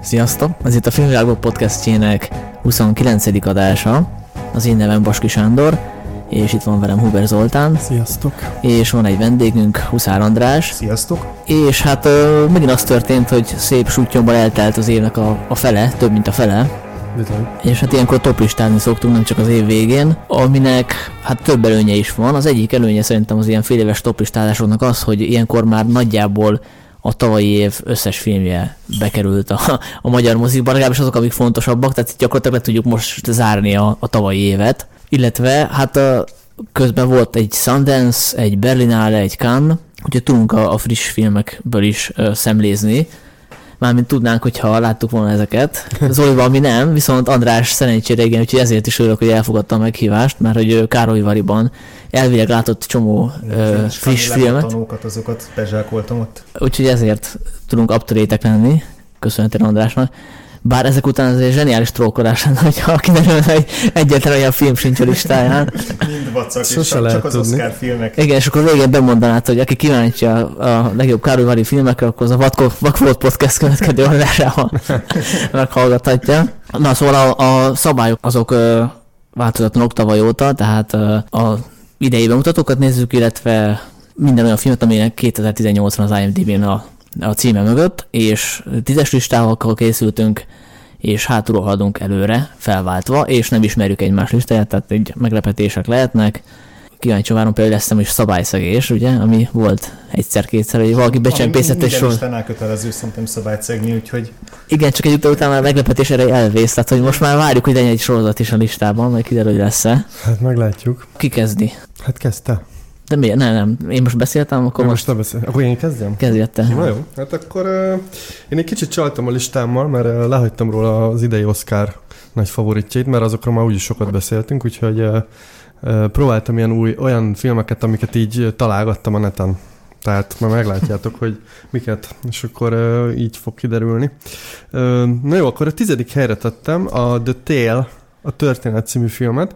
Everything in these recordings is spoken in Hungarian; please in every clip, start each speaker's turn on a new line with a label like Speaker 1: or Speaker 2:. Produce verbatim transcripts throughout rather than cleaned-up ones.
Speaker 1: Sziasztok! Ez itt a Filmvilágok podcastjének huszonkilencedik adása. Az én nevem Baski Sándor, és itt van velem Huber Zoltán.
Speaker 2: Sziasztok! És
Speaker 1: van egy vendégünk, Huszár András.
Speaker 3: Sziasztok!
Speaker 1: És hát uh, megint az történt, hogy szép sútyomban eltelt az évnek a, a fele, több mint a fele.
Speaker 2: Bizony.
Speaker 1: És hát ilyenkor toplistázni szoktunk, nem csak az év végén, aminek hát több előnye is van. Az egyik előnye szerintem az ilyen féléves toplistázásoknak az, hogy ilyenkor már nagyjából a tavalyi év összes filmje bekerült a, a magyar mozikba, legalábbis azok, amik fontosabbak, tehát gyakorlatilag le tudjuk most zárni a, a tavalyi évet. Illetve hát a, közben volt egy Sundance, egy Berlinale, egy Cannes, úgyhogy tudunk a, a friss filmekből is ö, szemlézni. Mármint tudnánk, hogyha láttuk volna ezeket. Zolival mi nem, viszont András szerencsére igen, úgyhogy ezért is örülök, hogy elfogadta a meghívást, mert hogy Károlyvariban elvileg látott csomó ö, friss filmet.
Speaker 3: Tanókat, azokat bezsákoltam ott.
Speaker 1: Úgyhogy ezért tudunk up-to-date-ek lenni, köszönhetően Andrásnak. Bár ezek után azért zseniális trollkodás lenne, hogyha kiderül, hogy egyetlen olyan film sincs a listáján.
Speaker 3: Mind vacak, és csak, csak az Oscar filmek.
Speaker 1: Igen, és akkor végén bemondanád, hogy aki kíváncsi a, a legjobb Károlyvari filmekre, akkor az a Vakfolt Podcast következő adásában meghallgathatja. Na szóval a, a szabályok azok ö, változatlanok tavaly óta, tehát ö, a idei bemutatókat nézzük, illetve minden olyan filmet, aminek kétezer-tizennyolcban az IMDb-n a a címe mögött, és tízes listával készültünk, és hátulról haladunk előre, felváltva, és nem ismerjük egymás listáját, tehát így meglepetések lehetnek. Kíváncsi várom például lesz is szabályszegés, ugye, ami volt egyszer-kétszer, hogy valaki becsempészett egy sor.
Speaker 3: Minden listánál kötelező szerintem szabályt szegni, úgyhogy...
Speaker 1: Igen, csak egy után, után már meglepetés erre elvész, tehát hogy most már várjuk, hogy legyen egy sorozat is a listában, majd kiderül, hogy lesz-e.
Speaker 2: Hát meglátjuk.
Speaker 1: Ki kezdi?
Speaker 2: Hát kezdte.
Speaker 1: De miért? Nem, nem. Én most beszéltem, akkor
Speaker 2: nem,
Speaker 1: most...
Speaker 2: most beszél. Akkor én kezdjem?
Speaker 1: Kezdjette.
Speaker 2: Na jó. Hát akkor uh, én egy kicsit csaltam a listámmal, mert uh, lehagytam róla az idei Oscar nagy favoritjait, mert azokról már úgyis sokat beszéltünk, úgyhogy uh, uh, próbáltam ilyen új, olyan filmeket, amiket így találgattam a neten. Tehát már meglátjátok, hogy miket, és akkor uh, így fog kiderülni. Uh, na jó, akkor a tizedik helyre tettem a The Tale, a Történet című filmet,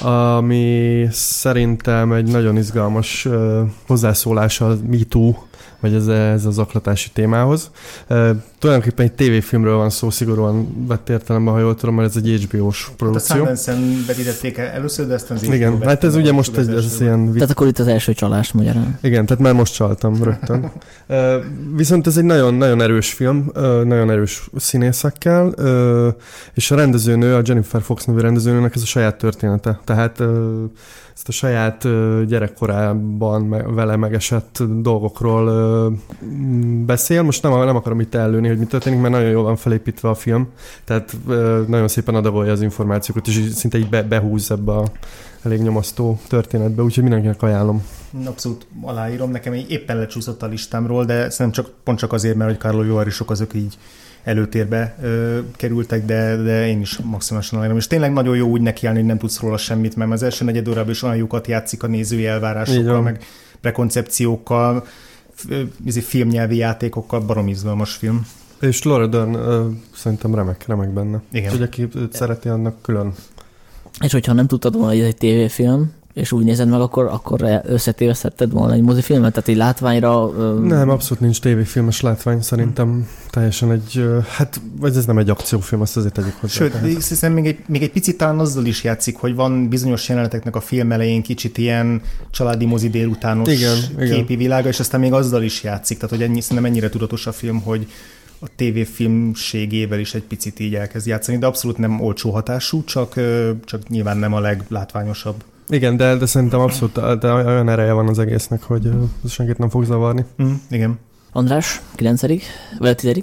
Speaker 2: ami szerintem egy nagyon izgalmas uh, hozzászólás a MeToo, vagy ez, ez az zaklatási témához. Uh, tulajdonképpen egy tévéfilmről van szó, szigorúan vett értelemben, ha jól tudom, mert ez egy há bé ó-s produkció.
Speaker 3: Hát a Sundance-en vetítették el először, de aztán az
Speaker 2: igen, hát ez ugye most egy, ez ilyen...
Speaker 1: Tehát akkor itt az első csalás magyarán.
Speaker 2: Igen, tehát már most csaltam rögtön. uh, viszont ez egy nagyon, nagyon erős film, uh, nagyon erős színészekkel, uh, és a rendezőnő, a Jennifer Fox nevű rendezőnőnek ez a saját története. Tehát uh, ezt a saját uh, gyerekkorában me- vele megesett dolgokról uh, beszél. Most nem, nem akarom itt ellőni, hogy mi történik, mert nagyon jól van felépítve a film. Tehát uh, nagyon szépen adagolja az információkat, és szinte így be- behúz ebbe a elég nyomasztó történetbe, úgyhogy mindenkinek ajánlom.
Speaker 3: Abszolút aláírom, nekem éppen lecsúszott a listámról, de szerintem csak, pont csak azért, mert hogy Károlyvarisok azok így előtérbe ö, kerültek, de, de én is maximálisan aláírom. És tényleg nagyon jó úgy nekiállni, hogy nem tudsz róla semmit, mert az első negyed órában is olyan jókat játszik a nézői elvárásokkal, meg prekoncepciókkal, filmnyelvi játékokkal, baromi izgalmas film.
Speaker 2: És Laura Dern uh, szerintem remek, remek benne.
Speaker 3: Igen.
Speaker 2: Hogy aki őt szereti, annak külön.
Speaker 1: És hogyha nem tudtad volna, hogy ez egy tévéfilm, és úgy nézed meg, akkor, akkor összetévesztetted volna egy mozifilmet? Tehát egy látványra... Ö...
Speaker 2: Nem, abszolút nincs tévéfilmes látvány, szerintem hmm. teljesen egy, hát, vagy ez nem egy akciófilm, azt azért tegyük hozzá.
Speaker 3: Sőt, hiszen még egy, még egy picit talán azzal is játszik, hogy van bizonyos jeleneteknek a film elején kicsit ilyen családi mozi délutános
Speaker 2: igen,
Speaker 3: képi
Speaker 2: igen.
Speaker 3: világa, és aztán még azzal is játszik, tehát hogy ennyi, szerintem ennyire tudatos a film, hogy a tévéfilmségével is egy picit így elkezd játszani, de abszolút nem olcsó hatású, csak, csak nyilván nem a leglátványosabb.
Speaker 2: Igen, de, de szerintem abszolút de olyan ereje van az egésznek, hogy senkit nem fog zavarni.
Speaker 3: Mm, igen.
Speaker 1: András, kilencedik? Vagy a tizedik?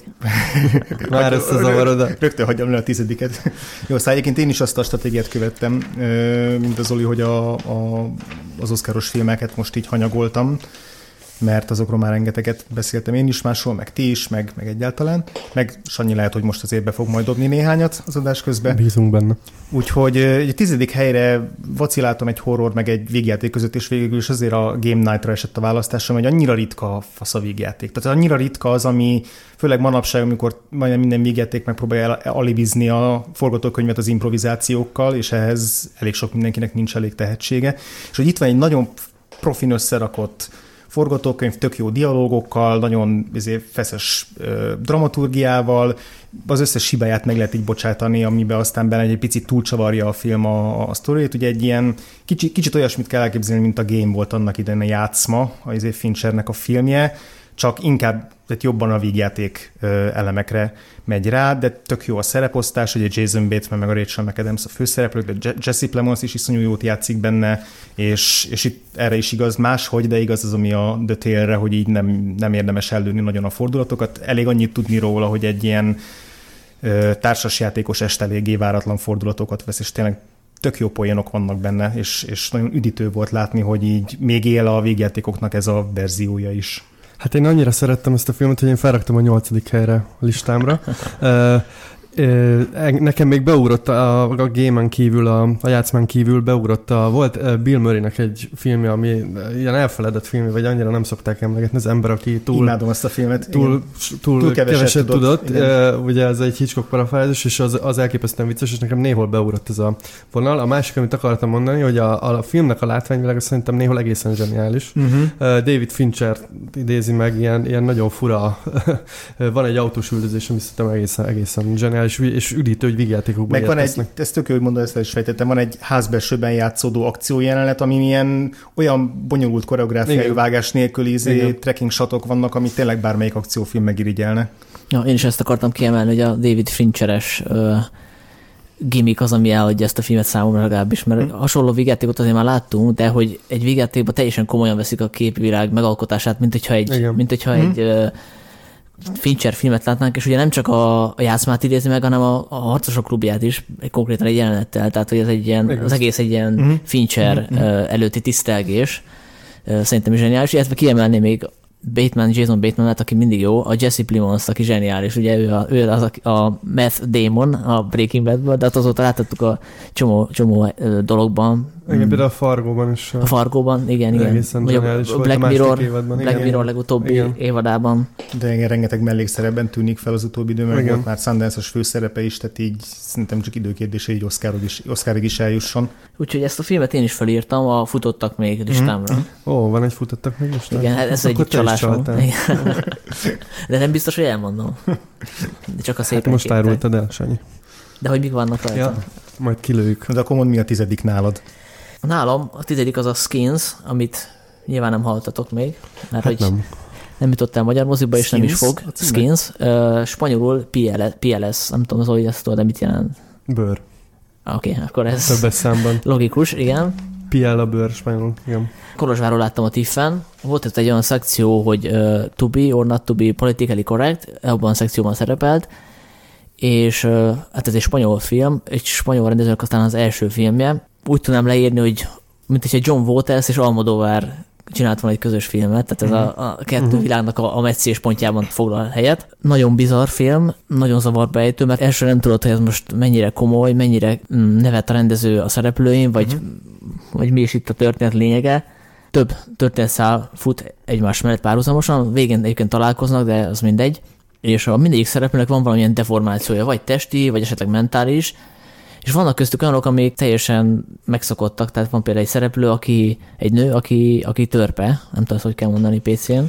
Speaker 2: Már összezavarod.
Speaker 3: Rögtön hagyjam le a tizediket. Jó, szóval egyébként én is azt a stratégiát követtem, mint az Zoli, hogy a, a, az oszkáros filmeket most így hanyagoltam, mert azokról már rengeteget beszéltem én is máshol, meg ti is, meg, meg egyáltalán. Meg Sanyi lehet, hogy most azért be fog majd dobni néhányat az adás közben.
Speaker 2: Bízunk benne.
Speaker 3: Úgyhogy egy tizedik helyre vaciláltam egy horror, meg egy végjáték között, és végül is azért a Game Night-ra esett a választásom, hogy annyira ritka a fasz a végjáték. Tehát annyira ritka az, ami főleg manapság, amikor majdnem minden végjáték megpróbálja alibizni a forgatókönyvet az improvizációkkal, és ehhez elég sok mindenkinek nincs elég tehetsége. És hogy itt van egy nagyon profin összerakott forgatókönyv, tök jó dialógokkal, nagyon ezért feszes ö, dramaturgiával, az összes hibáját meg lehet így bocsátani, amiben aztán benne egy picit túlcsavarja a film a, a sztorit. Ugye egy ilyen kicsit, kicsit olyasmit kell elképzelni, mint a Game volt annak idején a Játszma, az Finchernek a filmje, csak inkább tehát jobban a vígjáték elemekre megy rá, de tök jó a szereposztás, ugye Jason Bateman meg a Rachel McAdams a főszereplők, de Jesse Plemons is iszonyú jót játszik benne, és, és itt erre is igaz máshogy, de igaz az, ami a The Tale-re, hogy így nem, nem érdemes ellőni nagyon a fordulatokat. Elég annyit tudni róla, hogy egy ilyen ö, társasjátékos este eléggé váratlan fordulatokat vesz, és tényleg tök jó poénok vannak benne, és, és nagyon üdítő volt látni, hogy így még él a végjátékoknak ez a verziója is.
Speaker 2: Hát én annyira szerettem ezt a filmet, hogy én felraktam a nyolcadik helyre a listámra. uh, Nekem még beugrott a, a Game-en kívül, a, a játszmán kívül beugrott a, volt Bill Murraynek egy filmje, ami ilyen elfeledett filmje, vagy annyira nem szokták emlegetni, az ember, aki túl...
Speaker 3: Imádom azt a filmet.
Speaker 2: Túl, túl, túl keveset, keveset tudott. tudott. Uh, ugye ez egy Hitchcock parafrázis, és az, az elképesztően vicces, és nekem néhol beugrott ez a vonal. A másik, amit akartam mondani, hogy a, a filmnek a látványvilága szerintem néhol egészen zseniális. Uh-huh. Uh, David Fincher idézi meg, ilyen, ilyen nagyon fura. Van egy autós üldözés, ami szerintem egészen, egészen zseniális. És, és üdítő, hogy vígjátékokban
Speaker 3: meg van egy, ezt tök jó, hogy mondod, ezt el is fejtettem, van egy házbelsőben játszódó akciójelenet, ami ilyen olyan bonyolult koreográfiai vágás nélkül izé, trekking shotok vannak, amit tényleg bármelyik akciófilm megirigyelne.
Speaker 1: Ja, én is ezt akartam kiemelni, hogy a David Fincheres uh, gimmick az, ami elhagyja ezt a filmet számomra legalábbis, mert hmm. hasonló vígjátékot azért már láttunk, de hogy egy vígjátékban teljesen komolyan veszik a képvilág megalkotását, mint hogyha egy, mint hogyha hmm. egy uh, Fincher filmet látnánk, és ugye nem csak a, a játszmát idézi meg, hanem a, a harcosok klubját is, egy konkrétan egy jelenettel, tehát hogy ez egy ilyen, az egész egy ilyen uh-huh. Fincher uh-huh. uh, előtti tisztelgés, uh, szerintem is zseniális, illetve kiemelni még Bateman, Jason Bateman-et, aki mindig jó, a Jesse Plemons, aki zseniális, ugye ő, a, ő az a, a Meth Damon a Breaking Badből, de hát azóta láthattuk a csomó, csomó dologban.
Speaker 2: Igen, például a Fargóban is.
Speaker 1: A Fargóban, igen, igen.
Speaker 2: Egészen zseniális volt
Speaker 1: Black
Speaker 2: a
Speaker 1: Mirror,
Speaker 2: évadban.
Speaker 1: Black Mirror legutóbbi igen. évadában.
Speaker 3: De igen, rengeteg mellékszerepben tűnik fel az utóbbi időben, meg volt már Sundance-os főszerepe is, tehát így szerintem csak időkérdése, így Oscarig is, Oscarig is eljusson.
Speaker 1: Úgyhogy ezt a filmet én is felírtam, a futottak még listámra.
Speaker 2: Ó, mm-hmm. oh, van egy futottak még listámra?
Speaker 1: Igen, ez egyik csalásom. De nem biztos, hogy elmondom. De csak a szépen
Speaker 2: hát most árultad el, Sanyi.
Speaker 1: De hogy mik vannak rajta? Ja,
Speaker 2: majd kilőjük.
Speaker 3: De akkor mondd, mi a tizedik nálad?
Speaker 1: Nálam a tizedik az a Skins, amit nyilván nem hallottatok még, mert hát hogy
Speaker 2: nem.
Speaker 1: nem jutott el magyar moziba, és Skins? nem is fog. Skins. Uh, spanyolul P L S, nem tudom, az hogy ezt tudod, de mit jelent?
Speaker 2: Bőr.
Speaker 1: Oké, okay, akkor ez
Speaker 2: többes számban.
Speaker 1: Logikus, igen.
Speaker 2: P L a bőr spanyolul, igen.
Speaker 1: Kolozsvárról láttam a tiffen. Volt itt egy olyan szekció, hogy uh, to be or not to be politically correct, abban a szekcióban szerepelt, és uh, hát ez egy spanyol film, egy spanyol rendezőnek aztán az első filmje. Úgy tudnám leírni, hogy mint egy John Waters és Almodóvar csinált volna egy közös filmet, tehát ez uh-huh. a, a kettő uh-huh. világnak a, a meccés pontjában foglal helyet. Nagyon bizarr film, nagyon zavarba ejtő, mert első nem tudod, hogy ez most mennyire komoly, mennyire mm, nevet a rendező a szereplőin, vagy, uh-huh. vagy mi is itt a történet lényege. Több történetszál fut egymás mellett párhuzamosan, végén egyébként találkoznak, de az mindegy. És a mindegyik szereplőnek van valamilyen deformációja, vagy testi, vagy esetleg mentális, és vannak köztük olyanok, amik teljesen megszokottak, tehát van például egy szereplő, aki egy nő, aki, aki törpe, nem tudom, hogy kell mondani pé cén,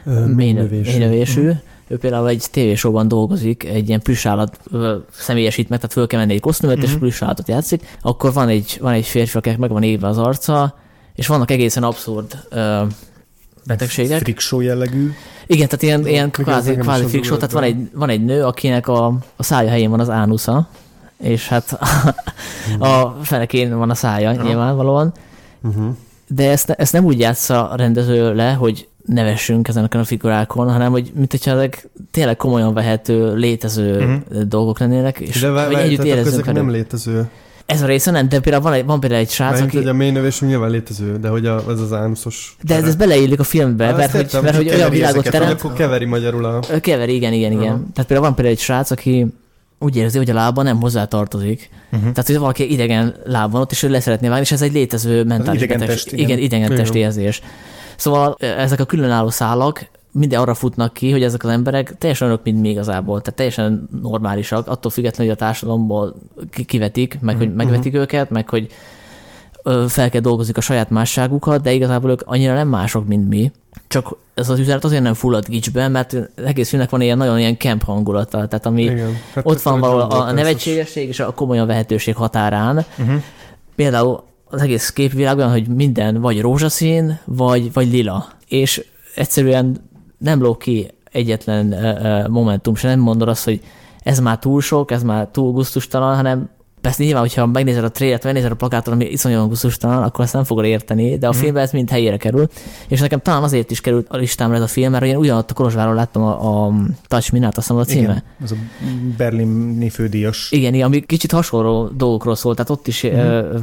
Speaker 1: mélynövésű. Ő például egy tévésóban dolgozik, egy ilyen plüssállat személyesít meg, tehát föl kell menni egy kosztümöt, uh-huh. és plüssállatot játszik. Akkor van egy, van egy férfi, akinek meg van égve az arca, és vannak egészen abszurd uh, betegségek.
Speaker 3: Freak show jellegű.
Speaker 1: Igen, tehát ilyen, ilyen kvázi, kvázi freak show, tehát van egy, van egy nő, akinek a, a szája helyén van az ánusza, és hát a, a fenekén van a szája, uh-huh. nyilvánvalóan. Uh-huh. De ezt, ezt nem úgy játsza a rendező le, hogy nevessünk ezeneken a figurákon, hanem hogy mint hogyha ezek tényleg komolyan vehető, létező uh-huh. dolgok lennének, és
Speaker 2: de
Speaker 1: hogy együtt érezzünk
Speaker 2: velük. Nem létező.
Speaker 1: Ez a része nem, de például van, egy, van például egy srác,
Speaker 2: mert
Speaker 1: aki...
Speaker 2: Mert a mélynövés nyilván létező, de hogy a, ez az ánuszos...
Speaker 1: De ez, ez beleillik a filmbe, hát mert, hogy, értem, mert hogy olyan világot teremt...
Speaker 2: Akkor keveri magyarul a...
Speaker 1: Keveri, igen, igen, igen. Uh-huh. Tehát például van például egy srác, aki úgy érzi, hogy a lába nem hozzátartozik. Uh-huh. Tehát, hogy valaki idegen lábban ott, és ő le szeretné vágni, és ez egy létező mentális
Speaker 3: idegen
Speaker 1: beteg,
Speaker 3: test, igen.
Speaker 1: igen, idegen testi érzés. Szóval ezek a különálló szálak minden arra futnak ki, hogy ezek az emberek teljesen olyanok, mint mi igazából, tehát teljesen normálisak, attól függetlenül, hogy a társadalomból kivetik, meg hogy megvetik uh-huh. őket, meg hogy fel kell dolgozni a saját másságukat, de igazából ők annyira nem mások, mint mi. Csak ez az üzenet azért nem fullad gicsben, mert az egész filmnek van ilyen nagyon ilyen camp hangulata, tehát ami igen, hát ott van valahol a nevetségesség és a komolyan vehetőség határán. Uh-huh. Például az egész képvilág olyan, hogy minden vagy rózsaszín, vagy, vagy lila. És egyszerűen nem lóg ki egyetlen uh, momentum, se nem mondod azt, hogy ez már túl sok, ez már túl gusztustalan, hanem persze nyilván, hogyha megnézed a trailert, megnézed a plakátot, ami iszonyatosan gusztustalan, akkor ezt nem fogod érteni, de a mm. filmben ez mind helyére kerül. És nekem talán azért is került a listámra ez a film, mert én ugyanott a Kolozsváron láttam a, a Touch Me-t, azt mondom a címe.
Speaker 3: Igen, az a berlini fődíjas.
Speaker 1: Igen, igen, ami kicsit hasonló dolgokról szól, tehát ott is mm. ö,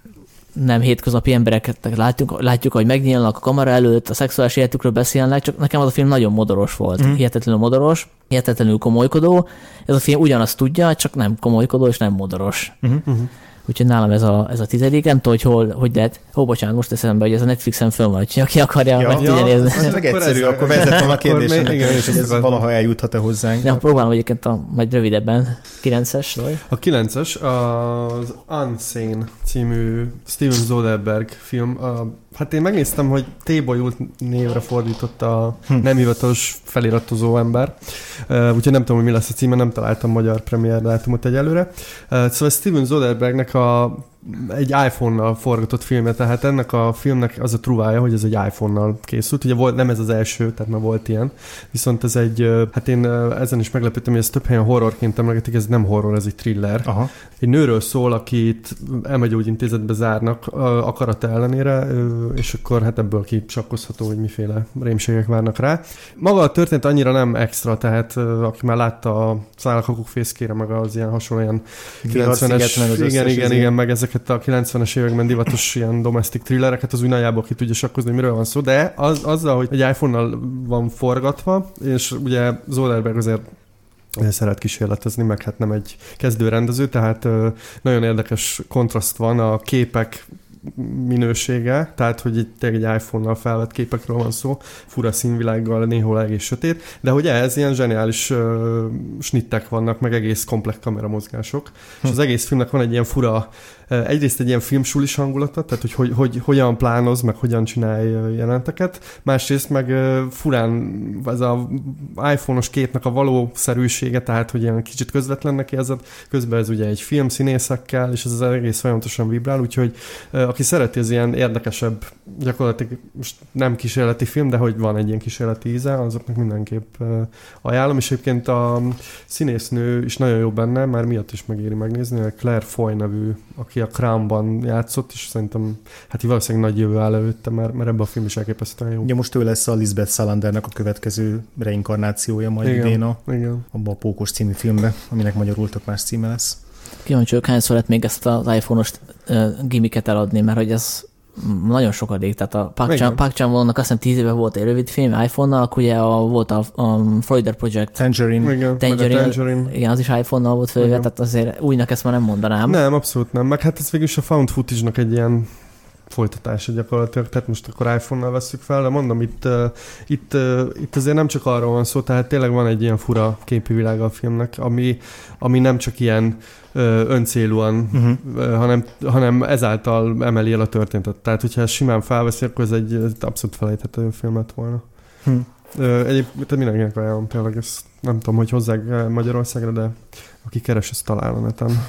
Speaker 1: nem hétköznapi embereket látjuk, látjuk, hogy megnyílnak a kamera előtt, a szexuális életükről beszélnek, csak nekem az a film nagyon modoros volt. Mm. Hihetetlenül modoros, hihetetlenül komolykodó. Ez a film ugyanazt tudja, csak nem komolykodó és nem modoros. Mm-hmm. Úgyhogy nálam ez a, ez a tizedik. Nem tudom, hogy hol, hogy lehet. Ó, bocsánat, most eszembe, hogy ez a Netflixen fönn van, hogy aki akarja,
Speaker 3: ja,
Speaker 1: meg tudja nézni.
Speaker 3: Ez meg egyszerű, akkor vezetem a kérdésem, hogy ez valaha eljuthat-e hozzánk.
Speaker 1: De próbálom egyébként a, majd rövidebben. kilences vagy?
Speaker 2: A kilences az Unsane című Steven Soderbergh film. A, hát én megnéztem, hogy T-Boyult névre fordított a hm. nem hivatalos feliratozó ember. Uh, úgyhogy nem tudom, hogy mi lesz a címe, nem találtam magyar premier dátumot egyelőre. Uh, szóval Steven Soderberghnek a egy iPhone-nal forgatott filmje, tehát ennek a filmnek az a truvája, hogy ez egy iPhone-nal készült. Ugye volt, nem ez az első, tehát már volt ilyen. Viszont ez egy, hát én ezen is meglepődtem, hogy ez több helyen horrorként emlegetik, ez nem horror, ez egy thriller. Aha. Egy nőről szól, akit elmegyógyintézetbe zárnak akarata ellenére, és akkor hát ebből kisakkozható, hogy miféle rémségek várnak rá. Maga a történet annyira nem extra, tehát aki már látta a Szállakakuk fészkére, meg az ilyen hasonló ilyen kilencvenes, igen, igen, igen, meg ezeket a kilencvenes években divatos ilyen domestic thrillereket, az úgy nagyjából ki tudja sakkozni, miről van szó, de az, azzal, hogy egy iPhone-nal van forgatva, és ugye Soderbergh azért szeret kísérletezni, meg hát nem egy kezdőrendező, tehát nagyon érdekes kontraszt van a képek minősége, tehát hogy itt egy iPhone-nal felvett képekről van szó, fura színvilággal, néhol egész sötét, de hogy ehhez ilyen zseniális uh, snittek vannak, meg egész komplex kameramozgások, hm. és az egész filmnek van egy ilyen fura, uh, egyrészt egy ilyen filmsulis hangulata, tehát hogy, hogy, hogy hogyan plánoz, meg hogyan csinálj jelenteket, másrészt meg uh, furán ez az iPhone-os képnek a valószerűsége, tehát hogy ilyen kicsit közvetlennek érzed, közben ez ugye egy film színészekkel, és ez az egész folyamatosan vibrál, úgyhogy uh, aki szereti az ilyen érdekesebb, gyakorlatilag most nem kísérleti film, de hogy van egy ilyen kísérleti íze, azoknak mindenképp uh, ajánlom, és egyébként a színésznő is nagyon jó benne, már miatt is megéri megnézni, a Claire Foy nevű, aki a Crown-ban játszott, és szerintem hát valószínűleg nagy jövő áll előtte, mert, mert ebben a film is elképesztően jó.
Speaker 3: Ja, most ő lesz a Lisbeth Salandernek a következő reinkarnációja majd
Speaker 2: igen,
Speaker 3: idén a,
Speaker 2: igen.
Speaker 3: abba a Pókos című filmbe, aminek magyarul tök más címe lesz.
Speaker 1: Kíváncsi vagyok, hányszor lehet még ezt az iPhone-os uh, gimmicket eladni, mert hogy ez nagyon sokadik. Tehát a Park Chan-wooknak azt hiszem tíz éve volt egy rövid film iPhone-nal, akkor ugye a, volt a, a Florida Project.
Speaker 3: Tangerine.
Speaker 2: Igen,
Speaker 1: Tangerine. Tangerine. Igen, az is iPhone-nal volt fölve, tehát azért újnak ezt már nem mondanám.
Speaker 2: Nem, abszolút nem. Meg hát ez végül is a found footage-nak egy ilyen folytatása gyakorlatilag, tehát most akkor iPhone-nal vesszük fel, de mondom, itt, uh, itt, uh, itt azért nem csak arról van szó, tehát tényleg van egy ilyen fura képi világa a filmnek, ami, ami nem csak ilyen uh, öncélúan, uh-huh. uh, hanem, hanem ezáltal emeli el a történetet. Tehát, hogyha ezt simán felveszi, akkor ez egy, egy abszolút felejthető film lett volna. Hmm. Uh, egyébként mindenkinek ajánlom, tényleg ezt nem tudom, hogy hozzák Magyarországra, de aki keres, ezt talál a neten.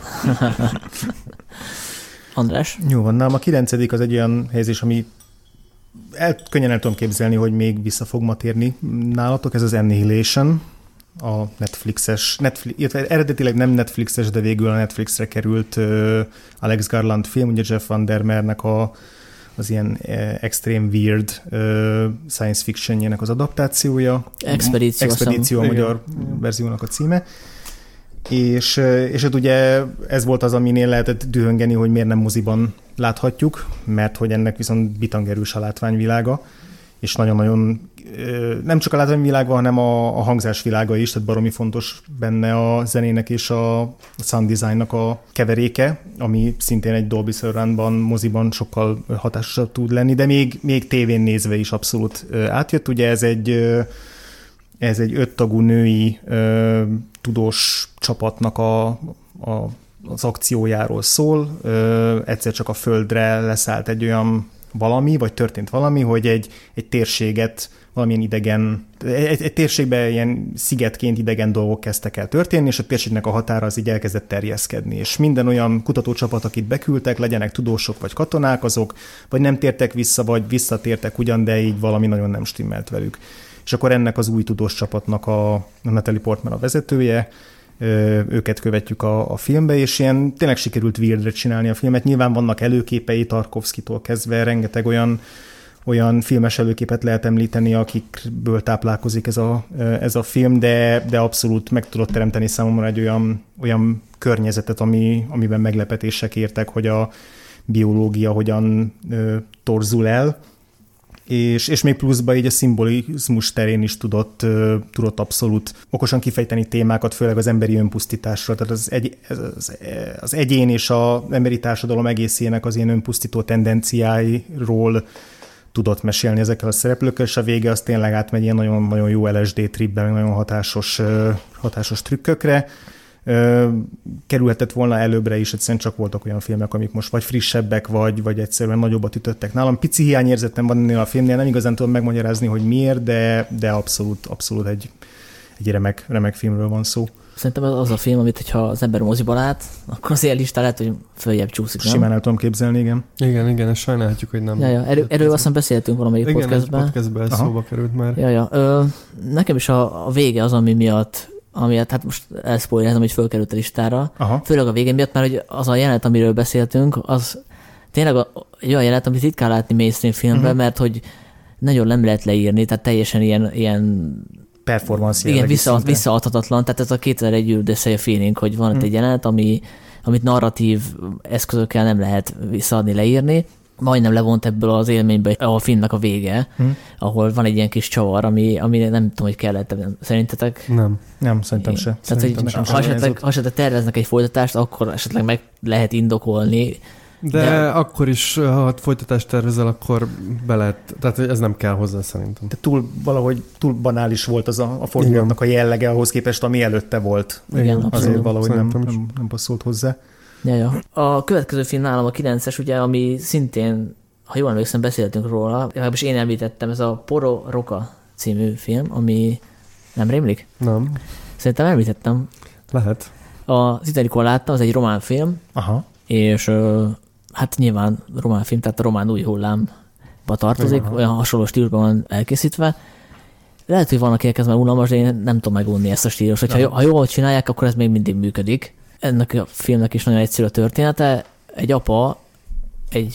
Speaker 1: András?
Speaker 3: Jó van, nálam a kilencedik az egy olyan helyzés, ami el, könnyen el tudom képzelni, hogy még vissza fog ma térni nálatok, ez az Annihilation, a Netflixes, Netflix, eredetileg nem Netflixes, de végül a Netflixre került uh, Alex Garland film, ugye Jeff Vandermeernek a, az ilyen uh, extreme weird uh, science fictionjének az adaptációja.
Speaker 1: Expedíció.
Speaker 3: Expedíció a magyar igen. verziónak a címe. És, és hát ugye ez volt az, aminél lehetett dühöngeni, hogy miért nem moziban láthatjuk, mert hogy ennek viszont bitangerős a látványvilága, és nagyon-nagyon nem csak a látványvilága, hanem a, a hangzásvilága is, tehát baromi fontos benne a zenének és a sound designnak a keveréke, ami szintén egy Dolby Surroundban, moziban sokkal hatásosabb tud lenni, de még, még tévén nézve is abszolút átjött. Ugye ez egy Ez egy öttagú női ö, tudós csapatnak a, a az akciójáról szól, ö, egyszer csak a földre leszállt egy olyan valami, vagy történt valami, hogy egy, egy térséget valamilyen idegen, egy, egy térségben ilyen szigetként idegen dolgok kezdtek el történni, és a térségnek a határa az így elkezdett terjeszkedni. És minden olyan kutatócsapat, akit beküldtek, legyenek tudósok vagy katonák, azok vagy nem tértek vissza, vagy visszatértek ugyan, de így valami nagyon nem stimmelt velük. És akkor ennek az új tudós csapatnak a Natalie Portman a vezetője, őket követjük a, a filmbe, és ilyen tényleg sikerült weirdre csinálni a filmet. Nyilván vannak előképei Tarkovszkitól kezdve, rengeteg olyan, olyan filmes előképet lehet említeni, akikből táplálkozik ez a, ez a film, de, de abszolút meg tudott teremteni számomra egy olyan, olyan környezetet, ami, amiben meglepetések értek, hogy a biológia hogyan ö, torzul el, És, és még pluszban így a szimbolizmus terén is tudott, uh, tudott abszolút okosan kifejteni témákat, főleg az emberi önpusztításra. Tehát az, egy, az, az egyén és az emberi társadalom egészének az ilyen önpusztító tendenciáiról tudott mesélni ezekkel a szereplőkkel, és a vége az tényleg átmegy ilyen nagyon, nagyon jó el es dé tripben, meg nagyon hatásos, uh, hatásos trükkökre. Ö, kerülhetett volna előbbre is, egyszerűen csak voltak olyan filmek, amik most vagy frissebbek, vagy, vagy egyszerűen nagyobbat ütöttek nálam. Pici hiányérzetem van ennél a filmnél, nem igazán tudom megmagyarázni, hogy miért, de, de abszolút, abszolút egy, egy remek, remek filmről van szó.
Speaker 1: Szerintem az, az a film, amit ha az ember moziba lát, akkor az ilyen listán lehet, hogy följebb csúszik, nem?
Speaker 3: Simán el tudom képzelni, igen.
Speaker 2: Igen, igen, ezt sajnálhatjuk, hogy nem.
Speaker 1: Ja, ja. Erről, erről aztán beszéltünk valamelyik
Speaker 2: igen,
Speaker 1: podcastben.
Speaker 2: Igen, podcastben ez szóba került már.
Speaker 1: Ja, ja. Ö, nekem is a, a vége az, ami miatt amiatt, hát most elszpoilerezem, hogy fölkerült a listára. Aha. Főleg a végén miatt, mert hogy az a jelenet, amiről beszéltünk, az tényleg a, egy olyan jelenet, amit ritkán látni mainstream filmben, uh-huh. mert hogy nagyon nem lehet leírni, tehát teljesen ilyen, ilyen
Speaker 3: performance
Speaker 1: igen, vissza, visszaadhatatlan, tehát ez a kétezer-egy űrdösszeje feeling, hogy van uh-huh. itt egy jelenet, ami, amit narratív eszközökkel nem lehet visszaadni, leírni. Majdnem levont ebből az élményből a filmnek a vége, hmm. ahol van egy ilyen kis csavar, ami, ami nem tudom, hogy kellett, szerintetek?
Speaker 2: Nem.
Speaker 3: Nem, szerintem se.
Speaker 1: Tehát,
Speaker 3: szerintem
Speaker 1: hogy ha esetleg, ha esetleg terveznek egy folytatást, akkor esetleg meg lehet indokolni.
Speaker 2: De, de akkor is, ha folytatást tervezel, akkor be lehet, tehát ez nem kell hozzá szerintem.
Speaker 3: De túl, valahogy túl banális volt az a, a fordulatnak a jellege ahhoz képest, ami előtte volt.
Speaker 1: Igen,
Speaker 3: azért valahogy nem, nem, nem passzolt hozzá.
Speaker 1: Ja, ja. A következő film nálam a kilences, ugye, ami szintén, ha jól emlékszem, beszéltünk róla, legalábbis én említettem, ez a Porro Roca című film, ami nem rémlik?
Speaker 2: Nem.
Speaker 1: Szerintem említettem.
Speaker 2: Lehet.
Speaker 1: A Titanicon láttam, az egy román film, aha. és hát nyilván román film, tehát a román új hullámba tartozik, aha. olyan hasonló stílusban van elkészítve. Lehet, hogy van, akinek ez már unalmas, de én nem tudom megunni ezt a stílust. Hogyha ha jól csinálják, akkor ez még mindig működik. Ennek a filmnek is nagyon egyszerű a története. Egy apa, egy,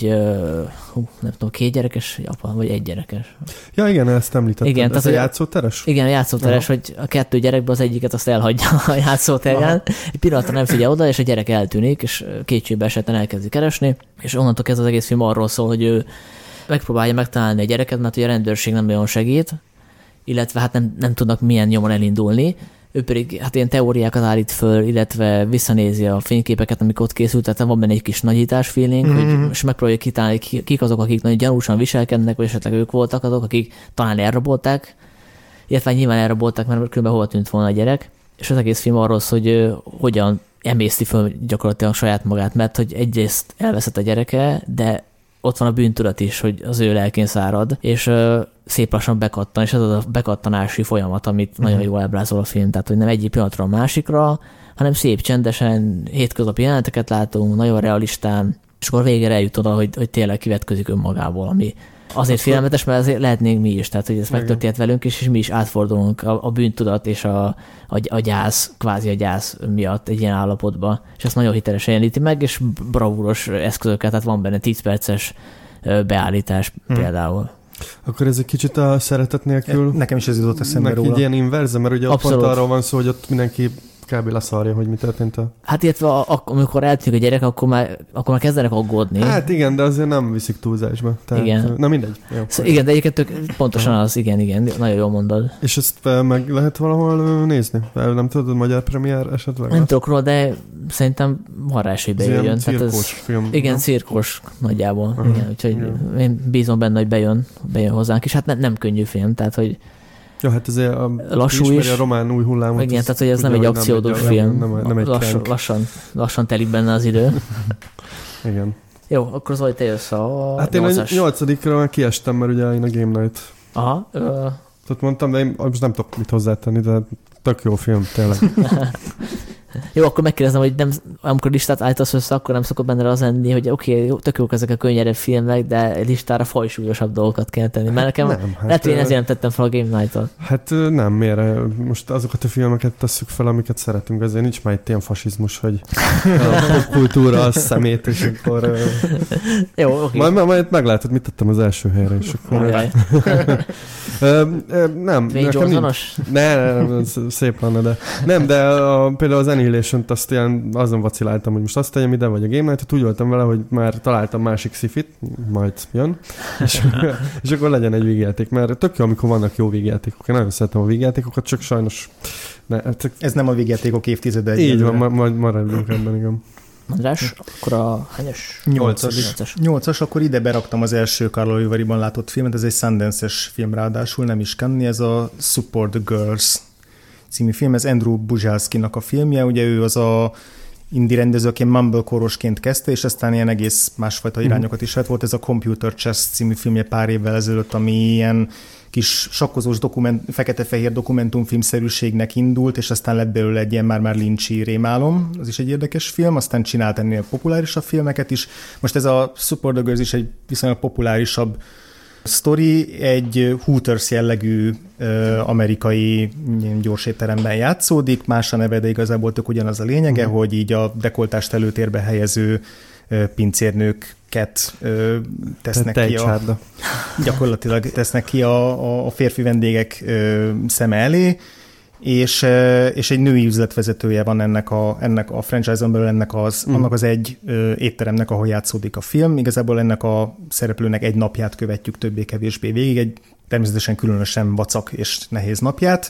Speaker 1: hú, nem tudom, két gyerekes apa, vagy egy gyerekes.
Speaker 2: Ja, igen, ezt említettem. Igen, ez a játszóteres?
Speaker 1: Igen, a játszóteres, aha. hogy a kettő gyerekben az egyiket azt elhagyja a játszóteren. Egy pillanatra nem figyel oda, és a gyerek eltűnik, és kétségbe esetten elkezdi keresni, és onnantól kezdve az egész film arról szól, hogy ő megpróbálja megtalálni a gyereket, mert a rendőrség nem nagyon segít, illetve hát nem, nem tudnak milyen nyomon elindulni. Ő pedig hát ilyen teóriákat állít föl, illetve visszanézi a fényképeket, amik ott készült, tehát van benne egy kis nagyítás feeling, mm-hmm. hogy, és megpróbálja kitálni, kik azok, akik nagyon gyanúsan viselkednek, vagy esetleg ők voltak azok, akik talán elrabolták, illetve nyilván elrabolták, mert különben hol tűnt volna a gyerek. És az egész film arról szól, hogy hogyan emészti föl gyakorlatilag saját magát, mert hogy egyrészt elveszett a gyereke, de ott van a bűntudat is, hogy az ő lelkén szárad, és ö, szép lassan bekattan, és ez az a bekattanási folyamat, amit uh-huh. nagyon jól ábrázol a film, tehát hogy nem egyik pillanatra a másikra, hanem szép, csendesen, hétköznapi jeleneteket látunk, nagyon realistán, és akkor végére eljut oda, hogy, hogy tényleg kivetközik önmagából, ami azért félelmetes, mert azért lehetnénk mi is, tehát hogy ez megtörtént velünk is, és mi is átfordulunk a, a bűntudat és a, a, a gyász, kvázi a gyász miatt egy ilyen állapotba, és ezt nagyon hitelesen jeleníti meg, és bravúros eszközökkel, tehát van benne tíz perces beállítás hmm. például.
Speaker 2: Akkor ez egy kicsit a szeretet nélkül...
Speaker 3: Nekem is ez jutott eszembe róla.
Speaker 2: Neki ilyen inverze, mert ugye pont arról van szó, hogy ott mindenki kb. Leszarja, hogy mi történt a...
Speaker 1: Hát illetve a, amikor eltűnik a gyerek, akkor már, akkor már kezdenek aggódni.
Speaker 2: Hát igen, de azért nem viszik túlzásba. Tehát,
Speaker 1: igen.
Speaker 2: Na mindegy. Jó,
Speaker 1: szóval igen, de egyébként pontosan az, igen, igen, nagyon jól mondod.
Speaker 2: És ezt meg lehet valahol nézni? Nem tudod, a magyar premier esetleg?
Speaker 1: Nem tudok róla, de szerintem van rá esély bejön.
Speaker 2: Ez ilyen film.
Speaker 1: Igen, cirkos nagyjából. Uh-huh. Igen, úgyhogy igen. Én bízom benne, hogy bejön, bejön hozzánk, és hát ne, nem könnyű film, tehát hogy...
Speaker 2: Ja, hát ezért a,
Speaker 1: lassú is.
Speaker 2: a román új hullámot.
Speaker 1: Igen, tehát hogy ez nem egy akciódús film. Nem, nem, nem egy lassan, lassan, lassan telik benne az idő.
Speaker 2: Igen.
Speaker 1: Jó, akkor Zoli, te jössz a
Speaker 2: Hát nyolcas. Én a nyolcadikra már kiestem, mert ugye én a Game Night.
Speaker 1: Aha. Ö...
Speaker 2: Tehát mondtam, de én most nem tudok mit hozzátenni, de tök jó film, tényleg.
Speaker 1: Jó, akkor megkérdezem, hogy nem, amikor listát állítasz össze, akkor nem szokott benne az lenni, hogy oké, okay, tök jók ezek a könnyedebb filmek, de listára fajsúlyosabb dolgokat kell tenni. Mert nekem nem, hát lehet, hogy én ezért nem tettem fel a Game Night-ot.
Speaker 2: Hát nem, miért? Most azokat a filmeket tesszük fel, amiket szeretünk, azért nincs már itt ilyen fasizmus, hogy a popkultúra, a szemét, és akkor...
Speaker 1: Jó, oké.
Speaker 2: Okay. Majd, majd meglátod, mit tettem az első helyre, és akkor... nem.
Speaker 1: Wayne Johnson-os?
Speaker 2: Ne, ne, ne, szép lenne, de... Nem, de a, például az Annihilation-t azt ilyen azon vaciláltam, hogy most azt tegyem ide, vagy a Game Night-ot, úgy voltam vele, hogy már találtam másik szifit, majd jön, és, és akkor legyen egy vígjáték, mert tök jó, amikor vannak jó vígjátékok. Én nagyon szeretem a vígjátékokat, csak sajnos... Ne, csak...
Speaker 3: Ez nem a vígjátékok évtizede.
Speaker 2: Így van, ma, ma, maradjunk ebben, igen.
Speaker 1: András, akkor a hányas?
Speaker 3: Nyolcas. Nyolcas, akkor ide beraktam az első Carlo Juvariban látott filmet, ez egy Sundance-es film ráadásul, nem is Cannes, ez a Support the Girls című film, ez Andrew Bujalskinak a filmje, ugye ő az a indie rendező, aki mumblecore-osként kezdte, és aztán ilyen egész másfajta irányokat is hát volt. Ez a Computer Chess című filmje pár évvel ezelőtt, ami ilyen kis sakkozós dokument, fekete-fehér dokumentumfilmszerűségnek indult, és aztán lett belőle egy ilyen már-már Lynch-i rémálom, az is egy érdekes film, aztán csinált ennél populárisabb filmeket is. Most ez a Support the Girls is egy viszonylag populárisabb sztori, egy Hooters jellegű ö, amerikai gyorsétteremben játszódik, más a neve, de igazából tök ugyanaz a lényege, mm. hogy így a dekoltást előtérbe helyező ö, pincérnőket ö, tesznek Te ki a, gyakorlatilag tesznek ki a, a férfi vendégek ö, szeme elé, és, és egy női üzletvezetője van ennek a, ennek a franchise-on belül, ennek az, mm. annak az egy ö, étteremnek, ahol játszódik a film. Igazából ennek a szereplőnek egy napját követjük többé-kevésbé végig, egy természetesen különösen vacak és nehéz napját.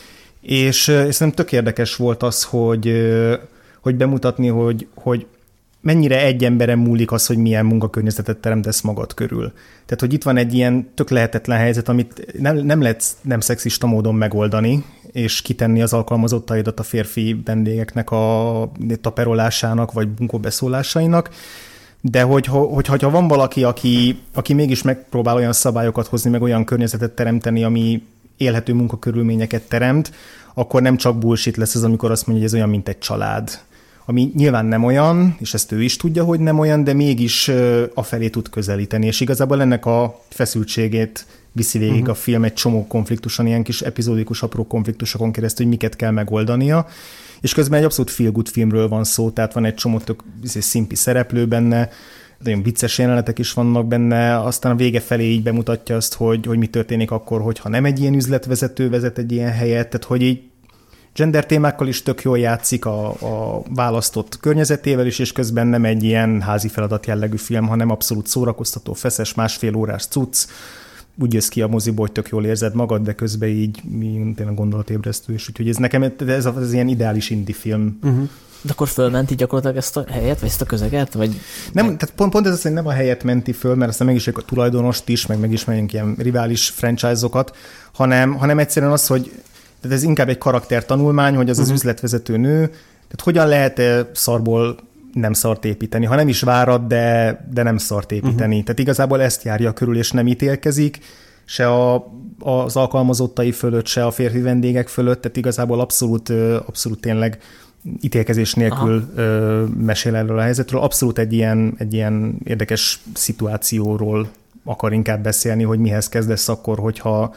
Speaker 3: És, és szerintem tök érdekes volt az, hogy, hogy bemutatni, hogy, hogy mennyire egy emberen múlik az, hogy milyen munkakörnyezetet teremtesz magad körül. Tehát, hogy itt van egy ilyen tök lehetetlen helyzet, amit nem, nem lehet nem szexista módon megoldani, és kitenni az alkalmazottaidat a férfi vendégeknek a taperolásának, vagy munkóbeszólásainak, de hogy, hogy, hogyha van valaki, aki, aki mégis megpróbál olyan szabályokat hozni, meg olyan környezetet teremteni, ami élhető munkakörülményeket teremt, akkor nem csak bullshit lesz az, amikor azt mondja, hogy ez olyan, mint egy család. Ami nyilván nem olyan, és ezt ő is tudja, hogy nem olyan, de mégis afelé tud közelíteni, és igazából ennek a feszültségét viszi végig uh-huh. a film egy csomó konfliktuson, ilyen kis epizódikus apró konfliktusokon keresztül, hogy miket kell megoldania, és közben egy abszolút feel good filmről van szó, tehát van egy csomó tök szimpi szereplő benne, nagyon vicces jelenetek is vannak benne, aztán a vége felé így bemutatja azt, hogy, hogy mi történik akkor, hogyha nem egy ilyen üzletvezető vezet egy ilyen helyet, tehát hogy így gender témákkal is tök jól játszik a, a választott környezetével is, és közben nem egy ilyen házi feladat jellegű film, hanem abszolút szórakoztató, feszes, másfél órás cucc. Úgy jössz ki a moziból, hogy tök jól érzed magad, de közben így tényleg gondolatébresztő, és úgyhogy ez nekem ez az, az ilyen ideális indie film. Uh-huh.
Speaker 1: De akkor fölmenti gyakorlatilag ezt a helyet, vagy ezt a közeget? Vagy... Nem,
Speaker 3: tehát pont, pont ez az, hogy nem a helyet menti föl, mert aztán megismerjük a tulajdonost is, meg megismerjünk ilyen rivális franchise-okat, hanem, hanem egyszerűen az, hogy tehát ez inkább egy karaktertanulmány, hogy az uh-huh. az üzletvezető nő, tehát hogyan lehet szarból nem szart építeni, ha nem is várad, de, de nem szart építeni. Uh-huh. Tehát igazából ezt járja körül, és nem ítélkezik, se a, az alkalmazottai fölött, se a férfi vendégek fölött, tehát igazából abszolút, abszolút tényleg ítélkezés nélkül Aha. mesél erről a helyzetről. Abszolút egy ilyen, egy ilyen érdekes szituációról akar inkább beszélni, hogy mihez kezdesz akkor, hogyha,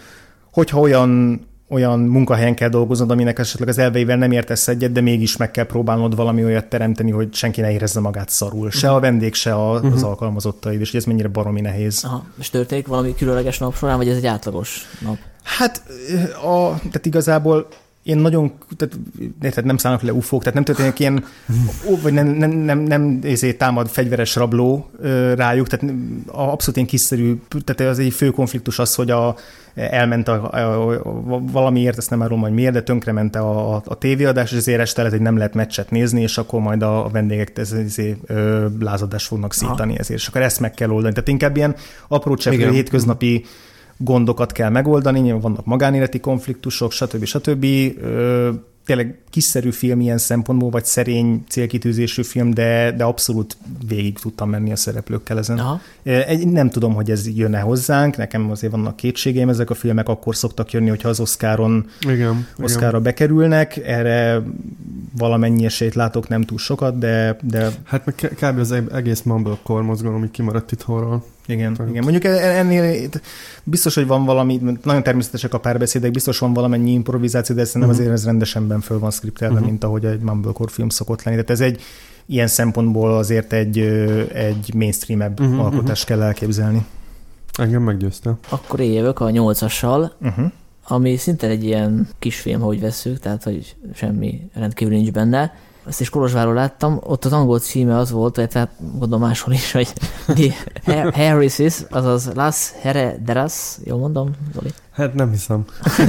Speaker 3: hogyha olyan olyan munkahelyen kell dolgoznod, aminek esetleg az elveivel nem értesz egyet, de mégis meg kell próbálnod valami olyat teremteni, hogy senki ne érezze magát szarul. Se a vendég, se a, az uh-huh. alkalmazottaid, és ez mennyire baromi nehéz.
Speaker 1: Aha. És történik valami különleges nap során, vagy ez egy átlagos nap?
Speaker 3: Hát, a, tehát igazából én nagyon, tehát, tehát nem szállnak le ufók, tehát nem történik ilyen, vagy nem, nem, nem, nem ezért támad fegyveres rabló rájuk, tehát abszolút ilyen kiszerű, tehát az egy fő konfliktus az, hogy a, elment a, a, a, valamiért, ezt nem árulom, hogy miért, de tönkrement a, a, a tévéadás, és ezért este lett, hogy nem lehet meccset nézni, és akkor majd a, a vendégek ezért lázadást fognak szítani Aha. ezért, és akkor ezt meg kell oldani. Tehát inkább ilyen apró cseprő hétköznapi gondokat kell megoldani, vannak magánéleti konfliktusok, stb. stb. Ö, tényleg kiszerű film ilyen szempontból, vagy szerény célkitűzésű film, de, de abszolút végig tudtam menni a szereplőkkel ezen. Aha. Egy, nem tudom, hogy ez jön-e hozzánk, nekem azért vannak kétségeim, ezek a filmek akkor szoktak jönni, hogyha az Oscaron,
Speaker 2: igen,
Speaker 3: Oscarra igen. bekerülnek, erre valamennyi esélyt látok, nem túl sokat, de... de...
Speaker 2: Hát meg kb. Az egész Mumblecore mozgalom, ami kimaradt itthonról.
Speaker 3: Igen, igen. Mondjuk ennél biztos, hogy van valami, nagyon természetesek a párbeszédek, biztos van valamennyi improvizáció, de szerintem uh-huh. azért ez rendesen föl van skriptelve, uh-huh. mint ahogy egy Mumblecore film szokott lenni. Tehát ez egy ilyen szempontból azért egy, egy mainstream-ebb uh-huh, alkotást uh-huh. kell elképzelni.
Speaker 2: Engem meggyőzte.
Speaker 1: Akkor én jövök a nyolcassal, uh-huh. ami szinte egy ilyen kisfilm, ahogy vesszük, tehát hogy semmi rendkívül nincs benne. Ezt is Kolozsvárról láttam, ott az angol címe az volt, tehát gondolom máshol is, hogy The Heresies, azaz Las Herederas, jól mondom, Zoli?
Speaker 2: Hát nem hiszem.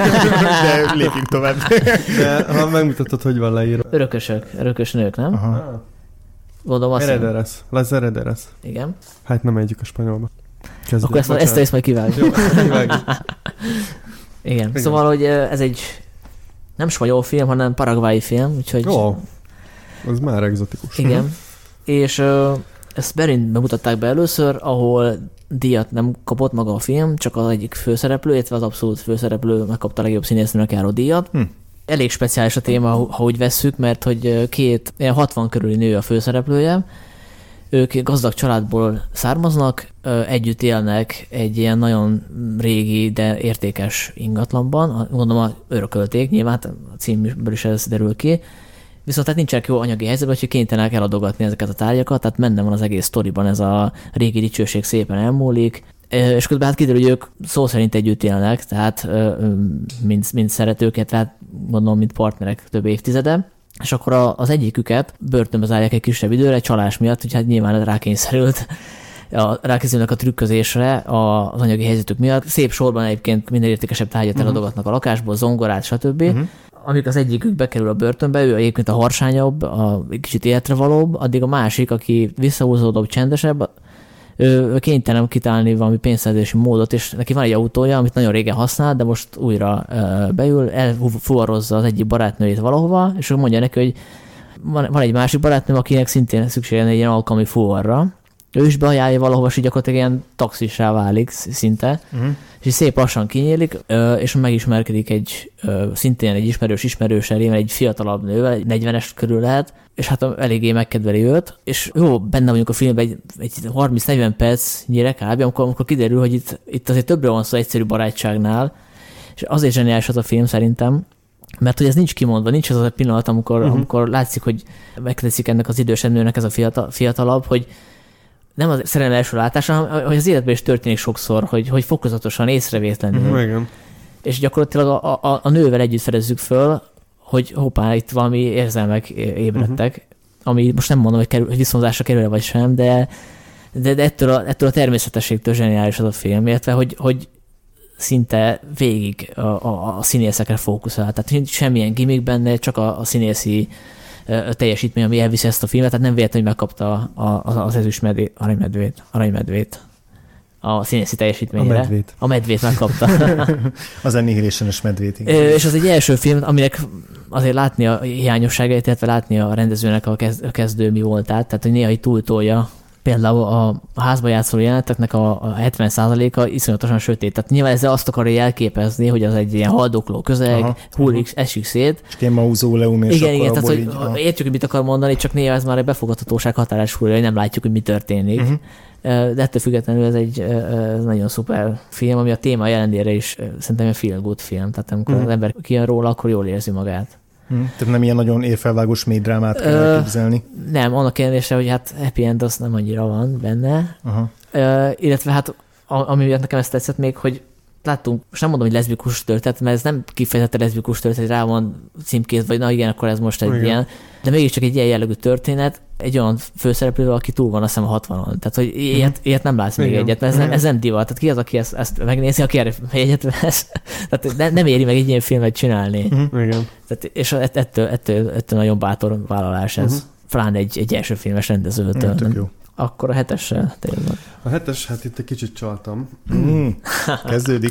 Speaker 3: De lépjünk tovább.
Speaker 2: De ha megmutatod, hogy van leírva.
Speaker 1: Örökösök, örökös nők, nem?
Speaker 3: Aha.
Speaker 1: Gondolom azt
Speaker 2: Herederas, Las Herederas.
Speaker 1: Igen.
Speaker 2: Hát nem egyik a spanyolba.
Speaker 1: Kezdjük. Akkor ezt, ezt, ezt majd kivágjuk. Igen. Igen, szóval, hogy ez egy nem spanyol film, hanem paraguayi film, úgyhogy...
Speaker 2: Ó, az már egzotikus.
Speaker 1: Igen, hm. és uh, ezt Berlinben bemutatták be először, ahol díjat nem kapott maga a film, csak az egyik főszereplő, illetve az abszolút főszereplő megkapta a legjobb színésznőnek járó díjat. Hm. Elég speciális a téma, ha úgy vesszük, mert hogy két ilyen hatvan körüli nő a főszereplője, ők gazdag családból származnak, együtt élnek egy ilyen nagyon régi, de értékes ingatlanban, gondolom örökölték, nyilván a címből is ez derül ki, viszont tehát nincsenek jó anyagi helyzetben, hogy kénytelenek eladogatni ezeket a tárgyakat, tehát benne van az egész sztoriban ez a régi dicsőség szépen elmúlik, és közben hát kiderül, hogy ők szó szerint együtt élnek, tehát mint, mint szeretőket, tehát gondolom, mint partnerek több évtizede, és akkor az egyiküket börtönbe zárják egy kisebb időre, egy csalás miatt, úgyhogy hát nyilván rákényszerült, a, rákészülnek a trükközésre az anyagi helyzetük miatt. Szép sorban egyébként minden értékesebb tárgyat uh-huh. eladogatnak a lakásból, zongorát, stb. Uh-huh. Amíg az egyikük bekerül a börtönbe, ő egyébként a harsányabb, a kicsit életre valóbb, addig a másik, aki visszahúzódóbb, csendesebb, ő kénytelen kitálni valami pénzszerzési módot, és neki van egy autója, amit nagyon régen használ, de most újra beül, elfuvarozza az egyik barátnőjét valahova, és ő mondja neki, hogy van, van egy másik barátnő, akinek szintén szüksége egy ilyen alkalmi fuvarra. Ő is beajánlja valahova, és így gyakorlatilag ilyen taxissá válik szinte, uh-huh. és szép lassan kinyílik, és megismerkedik egy szintén egy ismerős ismerősen réven, egy fiatalabb nővel, egy negyvenes körül lehet, és hát eléggé megkedveli őt, és jó, benne vagyunk a filmben egy, egy harminc-negyven percnyire kb., amikor, amikor kiderül, hogy itt, itt azért többre van szó egyszerű barátságnál, és azért zseniális az a film szerintem, mert hogy ez nincs kimondva, nincs az a pillanat, amikor, uh-huh. amikor látszik, hogy megtetszik ennek az idősebb nőnek ez a fiatal, fiatalabb, hogy nem az szerelem első látása, hanem hogy az életben is történik sokszor, hogy, hogy fokozatosan, észrevétlenül.
Speaker 2: Uh-huh, igen.
Speaker 1: És gyakorlatilag a, a, a nővel együtt fedezzük föl, hogy hoppá, itt valami érzelmek ébredtek, uh-huh. ami most nem mondom, hogy, kerül, hogy viszonzásra kerül vagy sem, de, de, de ettől, a, ettől a természetességtől zseniális az a film, illetve hogy, hogy szinte végig a, a, a színészekre fókuszál. Tehát nincs semmilyen gimmick benne, csak a, a színészi a teljesítmény, ami elviszi ezt a filmet, tehát nem véletlenül, hogy megkapta a, a, az ezüstmedvét, aranymedvét, aranymedvét a színészi teljesítményre.
Speaker 3: A medvét.
Speaker 1: A medvét megkapta.
Speaker 3: Az Annihilation-es medvét.
Speaker 1: Igen. És az egy első film, aminek azért látni a hiányosságait, illetve látni a rendezőnek a, kezd, a kezdő mi voltát, tehát hogy néha így túltolja. Például a, a házba játszó jeleneteknek a, a hetven százaléka iszonyatosan sötét. Tehát nyilván ezzel azt akarja jelképezni, hogy az egy ilyen haldokló közeg, aha, hullik, aha. esik szét.
Speaker 3: És ilyen mauzóleum, és
Speaker 1: igen,
Speaker 3: akkor
Speaker 1: igen, tehát,
Speaker 3: így,
Speaker 1: hogy értjük, hogy mit akar mondani, csak néha ez már egy befogadhatóság határás fúrja, hogy nem látjuk, hogy mi történik. Uh-huh. De ettől függetlenül ez egy ez nagyon szuper film, ami a téma jelenlére is szerintem egy feel good film. Tehát amikor uh-huh. az ember kijön róla, akkor jól érzi magát.
Speaker 3: Hmm. Tehát nem ilyen nagyon érfelvágós mély drámát kell elképzelni?
Speaker 1: Nem, annak ellenére, hogy hát happy end az nem annyira van benne. Aha. Ö, illetve hát ami miatt nekem ezt tetszett még, hogy láttunk, most nem mondom, hogy leszbikus történet, mert ez nem kifejezetten leszbikus történet, rá van címkézve, vagy na igen, akkor ez most egy igen. ilyen, de mégiscsak egy ilyen jellegű történet, egy olyan főszereplővel, aki túl van, azt hiszem a hatvanon. Tehát, hogy ilyet, ilyet nem látsz igen. még egyet, mert ez nem, ez nem divat. Tehát ki az, aki ezt, ezt megnézi, aki erre egyet vesz? Tehát ne, nem éri meg egy ilyen filmet csinálni.
Speaker 2: Uh-huh. Igen.
Speaker 1: Tehát, és ettől, ettől, ettől nagyon bátor vállalás ez. Uh-huh. Pláne egy, egy első filmes rendezőtől.
Speaker 3: Tök jó.
Speaker 1: Akkor a hetessel tényleg.
Speaker 2: A hetes, hát itt egy kicsit csaltam.
Speaker 3: Mm, kezdődik.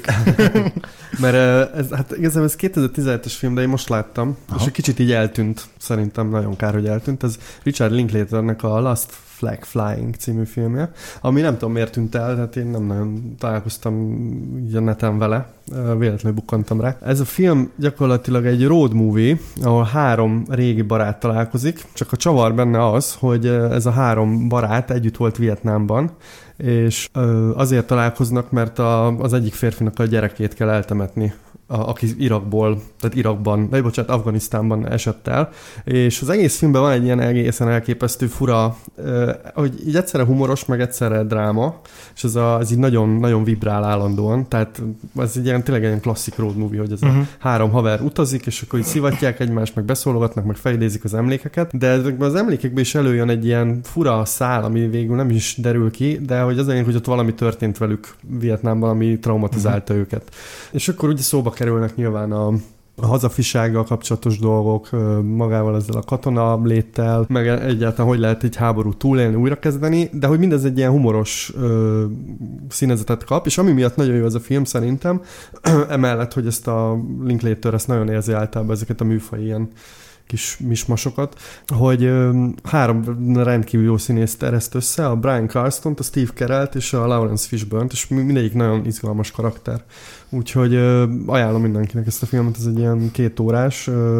Speaker 2: Mert ez, hát igazából ez kétezer-tizenhetes film, de én most láttam, aha, és egy kicsit így eltűnt. Szerintem nagyon kár, hogy eltűnt. Ez Richard Linklaternek a Last Flag Flying című filmje, ami nem tudom miért tűnt el, tehát én nem nagyon találkoztam így a neten vele, véletlenül bukkantam rá. Ez a film gyakorlatilag egy road movie, ahol három régi barát találkozik, csak a csavar benne az, hogy ez a három barát együtt volt Vietnámban, és azért találkoznak, mert a, az egyik férfinak a gyerekét kell eltemetni, a, aki Irakból, tehát Irakban, de bocsánat, Afganisztánban esett el, és az egész filmben van egy ilyen egészen elképesztő fura, eh, hogy így egyszerre humoros, meg egyszerre dráma, és ez, a, ez így nagyon, nagyon vibrál állandóan, tehát ez egy ilyen, tényleg egy ilyen klasszik road movie, hogy ez uh-huh. a három haver utazik, és akkor így szivatják egymást, meg beszólogatnak, meg felidézik az emlékeket, de ezekben az emlékekben is előjön egy ilyen fura szál, ami végül nem is derül ki, de hogy az olyan, hogy ott valami történt velük Vietnámban, ami traumatizálta uh-huh. őket. És akkor ugye szóba kerülnek nyilván a, a hazafisággal kapcsolatos dolgok, magával ezzel a katona léttel, meg egyáltalán hogy lehet egy háborút túlélni, újrakezdeni, de hogy mindez egy ilyen humoros ö, színezetet kap, és ami miatt nagyon jó ez a film szerintem, emellett, hogy ezt a Linklater ezt nagyon érzi általában ezeket a műfaj ilyen kis mismasokat, hogy ö, három rendkívül jó színészt ereszt össze, a Bryan Cranstont, a Steve Carellt és a Lawrence Fishburne-t, és mindegyik nagyon izgalmas karakter. Úgyhogy ö, ajánlom mindenkinek ezt a filmet, ez egy ilyen két órás, ö,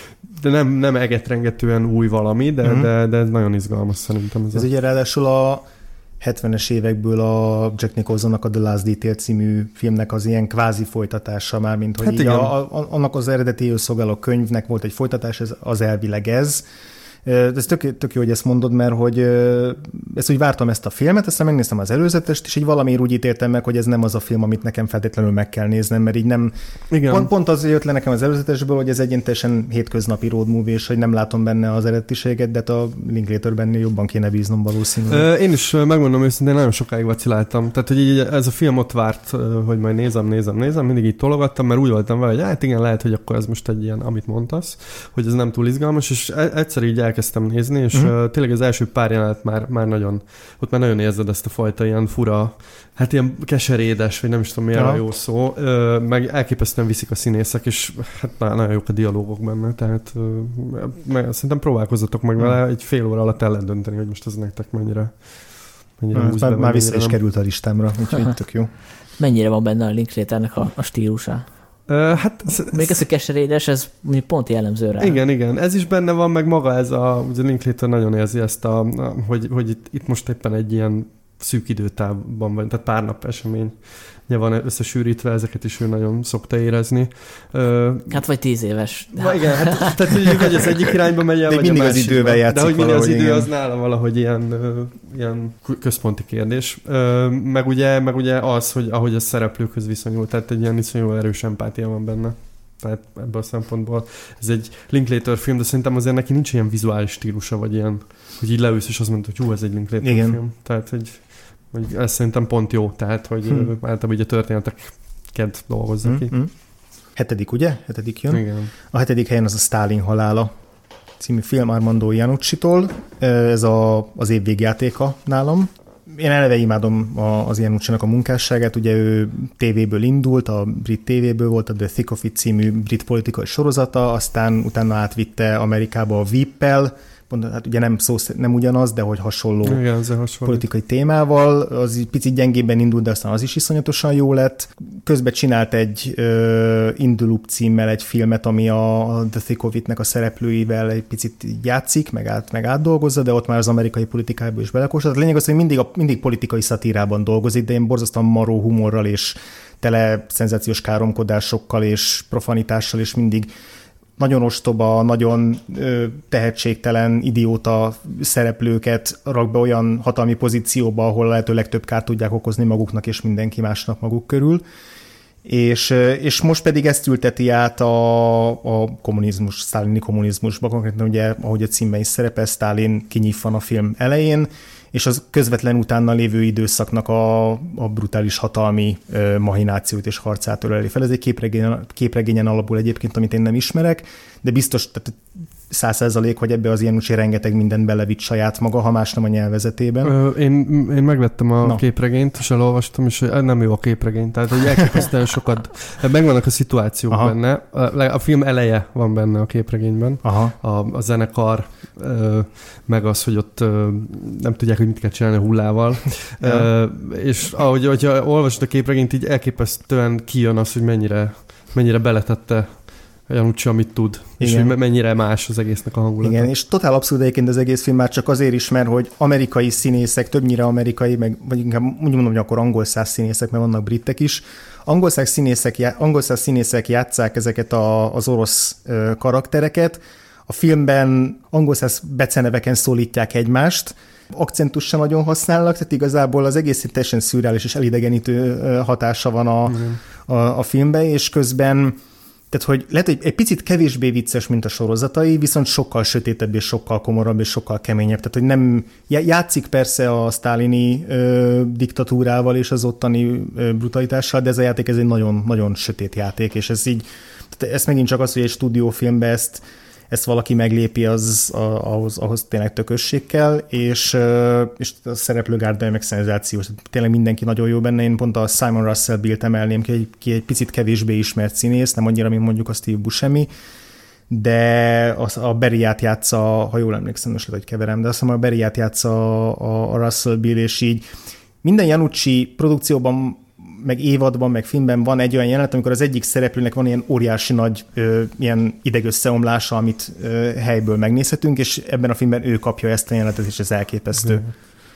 Speaker 2: de nem, nem egetrengetően új valami, de, mm-hmm. de, de ez nagyon izgalmas szerintem. Ez,
Speaker 3: ez
Speaker 2: a...
Speaker 3: ugye ráadásul a hetvenes évekből a Jack Nicholsonnak a The Last Detail című filmnek az ilyen kvázi folytatása már, mint hogy hát így a, a, annak az eredeti szolgáló könyvnek volt egy folytatás, ez, az elvileg ez. Ez tök, tök jó, hogy ezt mondod, mert hogy ezt úgy vártam ezt a filmet, aztán megnéztem az előzetest, és így valamiért úgy ítéltem meg, hogy ez nem az a film, amit nekem feltétlenül meg kell néznem, mert így nem... Pont, pont az jött le nekem az előzetesből, hogy ez egy teljesen hétköznapi road movie, és hogy nem látom benne az eredetiséget, de a Linklaterben jobban kéne bíznom valószínűleg.
Speaker 2: Én is megmondom őszintén, nagyon sokáig vaciláltam. Tehát, hogy így ez a film ott várt, hogy majd nézem, nézem, nézem, mindig így tologattam, mert úgy voltam vele, hogy hát igen, lehet, hogy akkor ez most egy ilyen, amit mondtasz, hogy ez nem túl izgalmas, és egyszer így elkezdtem nézni, és uh-huh. uh, tényleg az első pár jelenet már, már nagyon, ott már nagyon érzed ezt a fajta ilyen fura, hát ilyen keserédes, vagy nem is tudom, milyen ja. a jó szó, uh, meg elképesztően viszik a színészek, és hát nagyon jók a dialógok benne, tehát uh, meg, szerintem próbálkozzatok meg vele, egy fél óra alatt el lehet dönteni, hogy most ez nektek mennyire, mennyire
Speaker 3: húz be, már vissza is került a listámra, úgyhogy tök jó.
Speaker 1: Mennyire van benne a Linklaternek a, a stílusa?
Speaker 2: Uh, hát,
Speaker 1: még ez a keserédes, ez pont jellemző rá.
Speaker 2: Igen, igen. Ez is benne van, meg maga ez a, ugye Linklater nagyon érzi ezt a, a hogy, hogy itt, itt most éppen egy ilyen szűk időtávban van, tehát pár nap esemény van összesűrítve, ezeket is ő nagyon szokta érezni. Uh,
Speaker 1: hát vagy tíz éves.
Speaker 2: Na igen, hát, tehát hogy az egyik irányba megy el,
Speaker 3: vagy mindig
Speaker 2: a
Speaker 3: az idővel játszik.
Speaker 2: De hogy mindig az idő,
Speaker 3: igen.
Speaker 2: az nála valahogy ilyen, uh, ilyen központi kérdés. Uh, meg, ugye, meg ugye az, hogy ahogy a szereplőkhöz viszonyul, tehát egy ilyen iszonyú erős empátia van benne. Tehát ebből a szempontból ez egy Linklater film, de szerintem azért neki nincs ilyen vizuális stílusa, vagy ilyen, hogy így leülsz, és azt mondod, hogy hú, ez egy Linklater igen. film. Tehát, hogy, hogy ez szerintem pont jó, tehát, hogy hmm. általában így a történeteket dolgozza hmm. ki. Hmm.
Speaker 3: Hetedik, ugye? Hetedik jön.
Speaker 2: Igen.
Speaker 3: A hetedik helyen az a Stalin halála című film Armando Iannucci-tól. Ez a, az év végjátéka nálam. Én eleve imádom a, az Iannucci-nak a munkásságát, ugye ő tévéből indult, a brit tévéből volt a The Thick of It című brit politikai sorozata, aztán utána átvitte Amerikába a Veep-el, hát ugye nem, szó, nem ugyanaz, de hogy hasonló
Speaker 2: igen,
Speaker 3: politikai témával, az egy picit gyengébben indult, de aztán az is iszonyatosan jó lett. Közben csinált egy uh, In the Loop címmel egy filmet, ami a The Thick of It-nek a szereplőivel egy picit játszik, meg, át, meg átdolgozza, de ott már az amerikai politikába is belekóstolt. A lényeg az, hogy mindig, a, mindig politikai szatírában dolgozik, de én borzasztóan maró humorral és tele szenzációs káromkodásokkal és profanitással, és mindig nagyon ostoba, nagyon ö, tehetségtelen, idióta szereplőket rak be olyan hatalmi pozícióba, ahol lehető legtöbb kárt tudják okozni maguknak és mindenki másnak maguk körül. És, és most pedig ezt ülteti át a, a kommunizmus, sztálini kommunizmusba, konkrétan ugye, ahogy a címben is szerepel, Sztálin kinyitvan a film elején, és az közvetlen utána lévő időszaknak a, a brutális hatalmi uh, mahinációt és harcát öleli fel. Ez egy képregényen, képregényen alapul egyébként, amit én nem ismerek, de biztos, tehát száz százalék, hogy ebbe az Iannucci rengeteg mindent belevitt saját maga, ha más nem a nyelvezetében.
Speaker 2: Ö, én, én megvettem a
Speaker 3: Na.
Speaker 2: képregényt, és elolvastam, és nem jó a képregény, tehát hogy elképesztően sokat, megvannak a szituációk Aha. benne, a, a film eleje van benne a képregényben,
Speaker 3: Aha.
Speaker 2: A, a zenekar, ö, meg az, hogy ott ö, nem tudják, hogy mit kell csinálni a hullával, ja. ö, és ahogy hogyha olvasod a képregényt, így elképesztően kijön az, hogy mennyire, mennyire beletette Iannucci, amit tud, igen. És hogy mennyire más az egésznek a hangulata.
Speaker 3: Igen, és totál abszurd egyébként az egész film már csak azért is, mert hogy amerikai színészek, többnyire amerikai, meg, vagy inkább úgy mondom, hogy akkor angol száz színészek, mert vannak britek is, angol száz színészek, angol száz színészek játsszák ezeket a, az orosz ö, karaktereket, a filmben angol száz beceneveken szólítják egymást, akcentus sem nagyon használnak, tehát igazából az egész teljesen szürreális és elidegenítő hatása van a, a, a filmben, és közben tehát, hogy lehet, hogy egy picit kevésbé vicces, mint a sorozatai, viszont sokkal sötétebb és sokkal komorabb és sokkal keményebb. Tehát, hogy nem játszik persze a sztálini ö, diktatúrával és az ottani ö, brutalitással, de ez a játék ez egy nagyon, nagyon sötét játék, és ez így, tehát ez megint csak az, hogy egy stúdiófilmben ezt ezt valaki meglépi, az, ahhoz, ahhoz tényleg tökösség kell, és, és a szereplőgárda meg szenzációs. Tényleg mindenki nagyon jó benne. Én pont a Simon Russell Bill-t emelném ki, ki egy picit kevésbé ismert színész, nem annyira, mint mondjuk a Steve Buscemi, de az, a Berryát játsza, ha jól emlékszem, most lehet, hogy keverem, de azt hiszem a Berryát játsza a, a Russell Bill, és így minden Iannucci produkcióban meg évadban, meg filmben van egy olyan jelenet, amikor az egyik szereplőnek van ilyen óriási nagy ö, ilyen idegösszeomlása, amit ö, helyből megnézhetünk, és ebben a filmben ő kapja ezt a jelenetet, és ez elképesztő. Mm.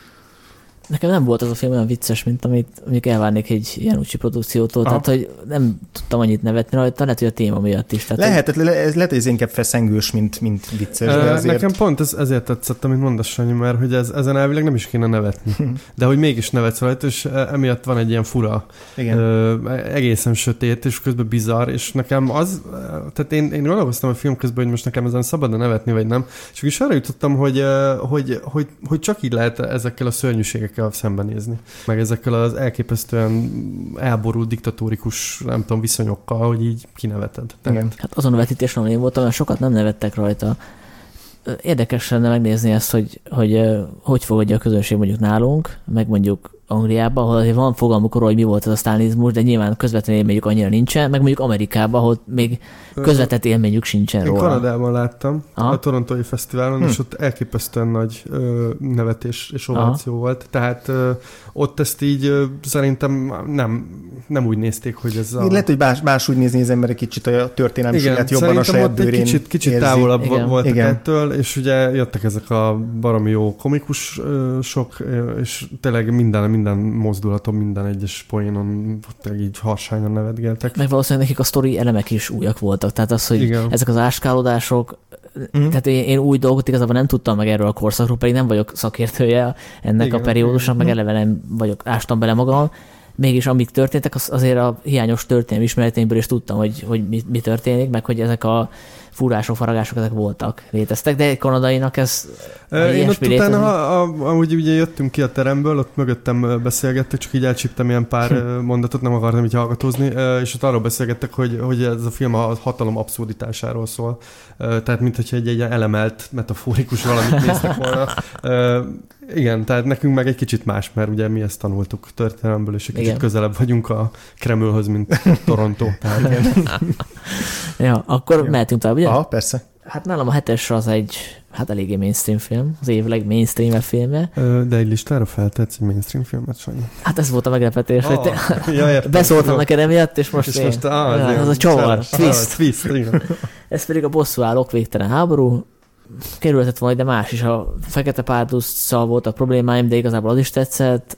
Speaker 1: Nekem nem volt az a film olyan vicces, mint amit mondjuk elvárnék egy Iannucci produkciótól, Aha. tehát hogy nem tudtam annyit nevetni rajta, lehet, hogy a téma miatt is. Tehát
Speaker 3: lehet, hogy... le, lehet, hogy ez inkább feszengős, mint, mint vicces.
Speaker 2: De azért... Nekem pont ez, ezért tetszett, amit mondasz, Sanyi, mert hogy ez, ezen elvileg nem is kéne nevetni. De hogy mégis nevetsz rajta, és emiatt van egy ilyen fura, Igen. Ö, egészen sötét, és közben bizarr, és nekem az, tehát én, én gondolkoztam a film közben, hogy most nekem ezen szabad nevetni, vagy nem, és is arra jutottam, hogy, hogy, hogy, hogy csak így lehet ezekkel a szörnyűségekkel szembenézni. Meg ezekkel az elképesztően elborult diktatórikus, nem tudom, viszonyokkal, hogy így kineveted.
Speaker 1: Igen. Hát azon a vetítésen, ahol én voltam, mert sokat nem nevettek rajta. Érdekes lenne megnézni ezt, hogy hogy, hogy fogadja a közönség mondjuk nálunk, meg mondjuk Angliában, ahol azért van fogalmuk arról, hogy mi volt ez a sztálinizmus, de nyilván közvetlen élményük annyira nincsen, meg mondjuk Amerikában, ahol még közvetett élményük sincsen
Speaker 2: Én
Speaker 1: róla. Én
Speaker 2: Kanadában láttam, Aha. a Torontói Fesztiválon, hm. és ott elképesztően nagy ö, nevetés és ováció Aha. volt. Tehát ö, ott ezt így ö, szerintem nem, nem úgy nézték, hogy ez a...
Speaker 3: Lehet, hogy más, más úgy nézni az ember egy kicsit a történelmiséget jobban a saját bőrén
Speaker 2: egy kicsit, kicsit
Speaker 3: érzi.
Speaker 2: távolabb
Speaker 3: Igen.
Speaker 2: voltak
Speaker 3: Igen.
Speaker 2: ettől, és ugye jöttek ezek a baromi jó komikus ö, sok, ö, és tényleg minden, minden mozdulaton, minden egyes poénon így harsányan nevetgeltek.
Speaker 1: Meg valószínűleg nekik a sztori elemek is újak voltak, tehát az, hogy Igen. ezek az áskálódások, mm. tehát én, én új dolgot igazából nem tudtam meg erről a korszakról, pedig nem vagyok szakértője ennek Igen. a periódusnak, meg eleve nem vagyok, ástam bele magam, mégis amik történtek, az azért a hiányos történelmi ismereteimből is tudtam, hogy, hogy mi, mi történik, meg hogy ezek a furások, faragások ezek voltak, léteztek, de egy kanadainak ez
Speaker 2: Én ott utána, ahogy ugye jöttünk ki a teremből, ott mögöttem beszélgettek, csak így elcsíptem ilyen pár hm. mondatot, nem akartam így hallgatózni, és ott arról beszélgettek, hogy, hogy ez a film a hatalom abszurditásáról szól. Tehát mintha egy, egy elemelt, metaforikus valamit néztek volna. Igen, tehát nekünk meg egy kicsit más, mert ugye mi ezt tanultuk történelemből, és egy kicsit Igen. közelebb vagyunk a Kremlhöz, mint Toronto. Tehát
Speaker 1: ja, akkor Jó. mehetünk tovább, ugye?
Speaker 3: Aha, persze.
Speaker 1: Hát nálam a hetes az egy, hát eléggé mainstream film, az év legmainstream filmje.
Speaker 2: De egy listára feltetsz egy mainstream filmet, Sanyi?
Speaker 1: Hát ez volt a meglepetés, oh, hogy te
Speaker 2: ja,
Speaker 1: beszóltam neked emiatt, és most,
Speaker 2: és
Speaker 1: én,
Speaker 2: most ah,
Speaker 1: ja, az a csavar, twist.
Speaker 2: Ah, twist igen. Ez
Speaker 1: pedig a bosszúállók végtelen háború. Kerülhetett volna, de más is. A Fekete Párduccal volt a problémáim, de igazából az is tetszett,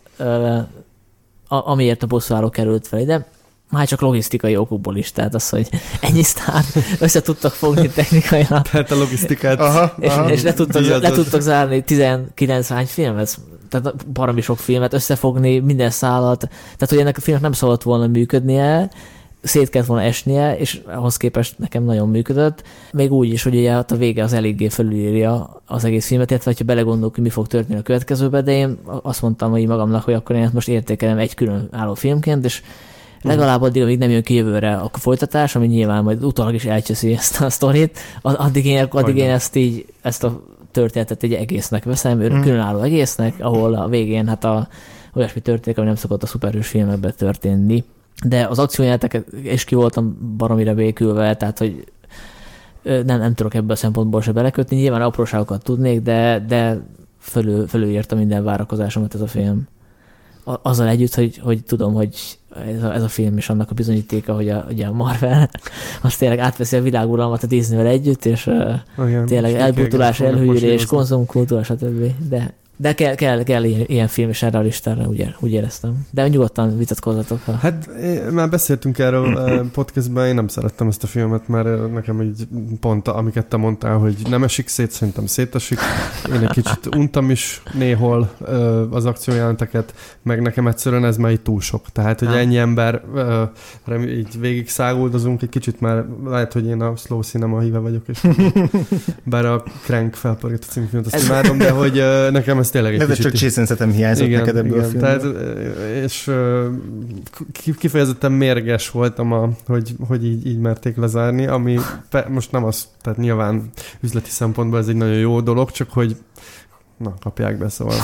Speaker 1: amiért a bosszúállók került fel ide. Már csak logisztikai okokból is, tehát az, hogy ennyi sztár össze tudtak fogni technikailag.
Speaker 2: Tehát a logisztikát.
Speaker 1: Aha, és, aha, és le, tudtak, le tudtak zárni tizenkilenc hány filmet, tehát baromi sok filmet összefogni, minden szállat, tehát hogy ennek a filmnek nem szabad volna működnie, szét kellett volna esnie, és ahhoz képest nekem nagyon működött. Még úgy is, hogy ugye a vége az eléggé felülírja az egész filmet, illetve ha belegondolok, hogy mi fog történni a következőben, de én azt mondtam hogy magamnak, hogy akkor én ezt most értékelem egy külön álló filmként, és Legalább addig, amíg nem jön ki jövőre a folytatás, ami nyilván majd utólag is elcseszi ezt a sztorit, addig én, addig én ezt így, ezt a történetet egy egésznek veszem, mm. különálló egésznek, ahol a végén hát a, olyasmi történik, ami nem szokott a szuperhős filmekben történni. De az akciójáteket is ki voltam baromira békülve, tehát hogy nem, nem tudok ebből a szempontból se belekötni. Nyilván apróságokat tudnék, de, de fölül, fölülírta minden várakozásomat ez a film. A, azzal együtt, hogy, hogy tudom, hogy ez a, ez a film is annak a bizonyítéka, hogy a, ugye a Marvel az tényleg átveszi a világuralmat a Disney-vel együtt, és igen, tényleg elbutulás, elhűlés, konzumkultúra, stb. De De kell, kell, kell ilyen, ilyen film is erre a listára, úgy, úgy éreztem. De nyugodtan vitatkozzatok. Ha... Hát
Speaker 2: már beszéltünk erről a podcastben, én nem szerettem ezt a filmet, mert nekem így pont, amiket te mondtál, hogy nem esik szét, szerintem szétesik. Én egy kicsit untam is néhol az akciójelenteket, meg nekem egyszerűen ez már így túl sok. Tehát, hogy ennyi ember így végig száguldozunk, egy kicsit már lehet, hogy én a slow cinema híve vagyok, és bár a Crank felpörgett a című filmet, azt imádom, de hogy nekem ez tényleg egy
Speaker 3: de
Speaker 2: kicsit...
Speaker 3: csak Jason Statham hiányzott
Speaker 2: igen,
Speaker 3: neked ebből
Speaker 2: igen,
Speaker 3: a filmből.
Speaker 2: Tehát, és kifejezetten mérges voltam, a, hogy, hogy így, így merték lezárni, ami pe, most nem az, tehát nyilván üzleti szempontból ez egy nagyon jó dolog, csak hogy na, kapják be, szóval.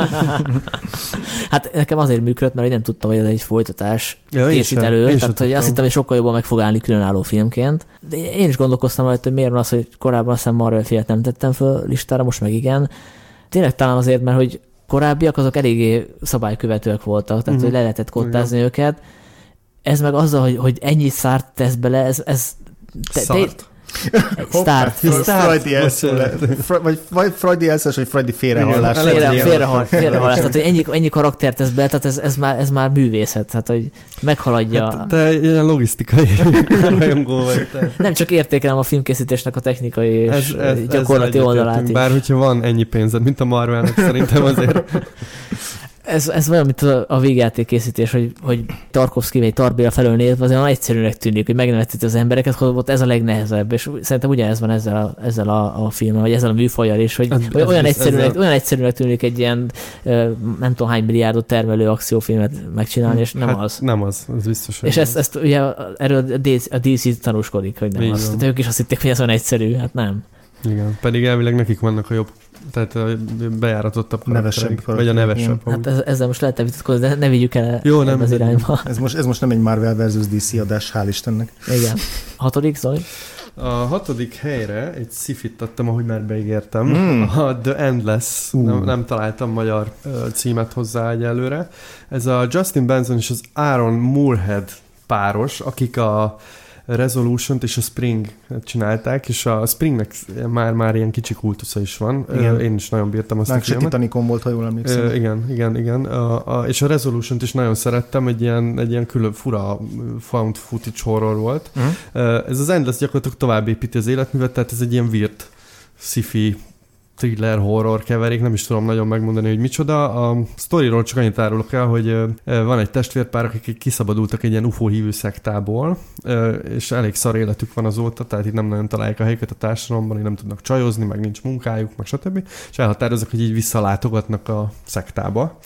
Speaker 1: Hát nekem azért működött, mert én nem tudtam, hogy ez egy folytatás
Speaker 2: ja,
Speaker 1: készít elő, tehát hogy tudtam. Azt hittem, hogy sokkal jobban meg fog állni különálló filmként. De én is gondolkoztam rajta, hogy miért van az, hogy korábban azt hiszem Marvel filmet nem tettem föl listára, most meg igen. Tényleg talán azért, mert hogy korábbiak azok eléggé szabálykövetőek voltak, tehát uh-huh. hogy le lehetett kottázni uh-huh. őket. Ez meg azzal, hogy, hogy ennyi szárt tesz bele, ez... ez
Speaker 2: te, Szart?
Speaker 1: Start.
Speaker 3: Freudi elszólás. Vagy Freudi elszólás, vagy Freudi félrehallás.
Speaker 1: Félrehallás. Tehát, hogy ennyi, ennyi karaktert tesz be, tehát ez, ez, már, ez már művészet, tehát, hogy meghaladja.
Speaker 2: Hát, te ilyen logisztikai rajongó vagy. Te.
Speaker 1: Nem csak értékelem a filmkészítésnek a technikai és ez, ez, gyakorlati oldalát is.
Speaker 2: Bár hogyha van ennyi pénzed, mint a Marvelnek, szerintem azért...
Speaker 1: Ez, ez olyan, mint a, a végjáték készítés, hogy, hogy Tarkovszky vagy Tarbéla felől nézve azért egyszerűnek tűnik, hogy megnevetít az embereket, hogy ott ez a legnehezebb, és szerintem ugyanez van ezzel a, ezzel a, a filmmel, vagy ezzel a műfajjal is, hogy, ez, hogy olyan, ez, egyszerűnek, ezzel... olyan egyszerűnek tűnik egy ilyen nem tudom hány milliárdot termelő akciófilmet megcsinálni, és nem hát az.
Speaker 2: Nem az, ez biztos.
Speaker 1: És ezt, ezt ugye erről a dé cé tanúskodik, hogy nem így az. Tehát ők is azt hitték, hogy ez olyan egyszerű, hát nem.
Speaker 2: Igen, pedig elvileg nekik vannak a jobb, tehát a bejáratottabb
Speaker 3: nevesebb,
Speaker 2: vagy a nevesebb.
Speaker 1: Hát ezzel most lehet vitatkozni, de ne vigyük el
Speaker 2: Jó, nem,
Speaker 1: az irányba.
Speaker 3: Ez most, ez most nem egy Marvel versus dé cé adás, hál' Istennek.
Speaker 1: Igen. Hatodik, Zoli?
Speaker 2: A hatodik helyre egy sci-fit adtam, ahogy már beígértem. Mm. A The Endless. Uh. Nem, nem találtam magyar uh, címet hozzá egyelőre. Ez a Justin Benson és az Aaron Moorhead páros, akik a Resolution-t és a Spring csinálták, és a Springnek már, már ilyen kicsi kultusza is van. Igen. Én is nagyon bírtam azt Már a filmet.
Speaker 3: Titanicon volt, ha jól emlékszem.
Speaker 2: Uh, igen, igen, igen. A, a, és a Resolution-t is nagyon szerettem, egy ilyen, egy ilyen külön fura found footage horror volt. Uh-huh. Uh, ez az Endless gyakorlatilag tovább építi az életművet, tehát ez egy ilyen weird sci-fi thriller, horror keverék, nem is tudom nagyon megmondani, hogy micsoda. A sztoriról csak annyit árulok el, hogy van egy testvérpár, akik kiszabadultak egy ilyen u f o hívő szektából, és elég szar életük van azóta, tehát itt nem nagyon találják a helyüket a társadalomban, így nem tudnak csajozni, meg nincs munkájuk, meg stb. És elhatároznak, hogy így visszalátogatnak a szektába.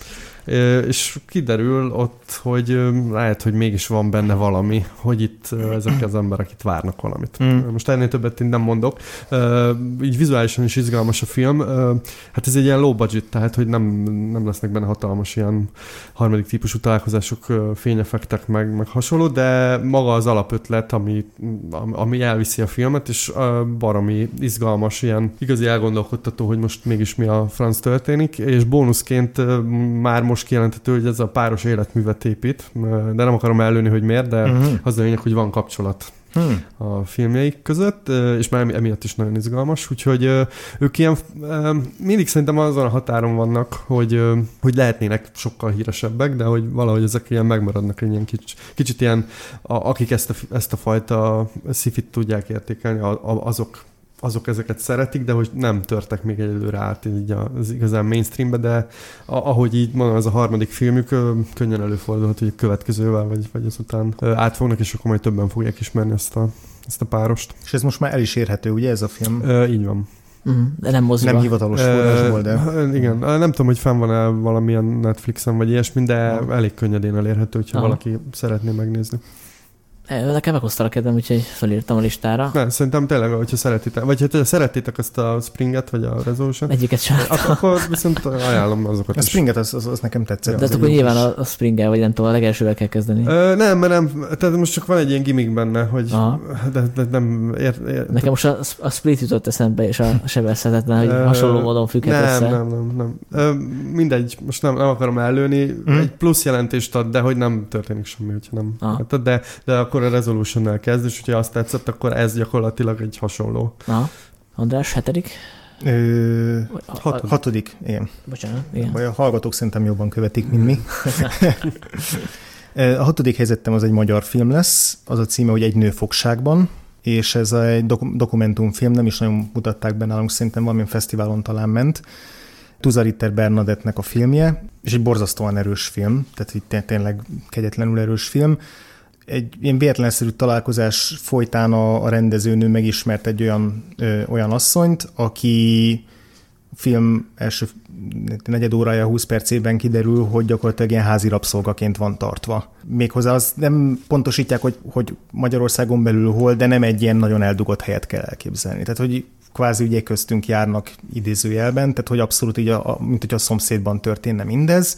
Speaker 2: És kiderül ott, hogy lehet, hogy mégis van benne valami, hogy itt ezek az emberek itt várnak valamit. Mm. Most ennél többet én nem mondok. Így vizuálisan is izgalmas a film. Hát ez egy ilyen low budget, tehát hogy nem, nem lesznek benne hatalmas ilyen harmadik típusú találkozások, fényeffektek, meg, meg hasonló, de maga az alapötlet, ami, ami elviszi a filmet, és baromi izgalmas, ilyen igazi elgondolkodtató, hogy most mégis mi a franc történik, és bónuszként már most kijelenthető, hogy ez a páros életművet épít, de nem akarom előni, hogy miért, de uh-huh. az a lényeg, hogy van kapcsolat hmm. a filmjeik között, és már emiatt is nagyon izgalmas, úgyhogy ők ilyen, mindig szerintem azon a határon vannak, hogy, hogy lehetnének sokkal híresebbek, de hogy valahogy ezek ilyen megmaradnak, egy ilyen kicsit, kicsit ilyen, akik ezt a, ezt a fajta sci-fit tudják értékelni, azok azok ezeket szeretik, de hogy nem törtek még egyelőre át így az igazán mainstreambe, de ahogy így mondom, ez a harmadik filmük könnyen előfordulhat, hogy a következővel vagy, vagy azután átfognak, és akkor majd többen fogják ismerni ezt a, ezt a párost.
Speaker 3: És ez most már el is érhető, ugye ez a film?
Speaker 2: E, így van.
Speaker 1: Mm, de nem moziba.
Speaker 3: Nem hivatalos forrásból, de...
Speaker 2: Uh, igen, nem tudom, hogy fenn van-e valamilyen Netflixen, vagy ilyesmi, de uh. elég könnyedén elérhető, hogyha uh. valaki szeretné megnézni.
Speaker 1: Nekem meghozta a kedvem, úgyhogy felírtam a listára.
Speaker 2: Nem, szerintem tényleg, hogyha szeretitek, vagy hogyha szerettétek azt a Springet, vagy a Resolution.
Speaker 1: Egyiket sem.
Speaker 2: Akkor viszont ajánlom azokat
Speaker 3: a
Speaker 2: is.
Speaker 3: A Springet, az, az, az nekem tetszett.
Speaker 1: De akkor nyilván a, a Springgel, vagy nem tudom, a legelsővel kell kezdeni.
Speaker 2: Ö, nem, mert nem, tehát most csak van egy ilyen gimmick benne, hogy de, de nem ér, ér,
Speaker 1: nekem most a, a Split jutott eszembe, és a sebezhetetlen, hogy ö, hasonló módon függhet
Speaker 2: nem,
Speaker 1: össze.
Speaker 2: Nem, nem, nem. Ö, mindegy, most nem, nem akarom előni, hmm. egy plusz jelentést ad, de hogy nem történik semmi, hogyha nem. Hát, de, de akkor a Resolution-nel kezd, és hogyha azt tetszett, akkor ez gyakorlatilag egy hasonló.
Speaker 1: Aha. András, hetedik?
Speaker 3: Ö, hat, hatodik, igen.
Speaker 1: Bocsánat, igen.
Speaker 3: A hallgatók szerintem jobban követik, mint mi. A hatodik helyzetem az egy magyar film lesz, az a címe, hogy Egy nő fogságban, és ez egy dok- dokumentumfilm, nem is nagyon mutatták be nálunk, szerintem valamilyen fesztiválon talán ment. Tuza Ritter Bernadettnek a filmje, és egy borzasztóan erős film, tehát itt tényleg kegyetlenül erős film. Egy ilyen véletlenszerű találkozás folytán a, a rendezőnő megismert egy olyan, ö, olyan asszonyt, aki a film első negyed órája, húsz percében kiderül, hogy gyakorlatilag ilyen házi rabszolgaként van tartva. Méghozzá az nem pontosítják, hogy, hogy Magyarországon belül hol, de nem egy ilyen nagyon eldugott helyet kell elképzelni. Tehát, hogy kvázi ugye köztünk járnak idézőjelben, tehát, hogy abszolút így, a, mint hogy a szomszédban történne mindez.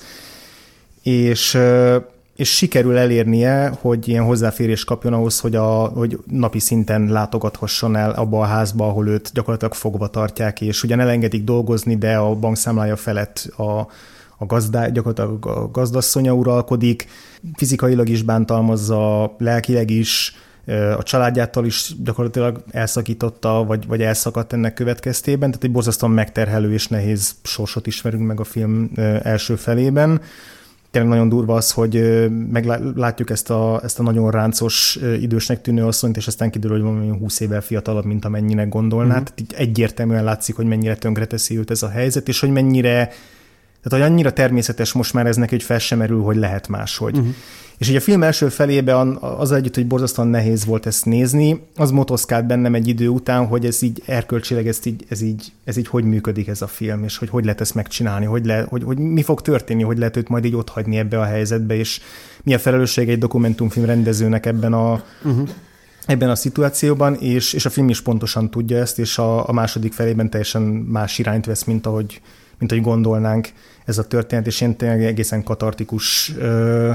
Speaker 3: És... és sikerül elérnie, hogy ilyen hozzáférés kapjon ahhoz, hogy, a, hogy napi szinten látogathasson el abba a házba, ahol őt gyakorlatilag fogva tartják, és ugyan elengedik dolgozni, de a bankszámlája felett a, a gazdá, gyakorlatilag a gazdasszonya uralkodik, fizikailag is bántalmazza, lelkileg is, a családjától is gyakorlatilag elszakította, vagy, vagy elszakadt ennek következtében, tehát egy borzasztóan megterhelő és nehéz sorsot ismerünk meg a film első felében. Tényleg nagyon durva az, hogy meglátjuk ezt a, ezt a nagyon ráncos, idősnek tűnő asszonyt, és aztán kiderül, hogy valami húsz évvel fiatalabb, mint amennyinek gondolná. Mm-hmm. Tehát így egyértelműen látszik, hogy mennyire tönkreteszi őt ez a helyzet, és hogy mennyire, tehát hogy annyira természetes most már ez neki, hogy fel sem merül, hogy lehet máshogy. Mm-hmm. És ugye a film első felében az együtt, hogy borzasztóan nehéz volt ezt nézni, az motoszkált bennem egy idő után, hogy ez így erkölcsileg, ez így, ez így, ez így hogy működik ez a film, és hogy hogy lehet ezt megcsinálni, hogy, le, hogy, hogy mi fog történni, hogy lehet őt majd így otthagyni ebbe a helyzetbe, és mi a felelősség egy dokumentumfilm rendezőnek ebben a, uh-huh. ebben a szituációban, és, és a film is pontosan tudja ezt, és a, a második felében teljesen más irányt vesz, mint ahogy, mint ahogy gondolnánk ez a történet, és ilyen tényleg egészen katartikus ö,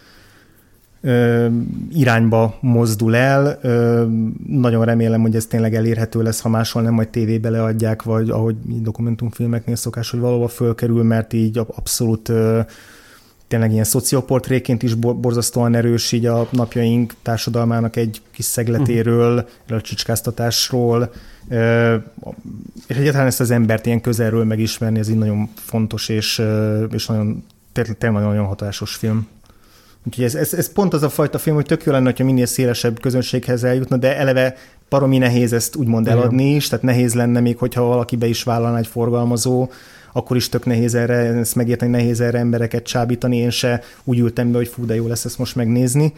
Speaker 3: Ö, irányba mozdul el. Ö, nagyon remélem, hogy ez tényleg elérhető lesz, ha máshol nem majd tévébe leadják, vagy ahogy dokumentumfilmeknél szokás, hogy valahol fölkerül, mert így abszolút ö, tényleg ilyen szocioportréként is borzasztóan erős így a napjaink társadalmának egy kis szegletéről, a csicskáztatásról, ö, és egyáltalán ezt az embert ilyen közelről megismerni, ez így nagyon fontos, és, és nagyon, tényleg nagyon hatásos film. Úgyhogy ez, ez, ez pont az a fajta film, hogy tök jó lenne, hogyha minél szélesebb közönséghez eljutna, de eleve baromi nehéz ezt úgymond eladni is, tehát nehéz lenne még, hogyha valaki be is vállalna egy forgalmazó, akkor is tök nehéz erre, ezt megérteni, nehéz erre embereket csábítani, én se úgy ültem be, hogy fú, de jó lesz ezt most megnézni,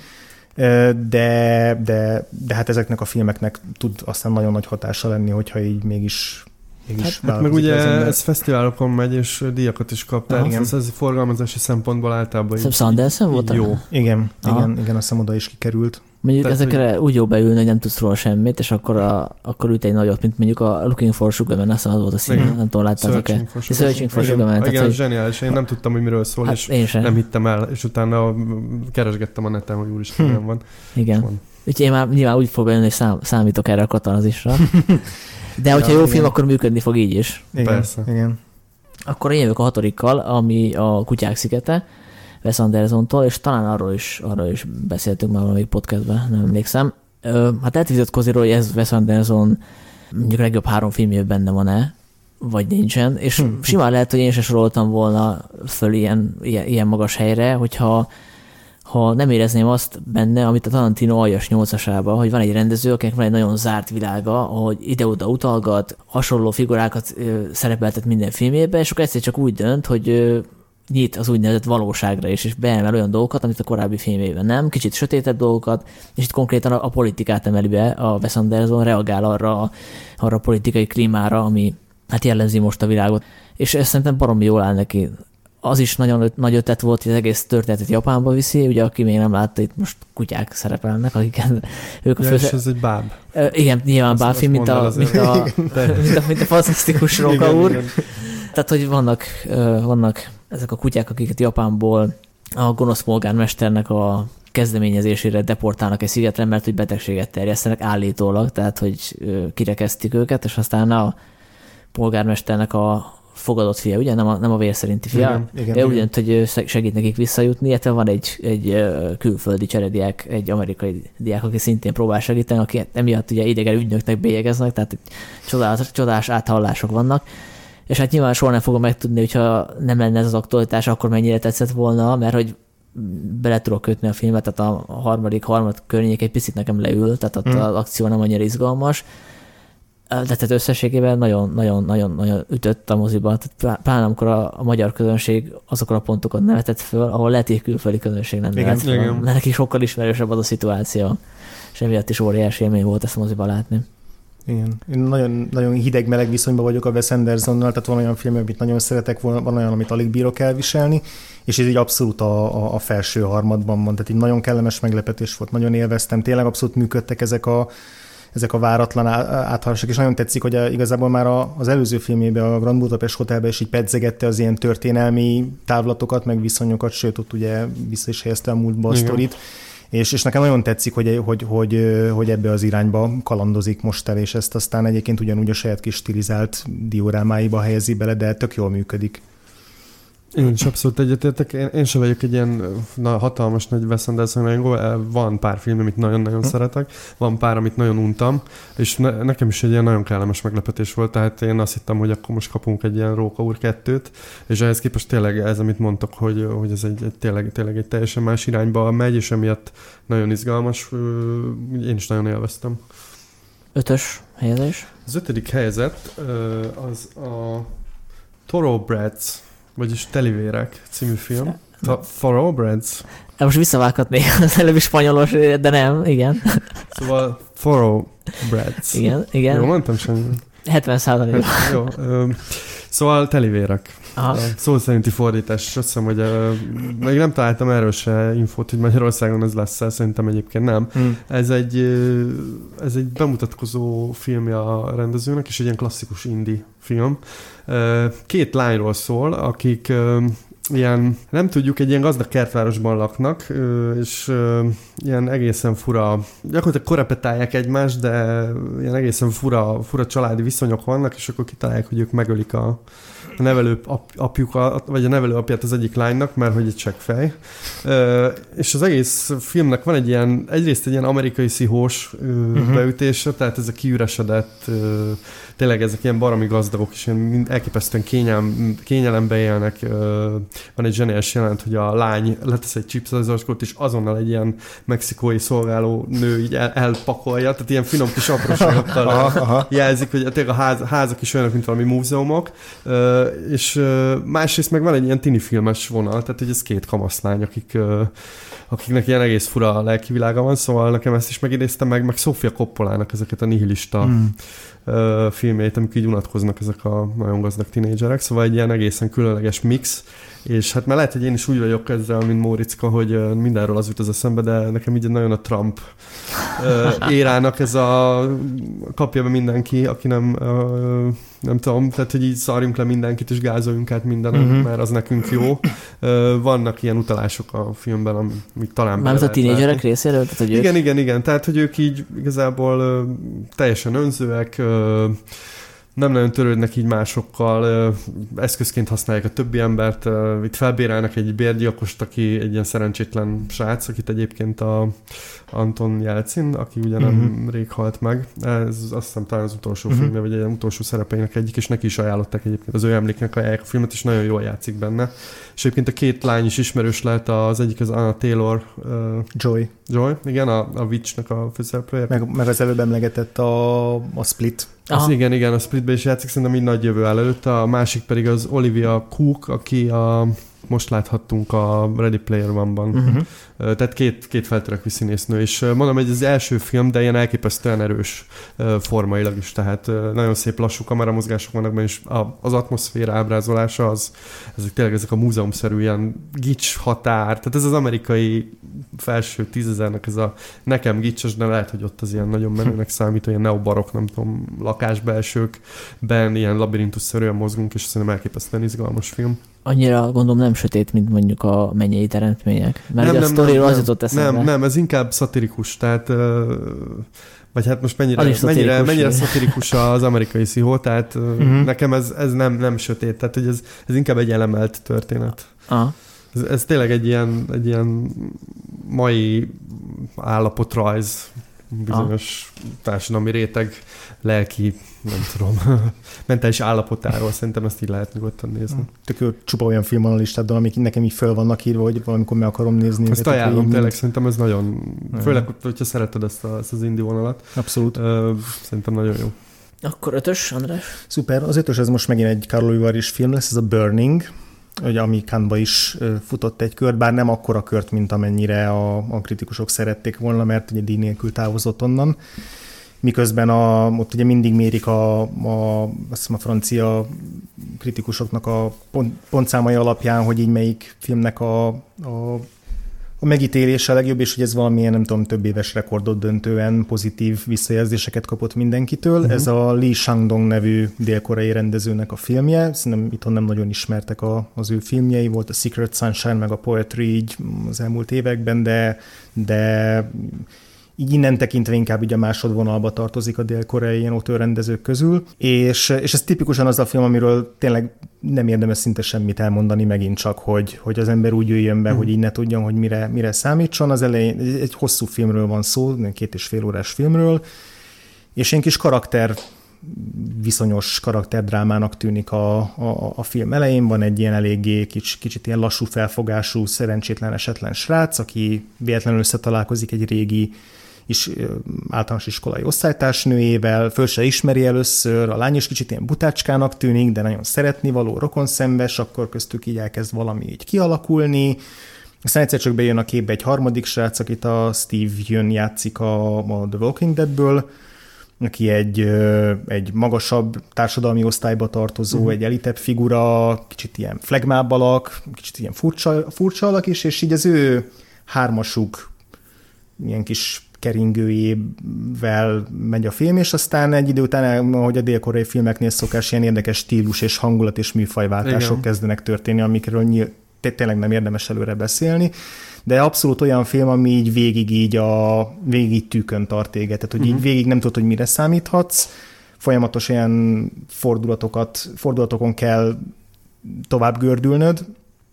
Speaker 3: de, de, de hát ezeknek a filmeknek tud aztán nagyon nagy hatása lenni, hogyha így mégis
Speaker 2: Hát, hát meg ugye ez fesztiválokon megy, és díjakat is kap, tehát ez, ez forgalmazási szempontból általában
Speaker 1: így, Sanderson volt
Speaker 2: jó.
Speaker 3: Igen, igen, igen, azt hiszem oda is kikerült.
Speaker 1: Mondjuk tehát, ezekre hogy... úgy jó beülni, hogy nem tudsz róla semmit, és akkor, a, akkor üt egy nagyot, mint mondjuk a Looking for Sugar Man, azt az volt a szín, nem tudom, láttátok-e? Searching for Sugar Man.
Speaker 2: Igen, zseniális, én nem tudtam, hogy miről szól, hát és nem hittem el, és utána keresgettem a neten, hogy úristen, nem van.
Speaker 1: Igen. Úgyhogy én már nyilván úgy fog beülni, hogy szám, számítok erre a katalazisra. De hogyha ja, jó igen. film, akkor működni fog így is.
Speaker 3: Igen, persze. Igen.
Speaker 1: Akkor én jövök a hatodikkal, ami a Kutyák szigete, Wes Andersontól, és talán arról is, arról is beszéltünk már valamelyik podcastben, nem emlékszem. Hát elvitatkozni róla, hogy ez Wes Anderson mondjuk legjobb három filmjében benne van-e, vagy nincsen, és hm. simán lehet, hogy én sem soroltam volna föl ilyen, ilyen, ilyen magas helyre, hogyha ha nem érezném azt benne, amit a Tarantino aljas nyolcasába, hogy van egy rendező, akinek van egy nagyon zárt világa, ahogy ide-oda utalgat, hasonló figurákat ö, szerepeltet minden filmjében, és akkor egyszer csak úgy dönt, hogy ö, nyit az úgynevezett valóságra is, és beemel olyan dolgokat, amit a korábbi filmjében nem, kicsit sötétebb dolgokat, és itt konkrétan a, a politikát emeli be, a Wes Anderson reagál arra, arra a politikai klímára, ami hát jellemzi most a világot. És ezt szerintem baromi jól áll neki. Az is nagyon nagy ötlet volt, hogy az egész történetet Japánba viszi, ugye aki még nem látta, itt most kutyák szerepelnek, akiken ők a
Speaker 2: ja,
Speaker 1: fősze...
Speaker 2: és ez egy báb.
Speaker 1: Uh, igen, nyilván bábfilm, mint a, mint, a, mint, a, mint a fantasztikus Róka úr. Igen. Tehát, hogy vannak, uh, vannak ezek a kutyák, akiket Japánból a gonosz polgármesternek a kezdeményezésére deportálnak egy szigetre, mert hogy betegséget terjesztenek állítólag, tehát hogy uh, kirekeztik őket, és aztán a polgármesternek a fogadott fia, ugye? Nem a, nem a vér szerinti fia. Igen, igen, ugyan, hogy segít nekik visszajutni, illetve van egy, egy külföldi cserediák, egy amerikai diák, aki szintén próbál segíteni, aki emiatt ugye idegen ügynöknek bélyegeznek, tehát csodás, csodás áthallások vannak. És hát nyilván soha nem fogom megtudni, hogyha nem lenne ez az aktualitás, akkor mennyire tetszett volna, mert hogy bele tudok kötni a filmet, tehát a harmadik, harmad környék egy picit nekem leül, tehát ott hmm. az akció nem annyira izgalmas. De tehát összességében nagyon-nagyon ütött a moziban. Tehát pláne amikor a, a magyar közönség azokon a pontokat nevetett föl, ahol lehet, hogy külföldi közönség nem nevet föl. Mert neki sokkal ismerősebb az a szituáció. És emiatt is óriási élmény volt ezt a moziban látni.
Speaker 3: Igen. Én nagyon, nagyon hideg-meleg viszonyban vagyok a Wes Andersonnal, tehát van olyan film, amit nagyon szeretek, van olyan, amit alig bírok elviselni, és ez így abszolút a, a, a felső harmadban van. Tehát így nagyon kellemes meglepetés volt, nagyon élveztem. Tényleg abszolút működtek ezek a ezek a váratlan áthallások, és nagyon tetszik, hogy igazából már az előző filmében, a Grand Budapest Hotelben is így pedzegette az ilyen történelmi távlatokat, meg viszonyokat, sőt, ott ugye vissza is helyezte a múltba a sztorit. És, és nekem nagyon tetszik, hogy, hogy, hogy, hogy ebbe az irányba kalandozik most el, és ezt aztán egyébként ugyanúgy a saját kis stilizált diorámáiba helyezi bele, de tök jól működik.
Speaker 2: Én is abszolút egyetértek. Én, én sem vagyok egy ilyen na, hatalmas nagy Wes Anderson rajongó. Van pár film, amit nagyon-nagyon hm. szeretek, van pár, amit nagyon untam, és ne, nekem is egy ilyen nagyon kellemes meglepetés volt, tehát én azt hittem, hogy akkor most kapunk egy ilyen Róka úr kettőt, és ehhez képest tényleg ez, amit mondtok, hogy, hogy ez egy, egy tényleg, tényleg egy teljesen más irányba megy, és emiatt nagyon izgalmas. Én is nagyon élveztem.
Speaker 1: Ötös helyezés?
Speaker 2: Az ötödik helyezet az a Thoroughbreds, vagyis Telivérek című film. Thoroughbreds.
Speaker 1: Most visszavághatnék az előbbi spanyolos, de nem, igen.
Speaker 2: Szóval Thoroughbreds.
Speaker 1: Igen, igen.
Speaker 2: Jó, mondtam semmi.
Speaker 1: hetven százalék.
Speaker 2: Jó. Szóval Telivérek. Aha. Szó szerinti fordítás, és azt hiszem, hogy uh, még nem találtam erről se infót, hogy Magyarországon ez lesz, szerintem egyébként nem. Hmm. Ez, egy, uh, ez egy bemutatkozó filmje a rendezőnek, és egy ilyen klasszikus indie film. Uh, két lányról szól, akik uh, ilyen, nem tudjuk, egy ilyen gazdag kertvárosban laknak, uh, és uh, ilyen egészen fura, gyakorlatilag korepetálják egymást, de ilyen egészen fura, fura családi viszonyok vannak, és akkor kitalálják, hogy ők megölik a a nevelő ap, apjuk, vagy a nevelő apját az egyik lánynak, mert hogy egy csekkfej. Uh, és az egész filmnek van egy ilyen, egyrészt egy ilyen amerikai szihós uh, uh-huh. beütése, tehát ez a kiüresedett, uh, tényleg ezek ilyen baromi gazdagok, és ilyen elképesztően kényelem, kényelembe élnek. Uh, van egy zseniális jelent, hogy a lány letesz egy chipszacskót, és azonnal egy ilyen mexikói szolgáló nő így el, elpakolja, tehát ilyen finom kis apróságokkal jelzik, hogy tényleg a ház, házak is olyanok, mint valami múzeumok. Uh, és uh, másrészt meg van egy ilyen tini filmes vonal, tehát hogy ez két kamaszlány, akik, uh, akiknek ilyen egész fura lelkivilága van, szóval nekem ezt is megidéztem meg, meg Sofia Coppolának ezeket a nihilista mm. uh, filmjeit, amik így unatkoznak ezek a nagyon gazdag tinédzserek, szóval egy ilyen egészen különleges mix, és hát már lehet, hogy én is úgy vagyok ezzel, mint Móriczka, hogy mindenről az jut az eszembe, de nekem így nagyon a Trump uh, érának ez a kapja be mindenki, aki nem uh, nem tudom, tehát hogy így szarjunk le mindenkit, és gázoljunk át mindenem, uh-huh. mert az nekünk jó. Uh, vannak ilyen utalások a filmben, amik talán
Speaker 1: már a tínédzserek részéről? Tehát, hogy
Speaker 2: igen,
Speaker 1: ők...
Speaker 2: igen, igen, tehát hogy ők így igazából uh, teljesen önzőek, uh, nem nagyon törődnek így másokkal, eszközként használják a többi embert, itt felbérelnek egy bérgyilkost, aki egy ilyen szerencsétlen srác, akit egyébként a Anton Jelcin, aki ugye nem uh-huh. rég halt meg. Ez azt hiszem talán az utolsó uh-huh. filmje, vagy egy utolsó szerepeinek egyik, és neki is ajánlották egyébként az ő emléknek ajánlják a filmet, és nagyon jól játszik benne. És egyébként a két lány is ismerős lehet, az egyik az Anna Taylor. Uh,
Speaker 3: Joy.
Speaker 2: Joy, igen, a, a Witch-nek a főszereplője.
Speaker 3: Meg, meg az előbb emlegetett a, a Split.
Speaker 2: Az igen, igen, a Splitbe is játszik, szerintem így nagy jövő áll előtt. A másik pedig az Olivia Cook, aki a most láthattunk a Ready Player One-ban. Uh-huh. Tehát két, két feltörekvő színésznő, és mondom, hogy az első film, de ilyen elképesztően erős formailag is, tehát nagyon szép lassú kameramozgások vannak benne, és az atmoszféra ábrázolása, az, ezek tényleg ezek a múzeumszerű ilyen gics határ, tehát ez az amerikai felső tízezernek ez a nekem gicses, de lehet, hogy ott az ilyen nagyon menőnek számít, ilyen neobarok, nem tudom, lakásbelsőkben, ilyen labirintusszerűen mozgunk, és szerintem elképesztően izgalmas film.
Speaker 1: Annyira gondolom nem sötét, mint mondjuk a mennyei teremtmények. Mert
Speaker 2: nem,
Speaker 1: a
Speaker 2: nem,
Speaker 1: sztoriról az
Speaker 2: nem,
Speaker 1: jutott eszembe.
Speaker 2: Nem, nem, ez inkább szatirikus, tehát vagy hát most mennyire,
Speaker 1: mennyire,
Speaker 2: mennyire, mennyire szatirikus az amerikai pszichó, tehát uh-huh. nekem ez, ez nem, nem sötét, tehát hogy ez, ez inkább egy elemelt történet.
Speaker 1: Aha.
Speaker 2: Ez, ez tényleg egy ilyen, egy ilyen mai állapotrajz, bizonyos ah. társadalmi réteg, lelki, nem tudom, mentális állapotáról, szerintem ezt így lehet nyugodtan nézni.
Speaker 3: Tök jó, csupa olyan film van a listádon, amik nekem így föl vannak írva, hogy valamikor meg akarom nézni.
Speaker 2: Ezt ajánlom, tényleg mind... szerintem ez nagyon, főleg, hogyha szereted ezt, a, ezt az indie vonalat.
Speaker 3: Abszolút.
Speaker 2: Szerintem nagyon jó.
Speaker 1: Akkor ötös, András?
Speaker 3: Szuper, az ötös ez most megint egy Carlo Ivaris film lesz, ez a Burning, hogy ami Cannes-ba is futott egy kört, bár nem akkora kört, mint amennyire a, a kritikusok szerették volna, mert ugye díj nélkül távozott onnan. Miközben a, ott ugye mindig mérik a, a, azt hiszem a francia kritikusoknak a pont, pontszámai alapján, hogy így melyik filmnek a, a, a megítélése a legjobb, és hogy ez valamilyen, nem tudom, több éves rekordot döntően pozitív visszajelzéseket kapott mindenkitől. Uh-huh. Ez a Lee Chang-dong nevű dél-koreai rendezőnek a filmje. Szerintem itthon nem nagyon ismertek a, az ő filmjei. Volt a Secret Sunshine, meg a Poetry így az elmúlt években, de, de így innen tekintve inkább így a másodvonalba tartozik a dél-koreai ilyen autorrendezők közül, és, és ez tipikusan az a film, amiről tényleg nem érdemes szinte semmit elmondani, megint csak, hogy, hogy az ember úgy jöjjön be, mm. hogy így ne tudjon, hogy mire, mire számítson. Az elején egy hosszú filmről van szó, két és fél órás filmről, és ilyen kis karakter, viszonyos karakterdrámának tűnik a, a, a film elején. Van egy ilyen eléggé kicsit, kicsit ilyen lassú felfogású, szerencsétlen, esetlen srác, aki véletlenül összetalálkozik egy régi is általános iskolai osztálytársnőjével, föl se ismeri először, a lány is kicsit ilyen butácskának tűnik, de nagyon szeretni való, rokonszenves, akkor köztük így elkezd valami így kialakulni. Aztán egyszer csak bejön a képbe egy harmadik srác, akit a Steve Yeun játszik a, a The Walking Deadből, aki egy, egy magasabb társadalmi osztályba tartozó, uh-huh. egy elitebb figura, kicsit ilyen flegmább alak, kicsit ilyen furcsa, furcsa alak is, és így az ő hármasuk ilyen kis keringőjével megy a film, és aztán egy idő után, ahogy a dél-koreai filmeknél szokás, ilyen érdekes stílus és hangulat és műfajváltások Igen. kezdenek történni, amikről nyíl, tényleg nem érdemes előre beszélni, de abszolút olyan film, ami így végig így a végig tűkön tart téged, tehát hogy uh-huh. így végig nem tudod, hogy mire számíthatsz, folyamatos olyan fordulatokat, fordulatokon kell tovább gördülnöd,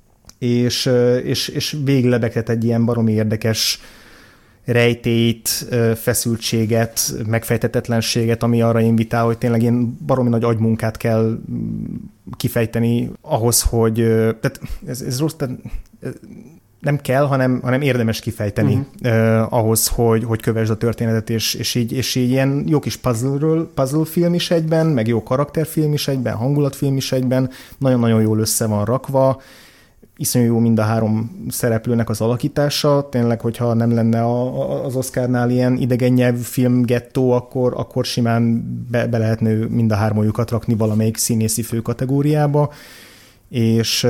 Speaker 3: és, és, és végig lebegtet egy ilyen baromi érdekes rejtélyt, feszültséget, megfejtetetlenséget, ami arra invitál, hogy tényleg ilyen baromi nagy agymunkát kell kifejteni ahhoz, hogy tehát ez, ez rossz, tehát nem kell, hanem, hanem érdemes kifejteni uh-huh. eh, ahhoz, hogy, hogy kövesd a történetet, és, és, így, és így ilyen jó kis puzzle-ről, puzzle film is egyben, meg jó karakterfilm is egyben, hangulatfilm is egyben, nagyon-nagyon jól össze van rakva, iszonyú jó mind a három szereplőnek az alakítása, tényleg, hogyha nem lenne a, a, az Oscarnál ilyen idegen nyelvű film gettó, akkor, akkor simán be, be lehetne mind a hármójukat rakni valamelyik színészi fő kategóriába, és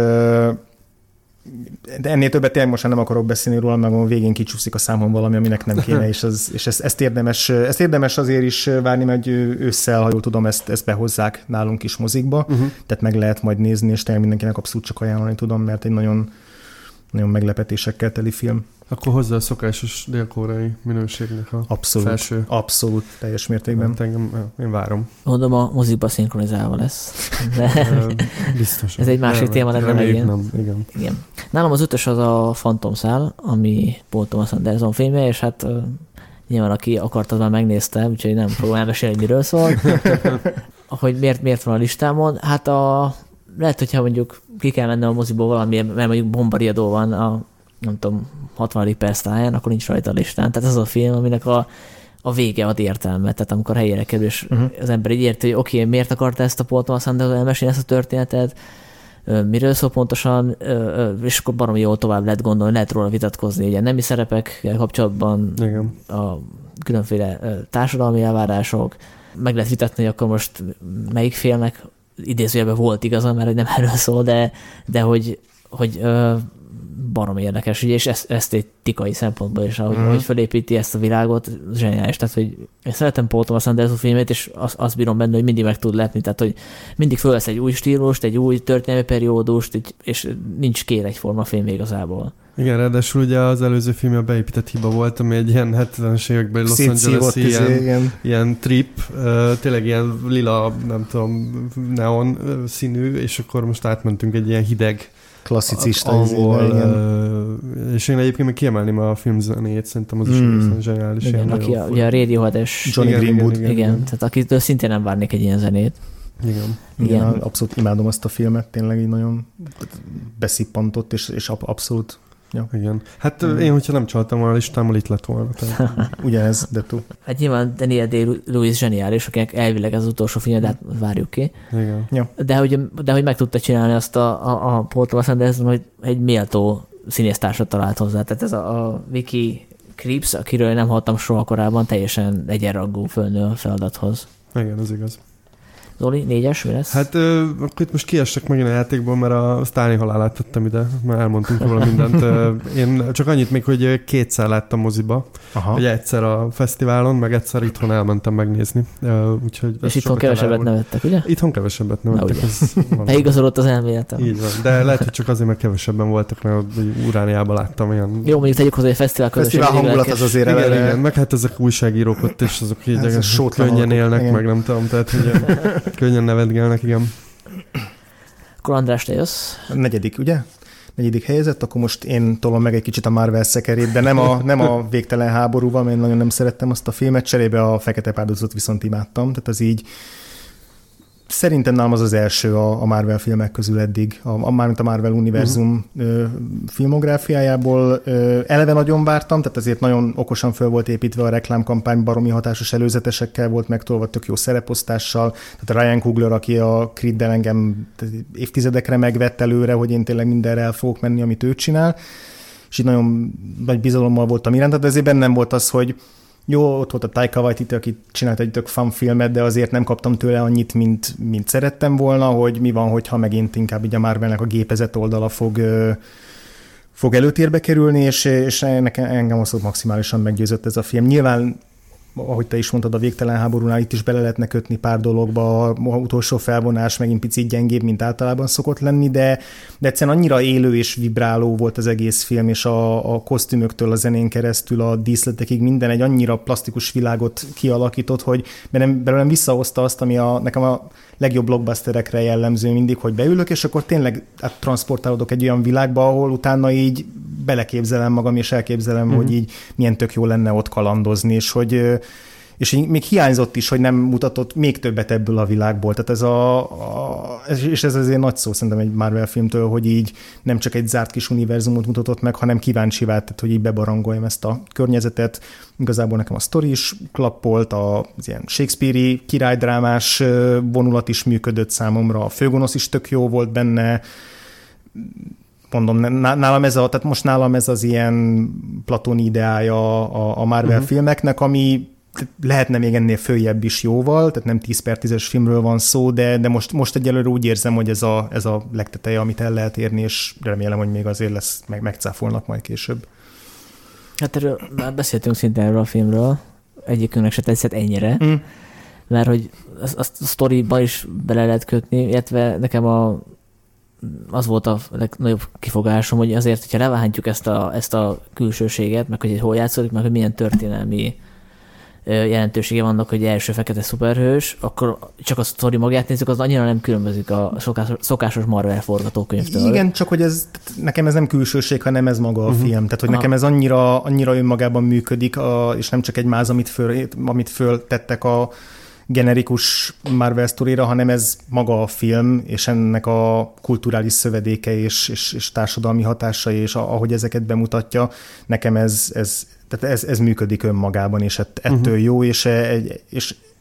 Speaker 3: de ennél többet tényleg most nem akarok beszélni róla, meg a végén kicsúszik a számon valami, aminek nem kéne, és, az, és ezt, ezt, érdemes, ezt érdemes azért is várni, mert ősszel, ha jól tudom, ezt, ezt behozzák nálunk is mozikba, uh-huh. tehát meg lehet majd nézni, és tényleg mindenkinek abszolút csak ajánlani tudom, mert egy nagyon, nagyon meglepetésekkel teli film.
Speaker 2: Akkor hozzá a szokásos dél-koreai minőségnek a
Speaker 3: abszolút,
Speaker 2: felső.
Speaker 3: Abszolút, teljes mértékben.
Speaker 2: Engem, én várom.
Speaker 1: Mondom, a mozikba szinkronizálva lesz. De
Speaker 2: biztos.
Speaker 1: Ez egy másik
Speaker 2: nem,
Speaker 1: téma lenne megint.
Speaker 2: Nem, igen.
Speaker 1: igen. Nálam az ötös az a Phantom szál, ami Paul Thomas Anderson filmje, és hát uh, nyilván aki akart, az már megnézte, úgyhogy nem fogom elmesélni, hogy miről szól. Hogy miért, miért van a listámon? Hát a, lehet, hogyha mondjuk ki kell menni a moziból valamiért, mert mondjuk Bombariadó van a nem tudom, hatvanadik perc táján, akkor nincs rajta a listán. Tehát ez az a film, aminek a, a vége ad értelmet. Tehát amikor helyére kerül, és uh-huh. az ember így érti, hogy oké, okay, miért akarta ezt a Paul Thomas Anderson elmesélni ezt a történetet, miről szól pontosan, és akkor baromi jól tovább lehet gondolni, lehet róla vitatkozni, ugye nemi szerepekkel kapcsolatban,
Speaker 2: igen.
Speaker 1: A különféle társadalmi elvárások, meg lehet vitatni, hogy akkor most melyik félnek idézőjelben volt igaza, mert nem erről szól, de, de hogy, hogy barom érdekes, ugye, és ezt, esztétikai szempontból is, ahogy, mm. ahogy felépíti ezt a világot, zseniális. Tehát, hogy én szeretem Paul Thomas Anderson filmét, és azt, azt bírom benne, hogy mindig meg tud lepni, tehát, hogy mindig fölvesz egy új stílust, egy új történelmi periódust, és nincs kér egyforma film igazából.
Speaker 2: Igen, ráadásul ugye az előző filmje a beépített hiba volt, ami egy ilyen hetvenes években Los Angeles-i ilyen, ilyen. ilyen trip, uh, tényleg ilyen lila, nem tudom, neon színű, és akkor most átmentünk egy ilyen hideg
Speaker 3: klasszicista
Speaker 2: angol, uh, és én egyébként meg kiemelném a filmzenét, szerintem az mm. is zseniális.
Speaker 1: Igen, aki a, ugye a Radiohead-es
Speaker 3: Johnny
Speaker 1: igen,
Speaker 3: Greenwood.
Speaker 1: Igen, igen, igen, tehát akitől szintén nem várnék egy ilyen zenét.
Speaker 2: Igen.
Speaker 3: Igen, igen, abszolút imádom azt a filmet, tényleg így nagyon beszippantott, és, és abszolút. Ja.
Speaker 2: Igen. Hát mm. én, hogyha nem csaltam volna a listámmal, itt lett volna.
Speaker 3: Ugyanez, de túl.
Speaker 1: Hát nyilván Daniel Day-Lewis zseniális, akinek elvileg ez az utolsó film, de hát várjuk ki.
Speaker 2: Igen.
Speaker 3: Ja.
Speaker 1: De, hogy, de hogy meg tudta csinálni azt a, a, a Paul Thomas Anderson, hogy egy méltó színésztársat talált hozzá. Tehát ez a, a Vicky Krieps, akiről nem hallottam soha korábban, teljesen egyenrangú fölnő a feladathoz.
Speaker 2: Igen, az igaz.
Speaker 1: Zoli, négyes, mi lesz?
Speaker 2: Hát ö, akkor itt most kiestek megint a játékból, mert a Stalin halálát tettem ide, már elmondtunk róla mindent. Ö, én csak annyit még, hogy kétszer láttam moziba, Aha. hogy egyszer a fesztiválon, meg egyszer itthon elmentem megnézni. Ö, úgyhogy
Speaker 1: és itthon kevesebbet elmond. nevettek, ugye?
Speaker 2: Itthon kevesebbet nevettek.
Speaker 1: Beigazolott az elméletem.
Speaker 2: Így van, de lehet, hogy csak azért, mert kevesebben voltak, mert Urániában láttam ilyen...
Speaker 1: Jó, mondjuk tegyük hozzá, hogy a fesztivál közösség.
Speaker 3: Fesztivál hangulat az azért
Speaker 2: igen, eleve... igen, meg hát ezek újságírók ott, és azok így könnyen élnek, igen. meg nem tudom, tehát hogy könnyen nevetgélnek, igen.
Speaker 1: Akkor András, te jössz.
Speaker 3: A negyedik, ugye? Negyedik helyezett, akkor most én tolom meg egy kicsit a Marvel szekerét, de nem a, nem a Végtelen háborúval, mert én nagyon nem szerettem azt a filmet, cserébe a Fekete Párducot viszont imádtam, tehát az így szerintem nálam az az első a, a Marvel filmek közül eddig, a, a, mármint a Marvel univerzum uh-huh. ö, filmográfiájából. Ö, eleve nagyon vártam, tehát azért nagyon okosan föl volt építve a reklámkampány, baromi hatásos előzetesekkel volt megtolva, tök jó szereposztással. Tehát Ryan Coogler, aki a Creed-del engem évtizedekre megvett előre, hogy én tényleg mindenre el fogok menni, amit ő csinál. És így nagyon nagy bizalommal voltam iránt, de azért bennem volt az, hogy jó, ott volt a Taika Waititi, aki csinált egy tök fun filmet, de azért nem kaptam tőle annyit, mint, mint szerettem volna, hogy mi van, hogyha megint inkább így a Marvelnek a gépezet oldala fog, fog előtérbe kerülni, és, és nekem, engem azt maximálisan meggyőzött ez a film. Nyilván, ahogy te is mondtad, a Végtelen háborúnál itt is bele lehetne kötni pár dologba, a utolsó felvonás megint picit gyengébb, mint általában szokott lenni, de, de egyszerűen annyira élő és vibráló volt az egész film, és a, a kosztümöktől a zenén keresztül a díszletekig minden egy annyira plastikus világot kialakított, hogy belőlem visszahozta azt, ami a, nekem a legjobb blockbusterekre jellemző mindig, hogy beülök, és akkor tényleg transportálódok egy olyan világba, ahol utána így beleképzelem magam, és elképzelem, uh-huh. hogy így milyen tök jó lenne ott kalandozni, és hogy és még hiányzott is, hogy nem mutatott még többet ebből a világból. Tehát ez a, a és ez azért nagy szó szerintem egy Marvel filmtől, hogy így nem csak egy zárt kis univerzumot mutatott meg, hanem kíváncsi vált, tehát hogy így bebarangoljam ezt a környezetet. Igazából nekem a sztori is klappolt, az ilyen Shakespeare-i királydrámás vonulat is működött számomra, a főgonosz is tök jó volt benne. Mondom, nálam ez a, tehát most nálam ez az ilyen platoni ideája a, a Marvel uh-huh. filmeknek, ami lehetne még ennél följebb is jóval, tehát nem tíz per tízes filmről van szó, de, de most, most egyelőre úgy érzem, hogy ez a, ez a legteteje, amit el lehet érni, és remélem, hogy még azért lesz, meg megcáfolnak majd később.
Speaker 1: Hát erről már beszéltünk szinte erről a filmről, egyikünknek se tetszett ennyire, mm. mert hogy azt a sztoriba is bele lehet kötni, illetve nekem a az volt a legnagyobb kifogásom, hogy azért, hogyha levántjuk ezt a, ezt a külsőséget, meg hogy hol játszódik, meg hogy milyen történelmi jelentősége vannak, hogy első fekete szuperhős, akkor csak a sztori magát nézzük, az annyira nem különbözik a szokásos, szokásos Marvel forgatókönyvtől.
Speaker 3: Igen, csak hogy ez, nekem ez nem külsőség, hanem ez maga a uh-huh. film. Tehát, hogy Aha. nekem ez annyira, annyira önmagában működik, a, és nem csak egy máz, amit, föl, amit föltettek a generikus Marvel sztorira, hanem ez maga a film, és ennek a kulturális szövedéke és, és, és társadalmi hatásai, és ahogy ezeket bemutatja, nekem ez, ez, tehát ez, ez működik önmagában, és ett, ettől uh-huh. jó, és, egy, és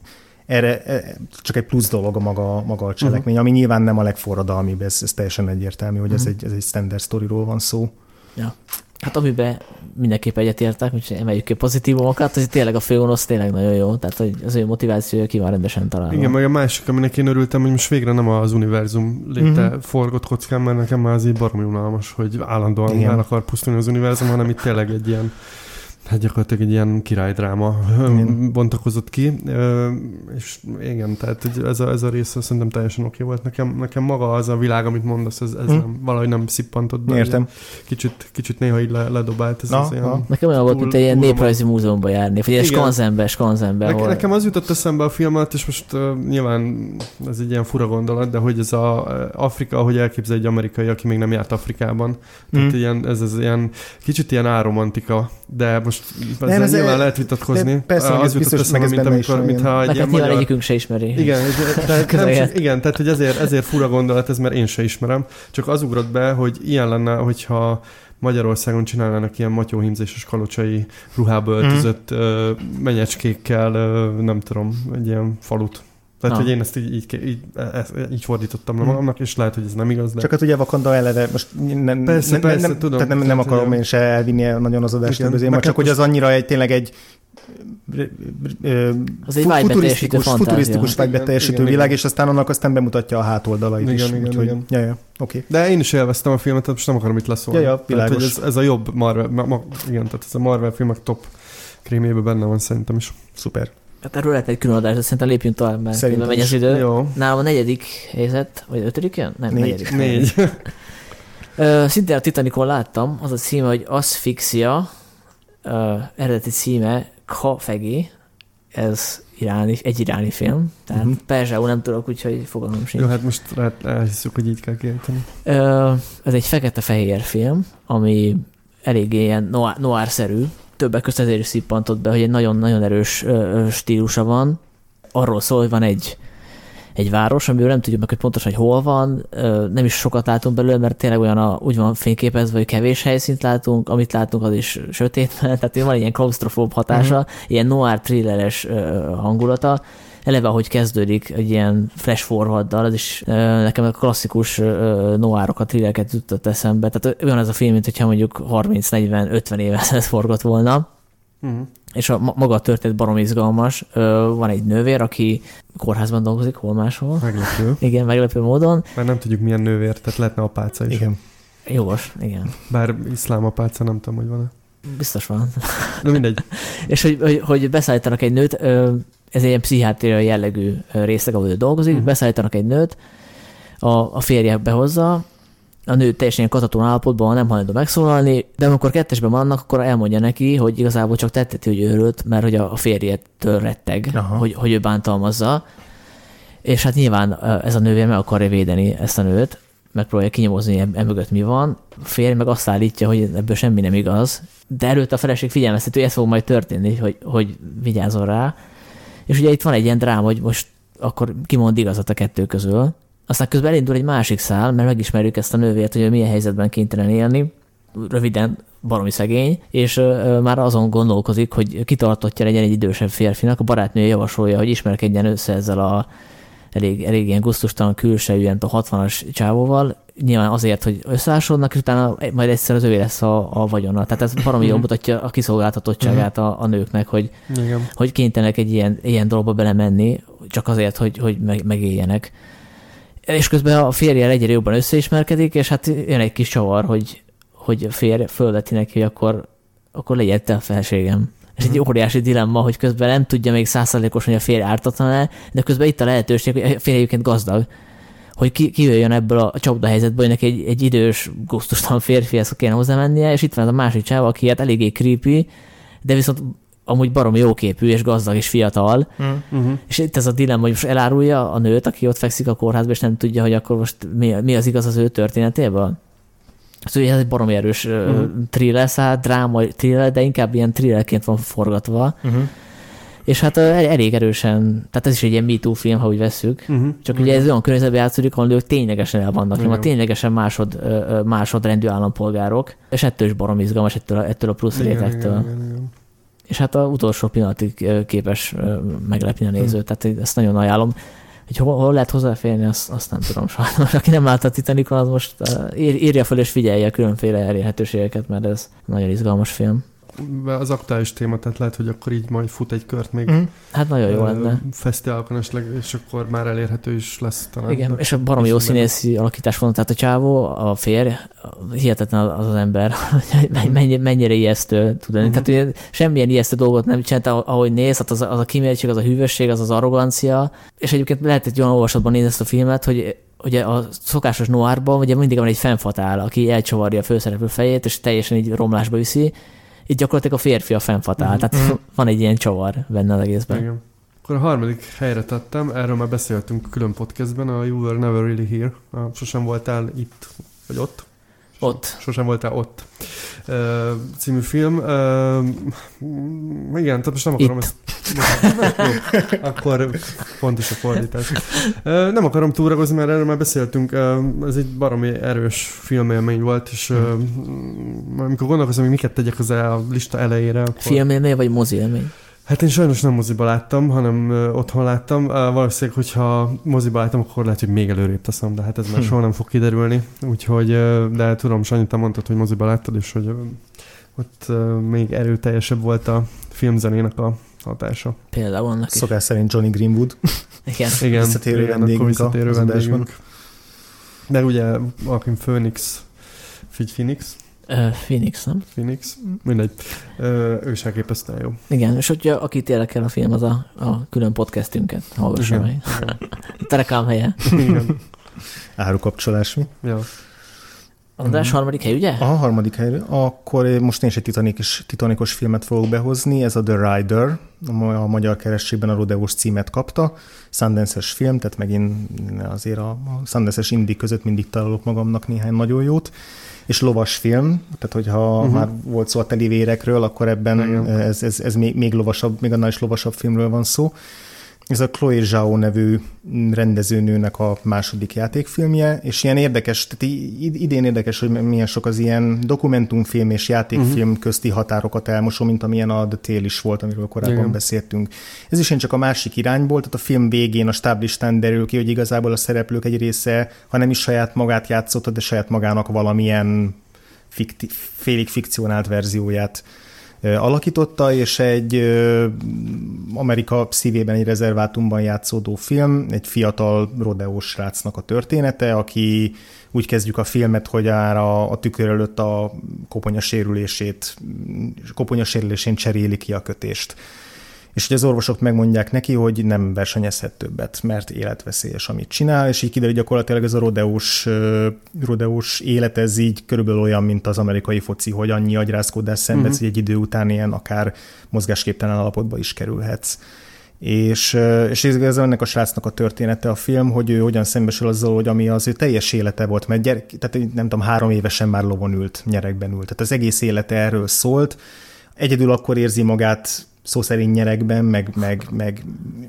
Speaker 3: erre csak egy plusz dolog a maga, maga a cselekmény, uh-huh. ami nyilván nem a legforradalmibb, ez, ez teljesen egyértelmű, hogy uh-huh. ez, egy, ez egy standard storyról van szó.
Speaker 1: Ja. Hát amiben mindenképp egyetértek, úgyhogy emeljük ki pozitívumokat, hogy tényleg a főgonosz tényleg nagyon jó, tehát hogy az ő motivációja ki van rendesen találva.
Speaker 2: Igen, meg a másik, aminek én örültem, hogy most végre nem az univerzum léte uh-huh. forgott kockán, mert nekem már azért baromi unalmas, hogy állandóan igen. el akar pusztulni az univerzum, hanem itt tényleg egy ilyen hát gyakorlatilag egy ilyen királydráma igen. bontakozott ki, és igen, tehát ez a, ez a rész szerintem teljesen oké volt. Nekem, nekem maga az a világ, amit mondasz, ez, ez hmm. nem, valahogy nem szippantott be.
Speaker 3: Értem.
Speaker 2: Kicsit, kicsit néha így le, ledobált. Ez
Speaker 3: na,
Speaker 2: az ilyen
Speaker 1: nekem olyan volt, mint egy ilyen néprajzi múzeumban járni, vagy egy skanzenbe, skanzenbe.
Speaker 2: Ne, nekem az jutott eszembe a film alatt, és most uh, nyilván ez egy ilyen fura gondolat, de hogy ez a uh, Afrika, ahogy elképzel egy amerikai, aki még nem járt Afrikában. Tehát hmm. ilyen, ez az ilyen, kicsit ilyen áromantika, de most ezzel ez nyilván lehet vitatkozni.
Speaker 3: Persze,
Speaker 2: az jutott eszembe, mint amikor, mintha egy ilyen
Speaker 1: magyar... egyikünk se ismeri.
Speaker 2: Igen, de, de nem, igen, tehát hogy ezért, ezért fura gondolat, ez mert én se ismerem. Csak az ugrott be, hogy ilyen lenne, hogyha Magyarországon csinálnának ilyen matyóhímzéses kalocsai ruhába öltözött mm. menyecskékkel, nem tudom, egy ilyen falut. Tehát, na. hogy én ezt így, így, így, így fordítottam le magamnak, és lehet, hogy ez nem igaz. De...
Speaker 3: Csak hát ugye Wakanda eleve, most nem,
Speaker 2: persze,
Speaker 3: nem,
Speaker 2: persze,
Speaker 3: nem,
Speaker 2: tudom.
Speaker 3: Tehát nem, nem akarom ugye... én se elvinni nagyon az adást, azért, csak hogy az annyira egy, tényleg egy
Speaker 1: az egy futurisztikus,
Speaker 3: futurisztikus vágybeteljesítő világ, igen. És aztán annak aztán bemutatja a hátoldalait
Speaker 2: igen,
Speaker 3: is.
Speaker 2: Igen,
Speaker 3: úgyhogy,
Speaker 2: igen.
Speaker 3: Ja, ja, okay.
Speaker 2: De én is élveztem a filmet, tehát most nem akarom itt leszólni.
Speaker 3: Ja, ja, világos.
Speaker 2: Tehát, hogy ez, ez a jobb Marvel, ma, ma, igen, tehát ez a Marvel filmek top krémjében benne van szerintem is.
Speaker 3: Szuper.
Speaker 1: Hát erről lehet egy külön adás, de szerintem lépjünk tovább, mert szerintem megy az idő. Jó. Nálam a negyedik helyzet, vagy ötödik jön? Nem,
Speaker 2: négy.
Speaker 1: negyedik.
Speaker 2: Négy.
Speaker 1: uh, szintén a Titanicon láttam, az a címe, hogy Asphyxia, uh, eredeti címe Khafegi, ez iráni, egy iráni film, tehát uh-huh. perzsául nem tudok, úgyhogy fogalmam sincs.
Speaker 2: Jó, hát most elhiszük, hogy így kell kiejteni.
Speaker 1: Uh, ez egy fekete-fehér film, ami eléggé ilyen noir, noir-szerű, többek között ezért is szippantott be, hogy egy nagyon-nagyon erős ö, stílusa van. Arról szól, hogy van egy, egy város, amiről nem tudjuk meg, hogy pontosan, hogy hol van, ö, nem is sokat látunk belőle, mert tényleg olyan a, úgy van fényképezve, hogy kevés helyszínt látunk, amit látunk, az is sötét, tehát van ilyen klausztrofób hatása, uh-huh. ilyen noir thrilleres ö, hangulata. Eleve, ahogy kezdődik egy ilyen flash forwarddal, az is ö, nekem a klasszikus ö, noirokat, thrillereket jutott eszembe. Tehát olyan ez a film, mint hogyha mondjuk harminc negyven ötven éve ez forgott volna. Uh-huh. És a, maga a történet barom izgalmas. Ö, van egy nővér, aki kórházban dolgozik, hol máshol.
Speaker 2: Meglepő.
Speaker 1: Igen, meglepő módon.
Speaker 2: Már nem tudjuk milyen nővér, tehát lehetne apáca is.
Speaker 3: Igen.
Speaker 1: Jogos, igen.
Speaker 2: Bár iszlám apáca, nem tudom, hogy van-e.
Speaker 1: Biztos van.
Speaker 2: Na mindegy. És
Speaker 1: hogy, hogy, hogy beszállítanak egy nőt, ö, ez egy ilyen pszichiátriai jellegű részleg, ahol ő dolgozik, uh-huh. beszállítanak egy nőt, a, a férje behozza, a nő teljesen ilyen kataton állapotban van, nem hajlandó megszólalni, de amikor kettesben vannak, akkor elmondja neki, hogy igazából csak tetteti, hogy őrült, mert hogy a, a férjetől retteg, hogy, hogy ő bántalmazza. És hát nyilván ez a nővér meg akarja védeni ezt a nőt, megpróbálja kinyomozni, emögött mi van. A férj meg azt állítja, hogy ebből semmi nem igaz, de előtt a feleség figyelmeztető, hogy ez fog majd történni, hogy, hogy vigyázzon rá. És ugye itt van egy ilyen dráma, hogy most akkor kimond igazat a kettő közül. Aztán közben elindul egy másik szál, mert megismerjük ezt a nővért, hogy milyen helyzetben kénytelen élni. Röviden baromi szegény, és ö, már azon gondolkozik, hogy kitartottja legyen egy idősebb férfinak. A barátnője javasolja, hogy ismerkedjen össze ezzel a elég, elég ilyen gusztustalan külsejű, ilyen a hatvanas csávóval. Nyilván azért, hogy összeásodnak, és utána majd egyszer az övé lesz a, a vagyona. Tehát ez baromi jól mutatja a kiszolgáltatottságát a, a nőknek, hogy, hogy kénytelenek egy ilyen, ilyen dologba belemenni, csak azért, hogy, hogy meg, megéljenek. És közben a férjel egyre jobban összeismerkedik, és hát jön egy kis csavar, hogy, hogy a férj fölveti neki, hogy akkor, akkor legyen te a felségem. És egy óriási dilemma, hogy közben nem tudja még százszázalékosan, hogy a férj ártatlan-e, de közben itt a lehetőség, hogy a férj egyébként gazdag, hogy ki, kijöjjön ebből a csapdahelyzetből, hogy neki egy, egy idős, gusztustalan férfihez kéne hozzámennie, és itt van a másik csáva, aki hát eléggé creepy, de viszont amúgy baromi jóképű, és gazdag, és fiatal. Uh-huh. És itt ez a dilemma, hogy most elárulja a nőt, aki ott fekszik a kórházban, és nem tudja, hogy akkor most mi, mi az igaz az ő történetéből. Szóval ez egy baromi erős uh-huh. thriller, szóval dráma thriller, de inkább ilyen thrillerként van forgatva. Uh-huh. És hát elég erősen, tehát ez is egy ilyen Me Too film, ha úgy vesszük, uh-huh. csak uh-huh. ugye ez olyan környezetben játszódik, ahol ők ténylegesen el vannak, uh-huh. ténylegesen másod, másodrendű állampolgárok, és ettől is barom izgalmas, ettől, ettől a plusz rétektől. és hát a utolsó pillanatig képes meglepni a nézőt, hmm. tehát ezt nagyon ajánlom. Hogy hol, hol lehet hozzáférni, azt, azt nem tudom sajnos. Aki nem látta a Titanicon, az most írja fel és figyelje a különféle elérhetőségeket, mert ez nagyon izgalmas film.
Speaker 2: Az aktuális téma, tehát lehet, hogy akkor így majd fut egy kört még.
Speaker 1: Mm. Hát nagyon jó lenne.
Speaker 2: Fesztiválokon esetleg, és akkor már elérhető is lesz talán.
Speaker 1: Igen, és a baromi jó színészi alakítás van, tehát a csávó, a férj, hihetetlen az az ember, mennyire, mennyire ijesztő tud lenni. Mm-hmm. Tehát ugye, semmilyen ijesztő dolgot nem csinált, ahogy néz, hát az, az a kiméltség, az a hűvösség, az az arrogancia, és egyébként lehet egy olyan olvasatban nézni ezt a filmet, hogy ugye a szokásos noárban ugye mindig van egy fennfatál, aki elcsavarja a főszereplő fejét, és teljesen így romlásba viszi. Itt gyakorlatilag a férfi a fennfatál, mm-hmm. tehát van egy ilyen csavar benne az egészben.
Speaker 2: Igen. Akkor a harmadik helyre tettem, erről már beszéltünk külön podcastben, a You Were Never Really Here, a Sosem voltál itt, vagy ott?
Speaker 1: Ott.
Speaker 2: Sosem voltál ott uh, című film. Uh, igen, tehát most nem akarom
Speaker 1: itt.
Speaker 2: ezt... Jó, akkor pontos a fordítás. Uh, nem akarom túragozni, mert erről már beszéltünk. Uh, ez egy baromi erős filmélmény volt, és uh, amikor gondolkozom, hogy miket tegyek az a lista elejére. Akkor...
Speaker 1: Filmélmény vagy moziélmény?
Speaker 2: Hát én sajnos nem moziba láttam, hanem uh, otthon láttam. Uh, valószínűleg, hogyha moziba láttam, akkor lehet, hogy még előrébb teszem, de hát ez már soha nem fog kiderülni. Úgyhogy, uh, de tudom, Sanyi, te mondtad, hogy moziba láttad, és hogy uh, ott uh, még erőteljesebb volt a filmzenének a hatása.
Speaker 1: Például annak is.
Speaker 3: Szokás szerint Johnny Greenwood.
Speaker 1: Igen.
Speaker 2: Igen,
Speaker 3: visszatérő
Speaker 2: igen,
Speaker 3: vendégünk,
Speaker 2: visszatérő
Speaker 3: a,
Speaker 2: vendégünk. De ugye Joaquin Phoenix, Phoenix,
Speaker 1: Uh, Phoenix, nem?
Speaker 2: Phoenix, mindegy. Uh, ő is elképesztően jó.
Speaker 1: Igen, és hogyha akit érdekel a film, az a, a külön podcastünket hallgassa meg. Itt a reklám helye.
Speaker 2: Igen.
Speaker 3: Árukapcsolás, mi?
Speaker 2: Ja.
Speaker 1: Az adás mm. harmadik hely, ugye?
Speaker 3: A harmadik helyről. Akkor most én is egy titanikos, titanikos filmet fogok behozni, ez a The Rider, a magyar keresésben a Rodeos címet kapta. Sundance-es film, tehát megint azért a Sundance-es indie között mindig találok magamnak néhány nagyon jót. És lovas film, tehát hogyha uh-huh. már volt szó a telivérekről, akkor ebben uh-huh. ez, ez, ez még, még lovasabb, még annál is lovasabb filmről van szó. Ez a Chloe Zhao nevű rendezőnőnek a második játékfilmje, és ilyen érdekes, tehát idén érdekes, hogy milyen sok az ilyen dokumentumfilm és játékfilm uh-huh. közti határokat elmosó, mint amilyen a The Tale is volt, amiről korábban igen. beszéltünk. Ez is én csak a másik irányból, tehát a film végén a stáblistán derül ki, hogy igazából a szereplők egy része, ha nem is saját magát játszotta, de saját magának valamilyen fikti- félig fikcionált verzióját alakította, és egy ö, Amerika szívében egy rezervátumban játszódó film, egy fiatal rodeós srácnak a története, aki úgy kezdjük a filmet, hogy a, a tükör előtt a koponyasérülését, koponyasérülésén cseréli ki a kötést. És hogy az orvosok megmondják neki, hogy nem versenyezhet többet, mert életveszélyes, amit csinál, és így kiderül gyakorlatilag ez a rodeós, rodeós élet, ez így körülbelül olyan, mint az amerikai foci, hogy annyi agyrázkódás szenvedsz, uh-huh. hogy egy idő után ilyen akár mozgásképtelen állapotba is kerülhetsz. És, és ez ennek a srácnak a története a film, hogy ő hogyan szembesül azzal, hogy ami az ő teljes élete volt, mert gyerek, tehát nem tudom, három évesen már lovon ült, nyeregben ült. Tehát az egész élete erről szólt. Egyedül akkor érzi magát szó szerint nyeregben, meg, meg, meg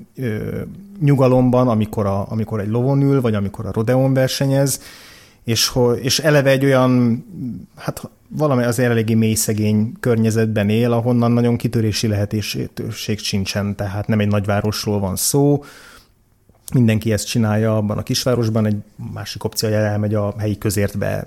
Speaker 3: ö, nyugalomban, amikor, a, amikor egy lovon ül, vagy amikor a rodeón versenyez, és, és eleve egy olyan, hát valami az eléggé mély szegény környezetben él, ahonnan nagyon kitörési lehetőség sincsen, tehát nem egy nagyvárosról van szó, mindenki ezt csinálja abban a kisvárosban, egy másik opció, hogy elmegy a helyi közértbe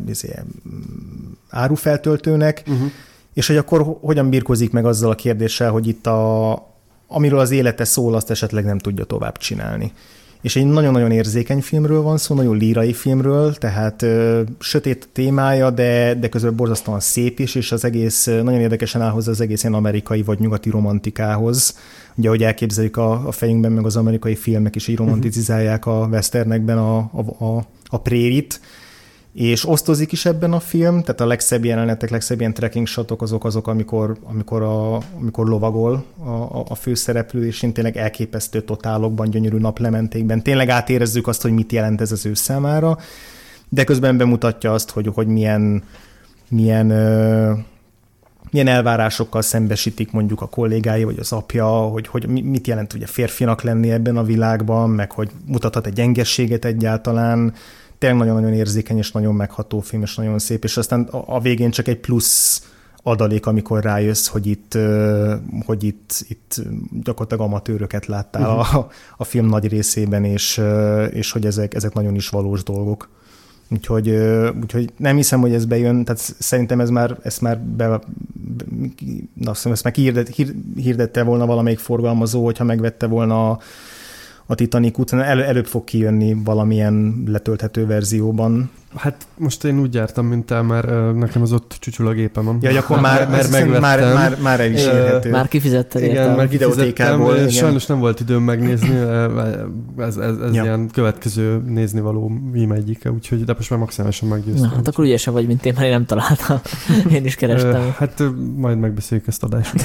Speaker 3: árufeltöltőnek, uh-huh. és hogy akkor hogyan birkózik meg azzal a kérdéssel, hogy itt a, amiről az élete szól, azt esetleg nem tudja tovább csinálni. És egy nagyon-nagyon érzékeny filmről van szó, nagyon lírai filmről, tehát ö, sötét témája, de, de közben borzasztóan szép is, és az egész nagyon érdekesen áll hozzá az egész ilyen amerikai vagy nyugati romantikához. Ugye, ahogy elképzeljük a, a fejünkben, meg az amerikai filmek is így romanticizálják a westernekben a, a, a, a prérit, és osztozik is ebben a film, tehát a legszebb jelenetek, legszebb ilyen trekking shotok azok azok, amikor, amikor, a, amikor lovagol a, a, a főszereplő, és én tényleg elképesztő totálokban, gyönyörű naplementékben. Tényleg átérezzük azt, hogy mit jelent ez az ő számára, de közben bemutatja azt, hogy, hogy milyen, milyen, uh, milyen elvárásokkal szembesítik mondjuk a kollégái, vagy az apja, hogy, hogy mit jelent ugye férfinak lenni ebben a világban, meg hogy mutathat egy gyengességet egyáltalán. Tényleg nagyon-nagyon érzékeny és nagyon megható film, és nagyon szép, és aztán a végén csak egy plusz adalék, amikor rájössz, hogy itt, hogy itt, itt gyakorlatilag amatőröket láttál uh-huh. a, a film nagy részében, és, és hogy ezek, ezek nagyon is valós dolgok. Úgyhogy, úgyhogy nem hiszem, hogy ez bejön, tehát szerintem ez már, ezt már be, be, ezt már hirdet, hirdette volna valamelyik forgalmazó, hogyha megvette volna a, a Titanic után, el, előbb fog kijönni valamilyen letölthető verzióban.
Speaker 2: Hát most én úgy jártam, mint el, mert uh, nekem az ott csücsül a gépem.
Speaker 3: Ja, akkor már, már megvettem. Már, már, már el is érhető.
Speaker 1: Már kifizetted
Speaker 2: igen,
Speaker 1: értem.
Speaker 2: már kifizettem. Sajnos nem volt időm megnézni, ez, ez, ez ja. ilyen következő néznivaló mím egyike, úgyhogy de most már maximálisan meggyőztem.
Speaker 1: Na, hát akkor ügyesen vagy, mint én, mert én nem találtam. Én is kerestem.
Speaker 2: Hát majd megbeszéljük ezt adást.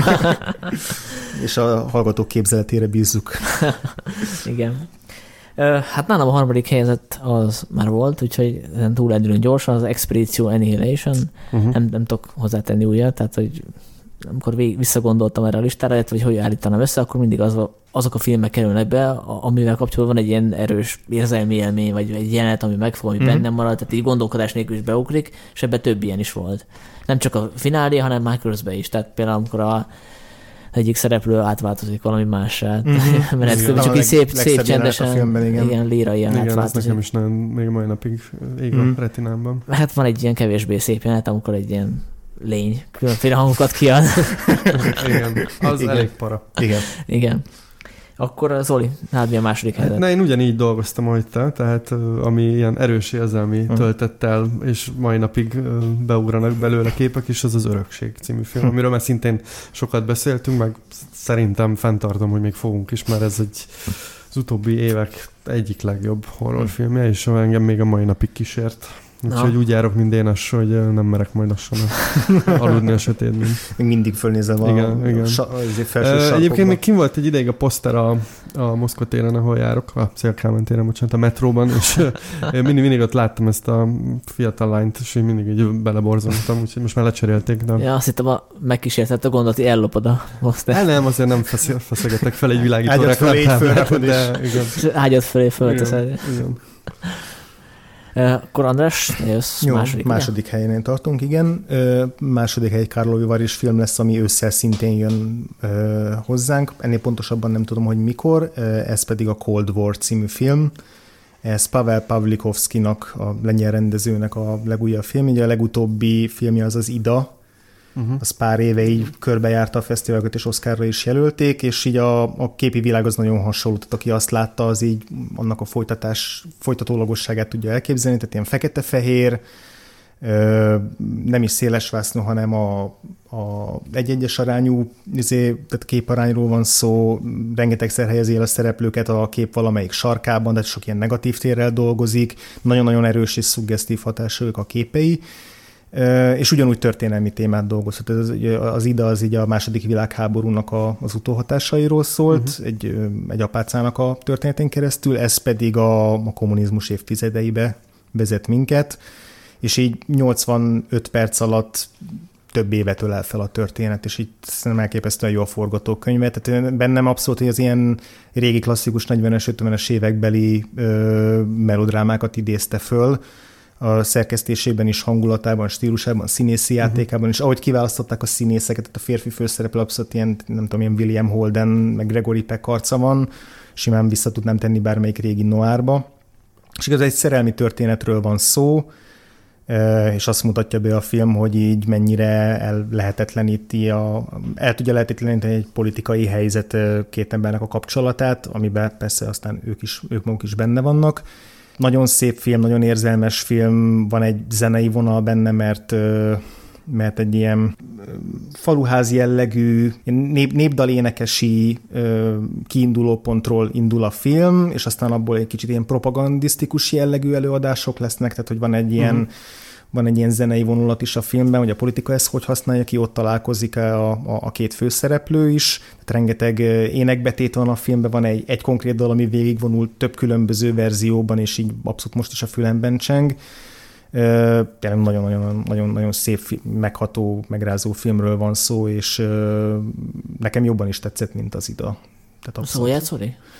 Speaker 3: És a hallgatók képzeletére bízzuk.
Speaker 1: Igen. Hát nálam a harmadik helyzet az már volt, úgyhogy túl lendülünk gyorsan, az Expedition Annihilation, uh-huh. nem, nem tudok hozzátenni újat, tehát hogy amikor vég, visszagondoltam erre a listára, vagy hogy állítanám össze, akkor mindig az, azok a filmek kerülnek be, amivel kapcsolatban van egy ilyen erős érzelmi élmény, vagy egy jelenet, ami megfog, ami uh-huh. bennem marad, tehát így gondolkodás nélkül is beugrik, és ebben több ilyen is volt. Nem csak a finálé, hanem már közben is, tehát például amikor a egyik szereplő átváltozik valami mássá. Mm-hmm. Mert ez csak így szép, szép csendesen,
Speaker 3: filmben, igen.
Speaker 1: igen, líra ilyen
Speaker 2: igen,
Speaker 1: átváltozik.
Speaker 2: Igen, ez nekem is nem, még mai napig ég mm. a retinámban.
Speaker 1: Hát van egy ilyen kevésbé szép jelenet, amikor egy ilyen lény különféle hangokat kiad.
Speaker 2: Igen, az igen. elég para.
Speaker 3: Igen.
Speaker 1: Igen. Akkor Zoli, hát mi a második helyzet?
Speaker 2: Na, én ugyanígy dolgoztam, ahogy te, tehát ami ilyen erős érzelmi uh-huh. töltettel, és mai napig beugranak belőle képek, és az az Örökség című film, amiről már szintén sokat beszéltünk, meg szerintem fenntartom, hogy még fogunk is, mert ez egy az utóbbi évek egyik legjobb horrorfilmje, és engem még a mai napig kísért. Úgyhogy úgy járok, mint Dénes, hogy nem merek majd lassan aludni a sötétben.
Speaker 3: Még mindig fölnézem a,
Speaker 2: igen, igen.
Speaker 3: Sa- uh,
Speaker 2: Egyébként még kim volt egy ideig a poszter a, a Moszkva téren, ahol járok, a Szél-Kálmán téren, bocsánat, a metróban, és mindig, mindig ott láttam ezt a fiatal lányt, és én mindig így beleborzoltam, úgyhogy most már lecserélték. De...
Speaker 1: Ja, azt hittem, a megkísértett a gondot, hogy ellopod a posztert.
Speaker 2: Hát nem, azért nem feszegetek fel egy világító
Speaker 3: ágyat fölé
Speaker 2: reklámát, de igen.
Speaker 1: Ágyat fölé fölteszed.
Speaker 2: Igen, igen.
Speaker 1: Akkor András, jössz
Speaker 3: Jó,
Speaker 1: második,
Speaker 3: második helyen tartunk, igen. Második hely Karlovy Vary film lesz, ami ősszel szintén jön hozzánk. Ennél pontosabban nem tudom, hogy mikor. Ez pedig a Cold War című film. Ez Pavel Pawlikowskinak, a lengyel rendezőnek a legújabb film. Ugye a legutóbbi filmje az az Ida. Uh-huh. Az pár éve így körbejárta a fesztiválokat, és Oscarra is jelölték, és így a, a képi világ az nagyon hasonló, tehát aki azt látta, az így annak a folytatás, folytatólagosságát tudja elképzelni, tehát ilyen fekete-fehér, nem is széles vásznú, hanem a, a egy-egyes arányú tehát képarányról van szó, rengetegszer helyezi el a szereplőket a kép valamelyik sarkában, de sok ilyen negatív térrel dolgozik, nagyon-nagyon erős és szuggesztív hatásúak a képei, és ugyanúgy történelmi témát dolgozott. Az, az Ida az így a második világháborúnak a, az utóhatásairól szólt, uh-huh. egy, egy apácának a történetén keresztül, ez pedig a, a kommunizmus évtizedeibe vezet minket, és így nyolcvanöt perc alatt több évet ölel fel a történet, és így szerintem elképesztően jó a forgatókönyvet. Tehát bennem abszolút, hogy az ilyen régi klasszikus negyvenes, ötvenes évekbeli ö, melodrámákat idézte föl, a szerkesztésében is, hangulatában, stílusában, színészi játékában is, ahogy kiválasztották a színészeket, tehát a férfi főszereplő abszolút ilyen, nem tudom, ilyen William Holden, meg Gregory Peck arca van, simán vissza tudnám tenni bármelyik régi noárba. És igaz, egy szerelmi történetről van szó, és azt mutatja be a film, hogy így mennyire el lehetetleníti, a, el tudja lehetetleníteni egy politikai helyzet két embernek a kapcsolatát, amiben persze aztán ők, is, ők maguk is benne vannak. Nagyon szép film, nagyon érzelmes film, van egy zenei vonal benne, mert, mert egy ilyen faluház jellegű, nép, népdalénekesi kiinduló pontról indul a film, és aztán abból egy kicsit ilyen propagandisztikus jellegű előadások lesznek, tehát hogy van egy ilyen uh-huh. van egy ilyen zenei vonulat is a filmben, hogy a politika ezt hogy használja ki, ott találkozik a, a, a két főszereplő is, tehát rengeteg énekbetét van a filmben, van egy, egy konkrét dal, ami végigvonul több különböző verzióban, és így abszolút most is a fülemben cseng. Tényleg nagyon-nagyon szép, megható, megrázó filmről van szó, és nekem jobban is tetszett, mint az Ida.
Speaker 1: Szólját, Zoli?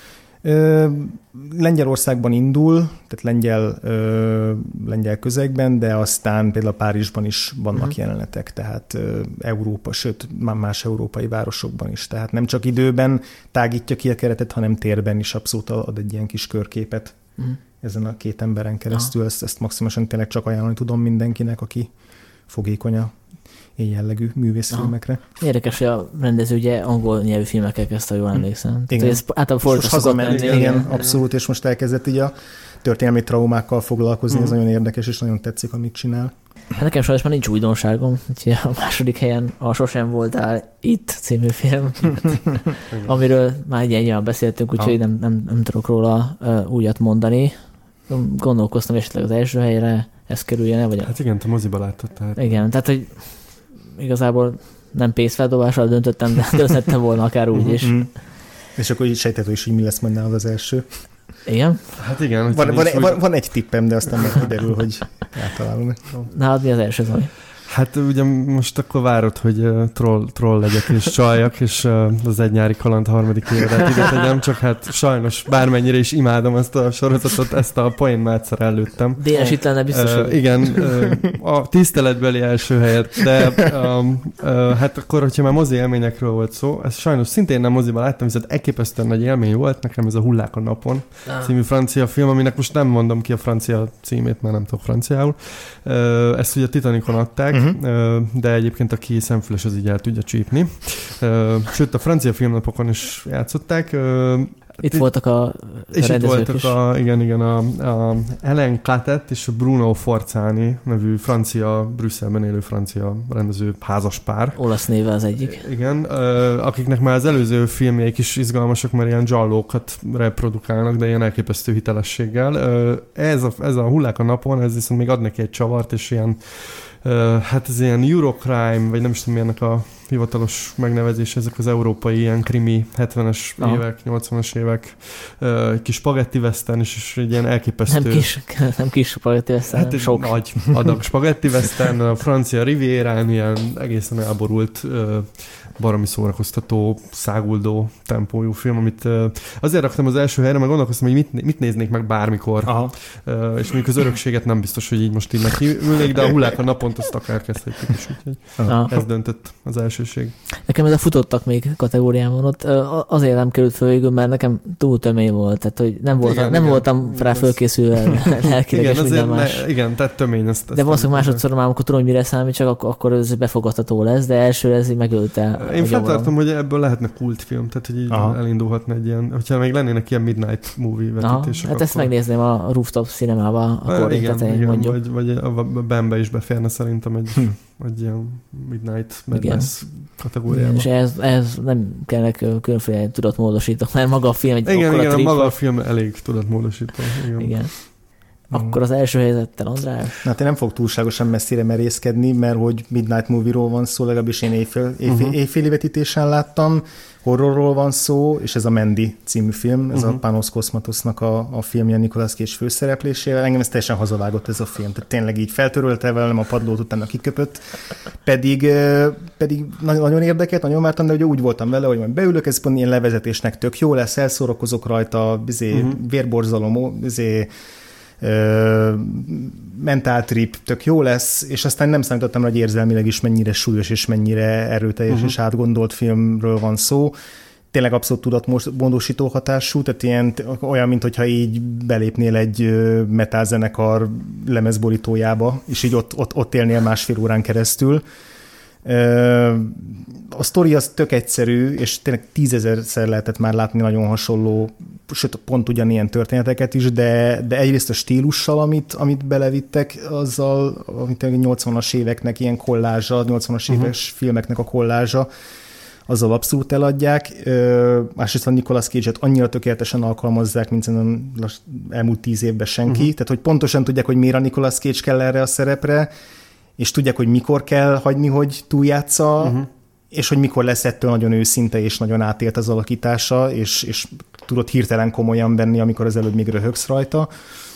Speaker 3: Ö, Lengyelországban indul, tehát lengyel, ö, lengyel közegben, de aztán például Párizsban is vannak uh-huh. jelenetek, tehát ö, Európa, sőt, más európai városokban is. Tehát nem csak időben tágítja ki a keretet, hanem térben is abszolút ad egy ilyen kis körképet uh-huh. ezen a két emberen keresztül. Uh-huh. Ezt, ezt maximálisan tényleg csak ajánlani tudom mindenkinek, aki fogékony a ilyen jellegű művészfilmekre.
Speaker 1: Érdekes, hogy a rendező ugye angol nyelvű filmekkel kezdte, ha jól emlékszem.
Speaker 3: Igen.
Speaker 1: Ez általában
Speaker 3: most hazament, igen, igen, abszolút, és most elkezdett így a történelmi traumákkal foglalkozni, mm. ez nagyon érdekes, és nagyon tetszik, amit csinál.
Speaker 1: Hát nekem sajnos már nincs újdonságom, úgyhogy a második helyen a Sosem voltál itt című film, amiről már egyen beszéltünk, úgyhogy nem, nem, nem tudok róla uh, újat mondani. Gondolkoztam esetleg az első helyre, ez kerüljen el, vagy a...
Speaker 2: Hát igen, te moziba láttad. Tehát...
Speaker 1: Igen, tehát hogy igazából nem pénzfeldobással döntöttem, de döntöttem volna akár úgy is. Mm-hmm.
Speaker 3: És akkor így sejtető is, hogy mi lesz majd nálad az első.
Speaker 1: Igen?
Speaker 2: Hát igen.
Speaker 3: Van, van, van, van egy tippem, de aztán meg kiderül, hogy általában.
Speaker 1: Nálad mi az első, Zoli?
Speaker 2: Hát ugye most akkor várod, hogy uh, troll, troll legyek és csaljak, és uh, az Egy nyári kaland harmadik évedet ide tegyem, csak hát sajnos bármennyire is imádom ezt a sorozatot, ezt a poén már egyszer előttem.
Speaker 1: Dénes itt lenne biztos,
Speaker 2: uh, Igen, uh, a tiszteletbeli első helyet, de um, uh, hát akkor, hogyha már mozi élményekről volt szó, ez sajnos szintén nem moziban láttam, viszont elképesztően nagy élmény volt nekem ez a Hullák a napon ah. című francia film, aminek most nem mondom ki a francia címét, mert nem tudok franciául. Uh, ezt ugye a Titanicon adták, Uh-huh. de egyébként aki szemfüles, az így el tudja csípni. Sőt, a francia filmnapokon is játszották.
Speaker 1: Itt, itt voltak a
Speaker 2: és itt voltak is. A, igen, igen, a, a Hélène Cattet és a Bruno Forzani nevű francia, Brüsszelben élő francia rendező házas pár.
Speaker 1: Olasz néve az egyik.
Speaker 2: Igen, akiknek már az előző filmjeik is izgalmasak, mert ilyen dzsallókat reprodukálnak, de ilyen elképesztő hitelességgel. Ez a, ez a Hullák a napon, ez viszont még ad neki egy csavart, és ilyen Uh, hát ez ilyen Eurocrime, vagy nem is tudom, milyennek a hivatalos megnevezés, ezek az európai ilyen krimi hetvenes Aha. évek, nyolcvanas évek, uh, egy kis spagetti western, és, és egy ilyen elképesztő...
Speaker 1: Nem kis, nem kis spagetti western,
Speaker 2: hát
Speaker 1: sok.
Speaker 2: Nagy adag spagetti western, a francia rivierán, ilyen egészen elborult, uh, baromi szórakoztató, száguldó tempójú film, amit uh, azért raktam az első helyre, mert gondolkoztam, hogy mit, mit néznék meg bármikor. Aha. Uh, és mondjuk az örökséget nem biztos, hogy így most így nekiülnék, de a Hullák a napont azt akár kezdhetjük is, úgyhogy Aha. ez döntött az elsőség.
Speaker 1: Nekem ez a futottak még kategóriában ott, azért nem került föl végül, mert nekem túl tömény volt, tehát hogy nem voltam, igen, nem igen, voltam rá fölkészülve lelkileg és minden más.
Speaker 2: Ne, igen, tehát tömény. Ezt, ezt
Speaker 1: de valószínűleg másodszor már, amikor tudom, hogy mire számít, csak akkor, akkor ez befogadható lesz, de elsőre ez így megölte.
Speaker 2: Én feltartom, hogy ebből lehetne kultfilm, tehát hogy így Aha. elindulhatna egy ilyen, hogyha még lennének ilyen Midnight Movie vetítések.
Speaker 1: Hát ezt megnézném a Rooftop Cinemába, akkor
Speaker 2: igen, igen, vagy, vagy a Bambe is beférne szerintem egy, hm. egy ilyen Midnight Madness kategóriában.
Speaker 1: És ez, ez nem kellnek különféle tudatmódosítók, mert maga a film egy
Speaker 2: igen, igen, maga a film elég tudatmódosító. Igen.
Speaker 1: igen. Akkor az első helyzettel, András?
Speaker 3: Hát én nem fog túlságosan messzire merészkedni, mert hogy Midnight Movie-ról van szó, legalábbis én éjfél, éjfél, uh-huh. éjféli vetítésen láttam, horrorról van szó, és ez a Mandy című film, ez uh-huh. a Panos Cosmatosnak a, a filmje Nicolas Cage főszereplésével. Engem ez teljesen hazavágott ez a film, tehát tényleg így feltörölte velem a padlót, utána kiköpött. Pedig, pedig nagyon érdekelt, nagyon vártam, de ugye úgy voltam vele, hogy majd beülök, ez pont ilyen levezetésnek tök jó lesz, elszórakozok rajta, bizé, uh-huh. vérborzalom, bizé, mentál trip, tök jó lesz, és aztán nem számítottam, hogy érzelmileg is mennyire súlyos és mennyire erőteljes uh-huh. és átgondolt filmről van szó. Tényleg abszolút tudatmódosító hatású, tehát ilyen, olyan, mintha így belépnél egy metálzenekar lemezborítójába, és így ott, ott, ott élnél másfél órán keresztül. A sztori az tök egyszerű, és tényleg tízezerszer lehetett már látni nagyon hasonló, sőt, pont ugyanilyen történeteket is, de, de egyrészt a stílussal, amit, amit belevittek, azzal, amit a nyolcvanas éveknek ilyen kollázsa, nyolcvanas uh-huh. éves filmeknek a kollázsa, azzal abszolút eladják. Másrészt a Nicolas Cage-et annyira tökéletesen alkalmazzák, mint szerintem elmúlt tíz évben senki. Uh-huh. Tehát, hogy pontosan tudják, hogy miért a Nicolas Cage kell erre a szerepre, és tudják, hogy mikor kell hagyni, hogy túljátsza, uh-huh. és hogy mikor lesz ettől nagyon őszinte, és nagyon átélt az alakítása, és, és tudod hirtelen komolyan venni, amikor az előbb még röhögsz rajta.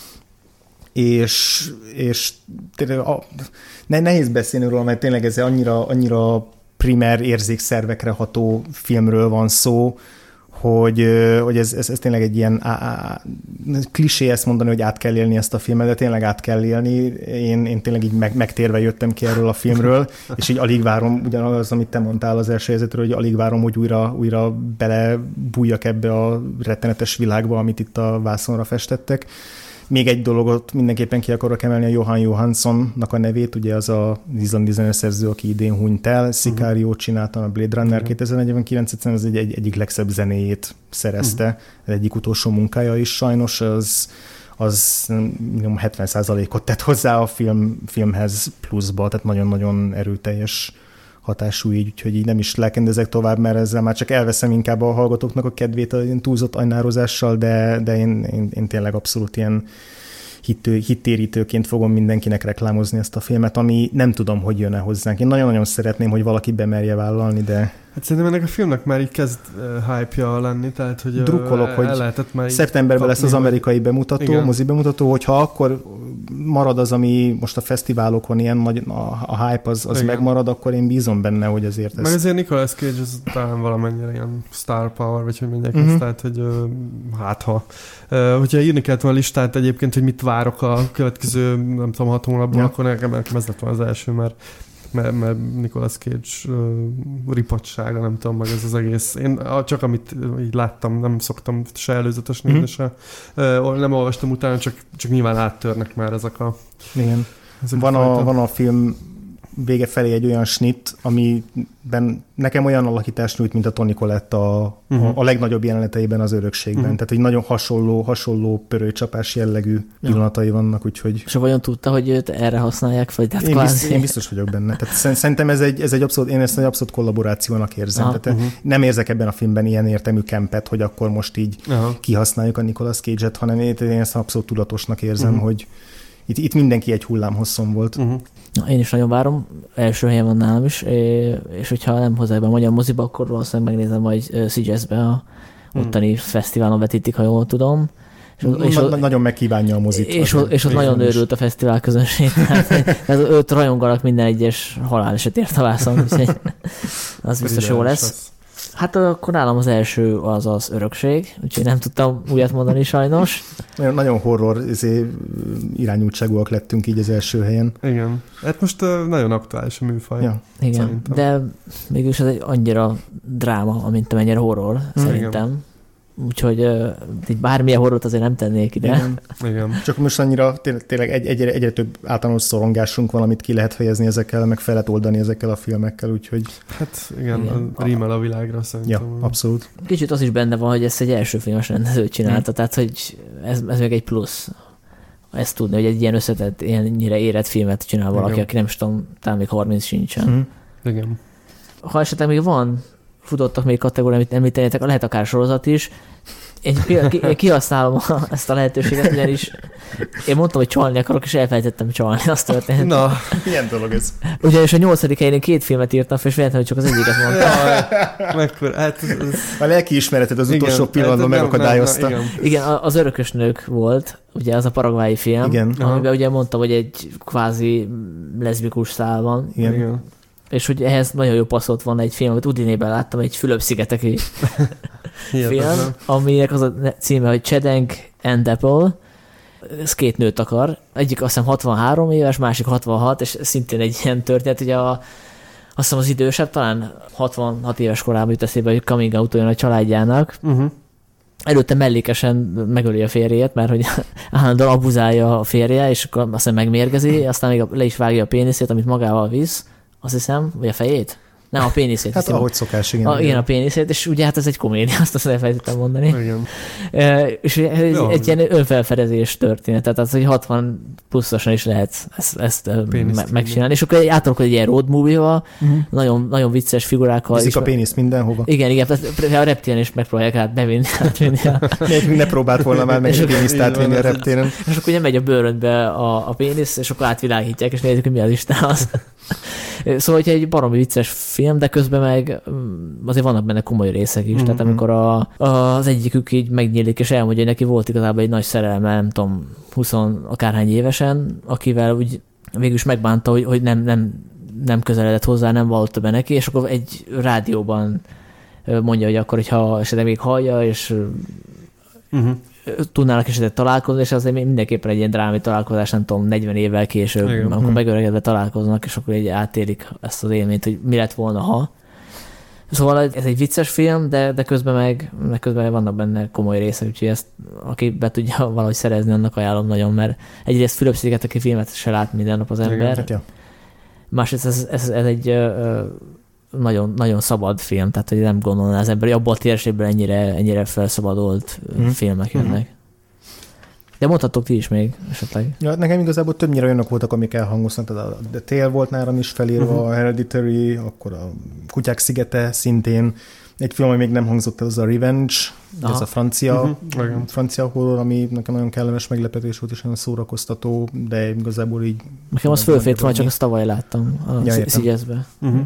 Speaker 3: És, és tényleg a, ne, nehéz beszélni róla, mert tényleg ez annyira, annyira primer érzékszervekre ható filmről van szó, hogy, hogy ez, ez, ez tényleg egy ilyen á, á, klisé ezt mondani, hogy át kell élni ezt a filmet, de tényleg át kell élni. Én, én tényleg így meg, megtérve jöttem ki erről a filmről, és így alig várom, ugyanaz, amit te mondtál az első helyzetről, hogy alig várom, hogy újra, újra belebújjak ebbe a rettenetes világba, amit itt a vászonra festettek. Még egy dologot mindenképpen ki akarok emelni, a Johan Johanssonnak a nevét, ugye az a izlandi zeneszerző, aki idén hunyt el, Sicario csinálta a Blade Runner uh-huh. kétezer-negyvenkilenc, egyszerűen ez egy, egy, egyik legszebb zenéjét szerezte, uh-huh. ez egyik utolsó munkája is sajnos, az, az minimum hetven százalékot tett hozzá a film, filmhez pluszba, tehát nagyon-nagyon erőteljes hatású így, úgyhogy így nem is lelkendezek tovább, mert ezzel már csak elveszem inkább a hallgatóknak a kedvét a túlzott ajnározással, de, de én, én, én tényleg abszolút ilyen hittő, hittérítőként fogom mindenkinek reklámozni ezt a filmet, ami nem tudom, hogy jön-e hozzánk. Én nagyon-nagyon szeretném, hogy valaki bemerje vállalni, de...
Speaker 2: Hát szerintem ennek a filmnek már így kezd uh, hype-ja lenni, tehát hogy
Speaker 3: drukkolok, hogy
Speaker 2: már
Speaker 3: szeptemberben lesz az amerikai bemutató, igen. mozi bemutató, hogyha akkor marad az, ami most a fesztiválokon ilyen nagy, a, a hype az, az megmarad, akkor én bízom benne, hogy azért ez...
Speaker 2: Meg azért Nicolas Cage az talán valamennyire ilyen star power, vagy hogy mondják uh-huh. ezt, tehát hogy uh, hát ha. Uh, hogyha írni kellett volna a listát egyébként, hogy mit várok a következő, nem tudom, hat hónapban, ja. akkor nekem, nekem ez lett volna az első, mert mert, mert Nicolas Cage uh, ripadsága, nem tudom, meg ez az egész. Én csak amit így láttam, nem szoktam se előzetes nézni, mm. se uh, nem olvastam utána, csak, csak nyilván áttörnek már ezek a...
Speaker 3: Igen. Ezek van, a, a, van a film vége felé egy olyan snit, amiben nekem olyan alakítást nyújt, mint a Toni Collette a, uh-huh. a, a legnagyobb jeleneteiben az Örökségben. Uh-huh. Tehát, hogy nagyon hasonló, hasonló pörőcsapás jellegű pillanatai ja. vannak, úgyhogy...
Speaker 1: És vajon tudta, hogy őt erre használják? Vagy tehát
Speaker 3: én, biztos, én biztos vagyok benne. Tehát szerintem ez egy, ez egy abszolút, én ezt egy abszolút kollaborációnak érzem. Ah, Tehát uh-huh. nem érzek ebben a filmben ilyen értelmű kempet, hogy akkor most így uh-huh. kihasználjuk a Nicolas Cage-et, hanem én ezt abszolút tudatosnak érzem, uh-huh. hogy Itt, itt mindenki egy hullámhosszon volt. Uh-huh.
Speaker 1: Na, én is nagyon várom, első helyen van nálam is, és hogyha nem hozzák be a magyar moziba, akkor valószínűleg megnézem majd Szigetbe, a ottani uh-huh. fesztiválon vetítik, ha jól tudom.
Speaker 3: És, Na, és na, nagyon megkívánja a mozit.
Speaker 1: És, és, és ott nagyon őrült a fesztivál közönség. Tehát őt rajonganak minden egyes halálesetért a vászon, úgyhogy az biztos jó lesz. Hát akkor nálam az első az az Örökség, úgyhogy nem tudtam újat mondani sajnos.
Speaker 3: Nagyon, nagyon horror irányultságúak lettünk így az első helyen.
Speaker 2: Igen. Hát most uh, nagyon aktuális a műfaj. Ja.
Speaker 1: Igen, szerintem. De mégis ez egy annyira dráma, amint amennyire horror, mm. szerintem. Igen. Úgyhogy uh, így bármilyen horrort azért nem tennék ide.
Speaker 3: Igen. Igen. Csak most annyira tényleg, tényleg egy, egyre, egyre több általános szorongásunk van, amit ki lehet fejezni ezekkel, meg fel lehet oldani ezekkel a filmekkel, úgyhogy...
Speaker 2: Hát igen, igen. rímel a világra szerintem.
Speaker 3: Ja, abszolút.
Speaker 1: Kicsit az is benne van, hogy ezt egy első filmes rendező csinálta, mm. tehát hogy ez, ez még egy plusz. Ezt tudni, hogy egy ilyen összetett, ilyennyire érett filmet csinál valaki, igen. aki nem is tudom, talán még harminc sincsen.
Speaker 2: Mm. Igen.
Speaker 1: Ha esetleg még van futottak még kategóriát, amit említenétek, lehet akár sorozat is. Én kihasználom ezt a lehetőséget, ugyanis én mondtam, hogy csalni akarok, és elfelejtettem csalni, azt történt.
Speaker 3: Na, milyen dolog ez?
Speaker 1: Ugyanis a nyolcadik helyén két filmet írtam, és véletlenül csak az egyiket mondtam.
Speaker 2: Mekkora, hát ez...
Speaker 3: A lelkiismereted az utolsó igen, pillanatban megakadályozta.
Speaker 1: Igen. igen, az Örökös nők volt, ugye az a paragvái film, igen. amiben aha. ugye mondtam, hogy egy kvázi leszbikus szál van.
Speaker 2: Igen. igen.
Speaker 1: És hogy ehhez nagyon jó passzolt van egy film, amit Udinében láttam, egy Fülöp-szigeteki film, aminek az a címe, hogy Chedeng and Apple. Ez két nőt akar. Egyik azt hiszem hatvanhárom éves, másik hatvanhat, és szintén egy ilyen történet, ugye a, azt hiszem az idősebb, talán hatvanhat éves korában jut eszébe, hogy coming out olyan a családjának. Uh-huh. Előtte mellékesen megöli a férjét, mert hogy állandóan abuzálja a férje, és akkor aztán megmérgezi, aztán még le is vágja a péniszét, amit magával visz. Azt hiszem, vagy a fejét? Nem, a péniszét.
Speaker 3: Hát ahogy szokás, igen.
Speaker 1: A, igen, a péniszét, és ugye hát ez egy komédia, azt azt elfelejtettem mondani. Igen. E, és egy, egy ilyen önfelfedezés történet, tehát az, hogy hatvan pluszosan is lehet ezt, ezt me- megcsinálni. És akkor átalakul egy ilyen road movie-val, uh-huh. nagyon, nagyon vicces figurákkal.
Speaker 3: Viszik a péniszt mindenhova.
Speaker 1: Igen, igen, tehát a reptéren is megpróbálják át bevinni. átvinni.
Speaker 3: Még ne próbált volna már meg a péniszt átvinni a reptéren.
Speaker 1: És akkor ugye megy a bőröntbe a, a pénisz, és akkor átvilágítják, és nézzük, hogy mi az Isten az. Szóval, hogy egy baromi vicces film, de közben meg azért vannak benne komoly részek is. Mm-hmm. Tehát amikor a, a, az egyikük így megnyílik, és elmondja, hogy neki volt igazából egy nagy szerelme, nem tudom, húsz akárhány évesen, akivel úgy végül is megbánta, hogy, hogy nem, nem, nem közeledett hozzá, nem vallotta be neki, és akkor egy rádióban mondja, hogy akkor, hogyha esetleg még hallja, és uh-huh. tudnának esetleg találkozni, és azért mindenképpen egy ilyen drámai találkozás, nem tudom, negyven évvel később, igen. amikor megöregedve találkoznak, és akkor így átélik ezt az élményt, hogy mi lett volna, ha. Szóval ez egy vicces film, de, de közben meg de közben vannak benne komoly részek, úgyhogy ezt, aki be tudja valahogy szerezni, annak ajánlom nagyon, mert egyrészt Fülöp-szigeteki filmet se lát minden nap az ember. Hát, ja. Másrészt ez, ez, ez egy ö, nagyon, nagyon szabad film, tehát hogy nem gondolná az ember, hogy abból a térségből ennyire, ennyire felszabadolt mm. filmek jönnek. Mm-hmm. De mondhatok ti is még esetleg.
Speaker 3: Ja, nekem igazából többnyire olyanok voltak, amik elhangoznak, tehát a The Tale volt nálam is felírva, uh-huh. a Hereditary, akkor a Kutyák szigete szintén. Egy film, ami még nem hangzott el, az a Revenge, aha. ez a francia, uh-huh. francia horror, ami nekem nagyon kellemes meglepetés volt, és nagyon szórakoztató, de igazából így...
Speaker 1: Nekem az fölfért van, csak azt tavaly láttam a ja, Szigyezbe. Uh-huh.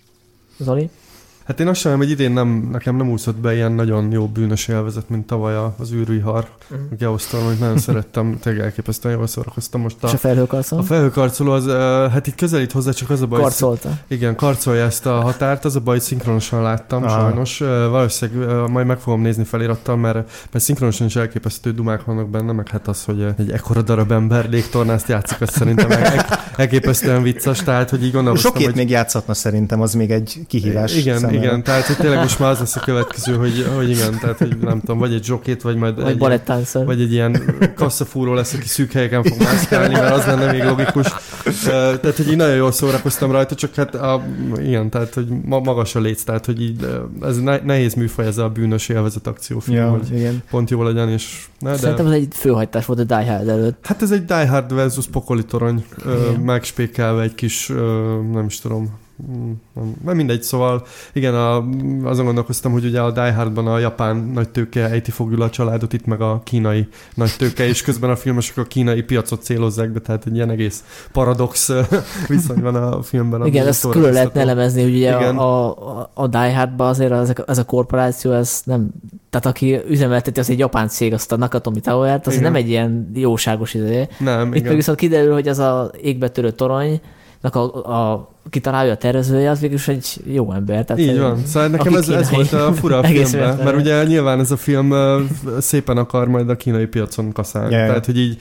Speaker 1: Zoli?
Speaker 2: Hát én azt sem, hogy idén nem, nekem nem úszott be ilyen nagyon jó bűnös élvezet, mint tavaly az űrvihar. Uh-huh. A Geosztorm, amit nagyon szerettem, tényleg elképesztően jól szórakoztam most. A,
Speaker 1: és a felhőkarcoló?
Speaker 2: A felhőkarcoló az, hát itt közelít hozzá, csak az a baj...
Speaker 1: Karcolta.
Speaker 2: Igen, karcolja ezt a határt, az a baj, hogy szinkronosan láttam, aha. sajnos. Valószínűleg majd meg fogom nézni felirattal, mert, mert szinkronosan is elképesztő dumák vannak benne, meg hát az, hogy egy ekkora darab ember légtornást játszik, az szerintem elképesztően vicces, tehát hogy így gondolkoztam,
Speaker 3: Sokét
Speaker 2: hogy...
Speaker 3: még játszhatna szerintem, az még egy kihívás.
Speaker 2: Igen, igen, tehát hogy tényleg most már az lesz a következő, hogy, hogy igen, tehát hogy nem tudom, vagy egy zsokét, vagy majd
Speaker 1: vagy
Speaker 2: egy,
Speaker 1: balettánszor.
Speaker 2: Vagy egy ilyen kasszafúró lesz, aki szűk helyeken fog mászkálni, mert az lenne még logikus. Tehát, hogy így nagyon jól szórakoztam rajta, csak hát a, igen, tehát, hogy magas a léc, tehát, hogy így ez nehéz műfaj ez a bűnös élvezet akciófilm, ja, hogy igen. pont jó legyen, és... Ne,
Speaker 1: Szerintem
Speaker 2: de...
Speaker 1: ez egy főhajtás volt a Die Hard előtt.
Speaker 2: Hát ez egy Die Hard versus Pokoli torony, megspékelve egy kis, nem is tudom, nem, nem mindegy, szóval igen, a, azon gondolkoztam, hogy ugye a Die Hardban a japán nagy tőke ejti fogul a családot, itt meg a kínai nagy tőke, és közben a filmesek a kínai piacot célozzák be, tehát egy ilyen egész paradox viszony van a filmben.
Speaker 1: Igen, ezt külön lehetne elemezni, hogy ugye a, a, a Die Hardban azért az, ez a korporáció, ez nem, tehát aki üzemelteti, az egy japán cég, azt a Nakatomi Towert, az nem egy ilyen jóságos idő.
Speaker 2: Nem,
Speaker 1: itt
Speaker 2: igen.
Speaker 1: meg viszont kiderül, hogy az a égbetörő torony, a, a kitalálja a tervezője, az végülis egy jó ember. Tehát
Speaker 2: így van. Szóval nekem ez, ez volt a fura a filmben, mert ugye nyilván ez a film szépen akar majd a kínai piacon kaszálni. Yeah. Tehát, hogy így,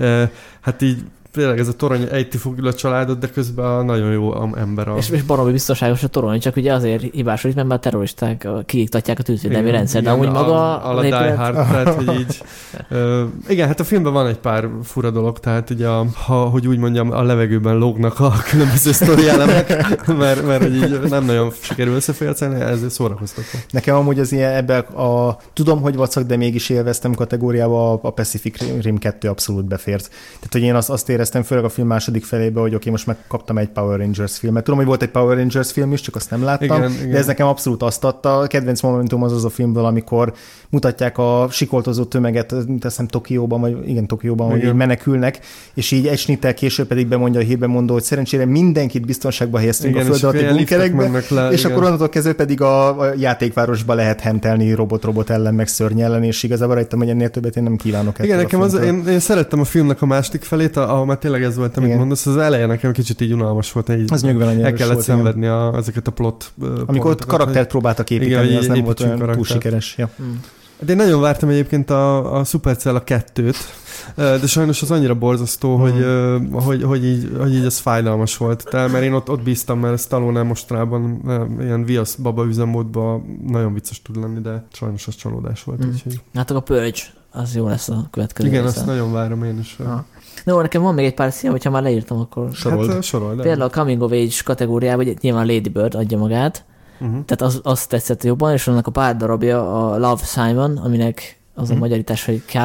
Speaker 2: hát így tényleg ez a torony ejti fogja a családot, de közben a nagyon jó ember. A...
Speaker 1: És, és baromi biztonságos a torony, csak ugye azért hibásodik, mert már a terroristák kiiktatják a tűzvédelmi rendszer, de amúgy maga...
Speaker 2: A, a, a Die Hard, tehát hogy így... uh, igen, hát a filmben van egy pár fura dolog, tehát ugye, a, ha, hogy úgy mondjam, a levegőben lógnak a különböző sztori elemek, mert, mert hogy így nem nagyon sikerül összefércelni, ezért szórakoztató.
Speaker 3: Nekem amúgy az ilyen ebben a tudom, hogy vacak, de mégis élveztem kategóriába a Pacific Rim kettő abszolút befért. Tehát, hogy én azt, azt éreztem, főleg a film második felébe, hogy oké, okay, most megkaptam egy Power Rangers filmet. Tudom, hogy volt egy Power Rangers film is, csak azt nem láttam, igen, de igen. ez nekem abszolút azt adta. A kedvenc momentum az az a filmből, amikor mutatják a sikoltozó tömeget, teszem Tokióban, vagy igen, Tokióban, igen. hogy így menekülnek, és így egy snittel később pedig bemondja a hírbemondó, hogy szerencsére mindenkit biztonságba helyeztünk igen, a föld alatti bunkerekbe, le, és igen. akkor onnantól kezdve pedig a, a játékvárosba lehet hentelni robot-robot ellen, meg szörny ellen, és igazából rájöttem, hogy ennél többet én nem kívánok.
Speaker 2: Igen, nekem az, én, én szerettem a filmnek a második felét, ahol már tényleg ez volt, amit igen. mondasz, az eleje nekem kicsit így unalmas volt, így
Speaker 3: az
Speaker 2: el kellett szenvedni a, ezeket a plot
Speaker 3: amikor ott karaktert próbáltak építeni, igen, az nem volt olyan karakter. Túl sikeres. Ja. Hmm.
Speaker 2: De én nagyon vártam egyébként a, a Supercell kettőt, de sajnos az annyira borzasztó, hmm. hogy, hogy, hogy, így, hogy így ez fájdalmas volt. De, mert én ott, ott bíztam, mert Stallone mostanában ilyen viasz baba üzemmódban nagyon vicces tud lenni, de sajnos az csalódás volt. Hmm. Úgyhogy...
Speaker 1: Hát a Purge, az jó lesz a következő.
Speaker 2: Igen, része. Azt nagyon várom én is.
Speaker 1: Ha. No, nekem van még egy pár szín, hogyha már leírtam, akkor...
Speaker 2: Sorold. Hát, sorold.
Speaker 1: Például a Coming of Age kategóriában, hogy nyilván Lady Bird adja magát, uh-huh. tehát az, azt tetszett jobban, és annak a pár darabja a Love Simon, aminek az uh-huh. a magyarítás, hogy K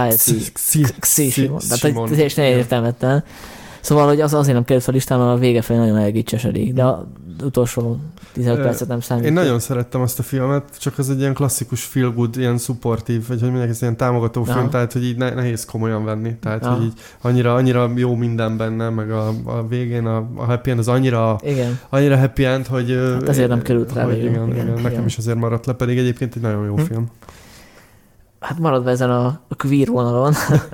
Speaker 1: S I Tehát ez is ne értelmetlen. Szóval, hogy az azért nem került fel listán, mert a vége felé nagyon elgicsesedik, de az utolsó tizenöt percet nem számít.
Speaker 2: Én nagyon szerettem azt a filmet, csak az egy ilyen klasszikus feel good, ilyen supportív, vagy hogy mondják, ez ilyen támogató film, ja. tehát hogy így nehéz komolyan venni. Tehát, ja. hogy így annyira, annyira jó minden benne, meg a, a végén a, a happy end az annyira,
Speaker 1: igen.
Speaker 2: annyira happy end, hogy...
Speaker 1: Hát ezért nem került rá.
Speaker 2: Hogy igen, igen, igen, nekem igen. is azért maradt le, pedig egyébként egy nagyon jó hm. film.
Speaker 1: Hát maradva ezen a, a queer vonalon,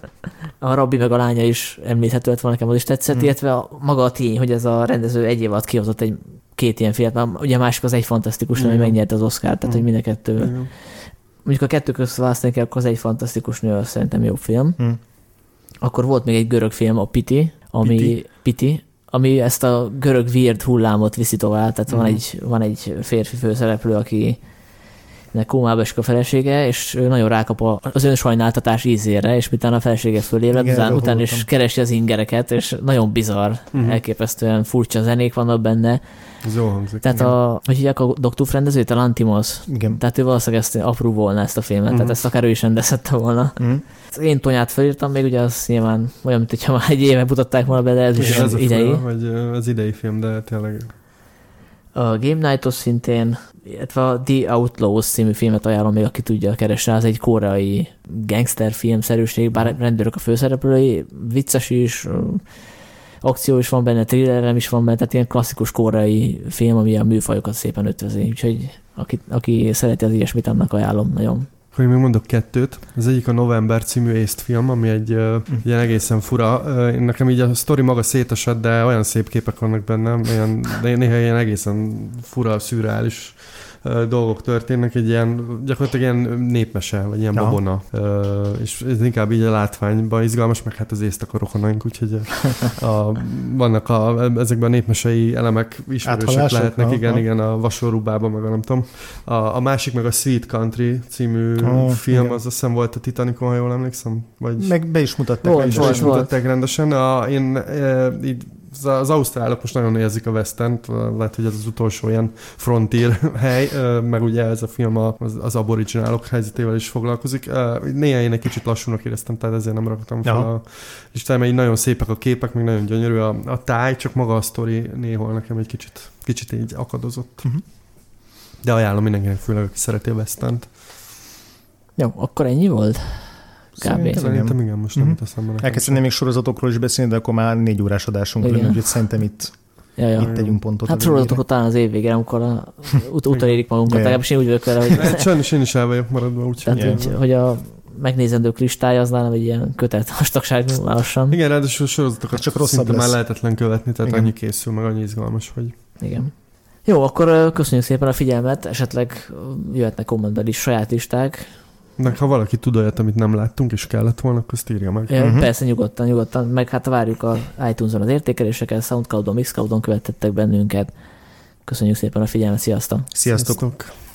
Speaker 1: a Rabbi meg a lánya is említhető lett volna, nekem az is tetszett, hmm. illetve a, maga a tény, hogy ez a rendező egy év alatt kihozott egy két ilyen film, ugye a másik az Egy fantasztikus, ami megnyerte az Oscart, tehát hogy mind a kettő. Igen. Mondjuk a kettő között választani kell, akkor az Egy fantasztikus nő az szerintem jobb film. Hmm. Akkor volt még egy görög film, a Pity, ami Pity, Pity ami ezt a görög weird hullámot viszi tovább, tehát hmm. van, egy, van egy férfi főszereplő, aki kómába esik a felesége, és ő nagyon rákap az önsajnáltatás ízére, és utána a felesége fölébred, utána, utána is keresi az ingereket, és nagyon bizarr, uh-huh. elképesztően furcsa zenék vannak benne.
Speaker 2: Ez jó hangzik.
Speaker 1: Tehát igen. a, hogy hívják a doktor rendezőt, a Lantimos. Igen. Tehát ő valószínűleg ezt apró volna ezt a filmet, uh-huh. tehát ezt akár ő is rendezhette volna. Uh-huh. Én Tonyát felírtam még, ugye az nyilván olyan, mint hogyha már egy éve mutatták volna be, de ez is az idei.
Speaker 2: Fura, vagy az idei film, de tényleg...
Speaker 1: A Game Night-os szintén, illetve a The Outlaws című filmet ajánlom még, aki tudja keresni, az egy koreai gangsterfilmszerűség, bár rendőrök a főszereplői, vicces is, akció is van benne, thrillerem is van benne, tehát ilyen klasszikus koreai film, ami a műfajokat szépen ötvözi, úgyhogy aki, aki szereti az ilyesmit, annak ajánlom nagyon.
Speaker 2: Hogy még mondok kettőt. Az egyik a November című észt film, ami egy uh, ilyen egészen fura. Uh, nekem így a sztori maga szétesett, de olyan szép képek vannak bennem, olyan, de néha ilyen egészen fura, szürreális uh, dolgok történnek, egy ilyen, gyakorlatilag ilyen népmese, vagy ilyen ja. babona. Uh, és ez inkább így a látványban izgalmas, meg hát az észtek a rokonaink, úgyhogy a, a, vannak a, ezekben a népmesei elemek ismerősek lehetnek, ha, igen, ha. igen, a Vasorúbában, meg a nem tudom. A, a másik meg a Sweet Country című oh, film, igen. az azt hiszem volt a Titanicon, ha jól emlékszem. Vagy
Speaker 3: meg be is mutatták.
Speaker 2: Volt, be is mutatták rendesen. A, én e, így az ausztrálok most nagyon érzik a West-End, lehet, hogy ez az utolsó ilyen frontier hely, meg ugye ez a film az, az aboriginálok helyzetével is foglalkozik. Néha én egy kicsit lassúnak éreztem, tehát ezért nem raktam fel a listára, mert így nagyon szépek a képek, meg nagyon gyönyörű a, a táj, csak maga a sztori néhol nekem egy kicsit, kicsit így akadozott. Uh-huh. De ajánlom mindenkinek, főleg aki szereti a West-End.
Speaker 1: Jó, akkor ennyi volt?
Speaker 2: Szerintem, szerintem igen, most nem jut eszembe.
Speaker 3: Elkezdeni még sorozatokról is beszélni, de akkor már négy órás adásunk lenne, úgyhogy szerintem itt, ja, ja. itt tegyünk pontot.
Speaker 1: Hát sorozatokot talán az év végén, amikor a, ut- utolérik magunkat, legalábbis én úgy vagyok vele, hogy...
Speaker 2: Sajnos én is el vagyok maradva, úgyhogy...
Speaker 1: Tehát, hogy, hogy a megnézendők listája az nálam egy ilyen kötelt vastagság lassan.
Speaker 2: Igen, ráadásul sorozatokat csak szinte már lehetetlen követni, tehát igen. annyi készül, meg annyi izgalmas, hogy...
Speaker 1: Igen. Jó, akkor köszönjük szépen a figyelmet, esetleg jöhetnek kommentben is saját listák.
Speaker 2: De ha valaki tud olyat, amit nem láttunk, és kellett volna, akkor azt írja meg.
Speaker 1: Ja, uh-huh. Persze, nyugodtan, nyugodtan. Meg hát várjuk a iTunes-on az értékeléseket, Soundcloud-on, Mixcloud-on követtettek bennünket. Köszönjük szépen a figyelmet, sziasztok!
Speaker 3: Sziasztok! Sziasztok.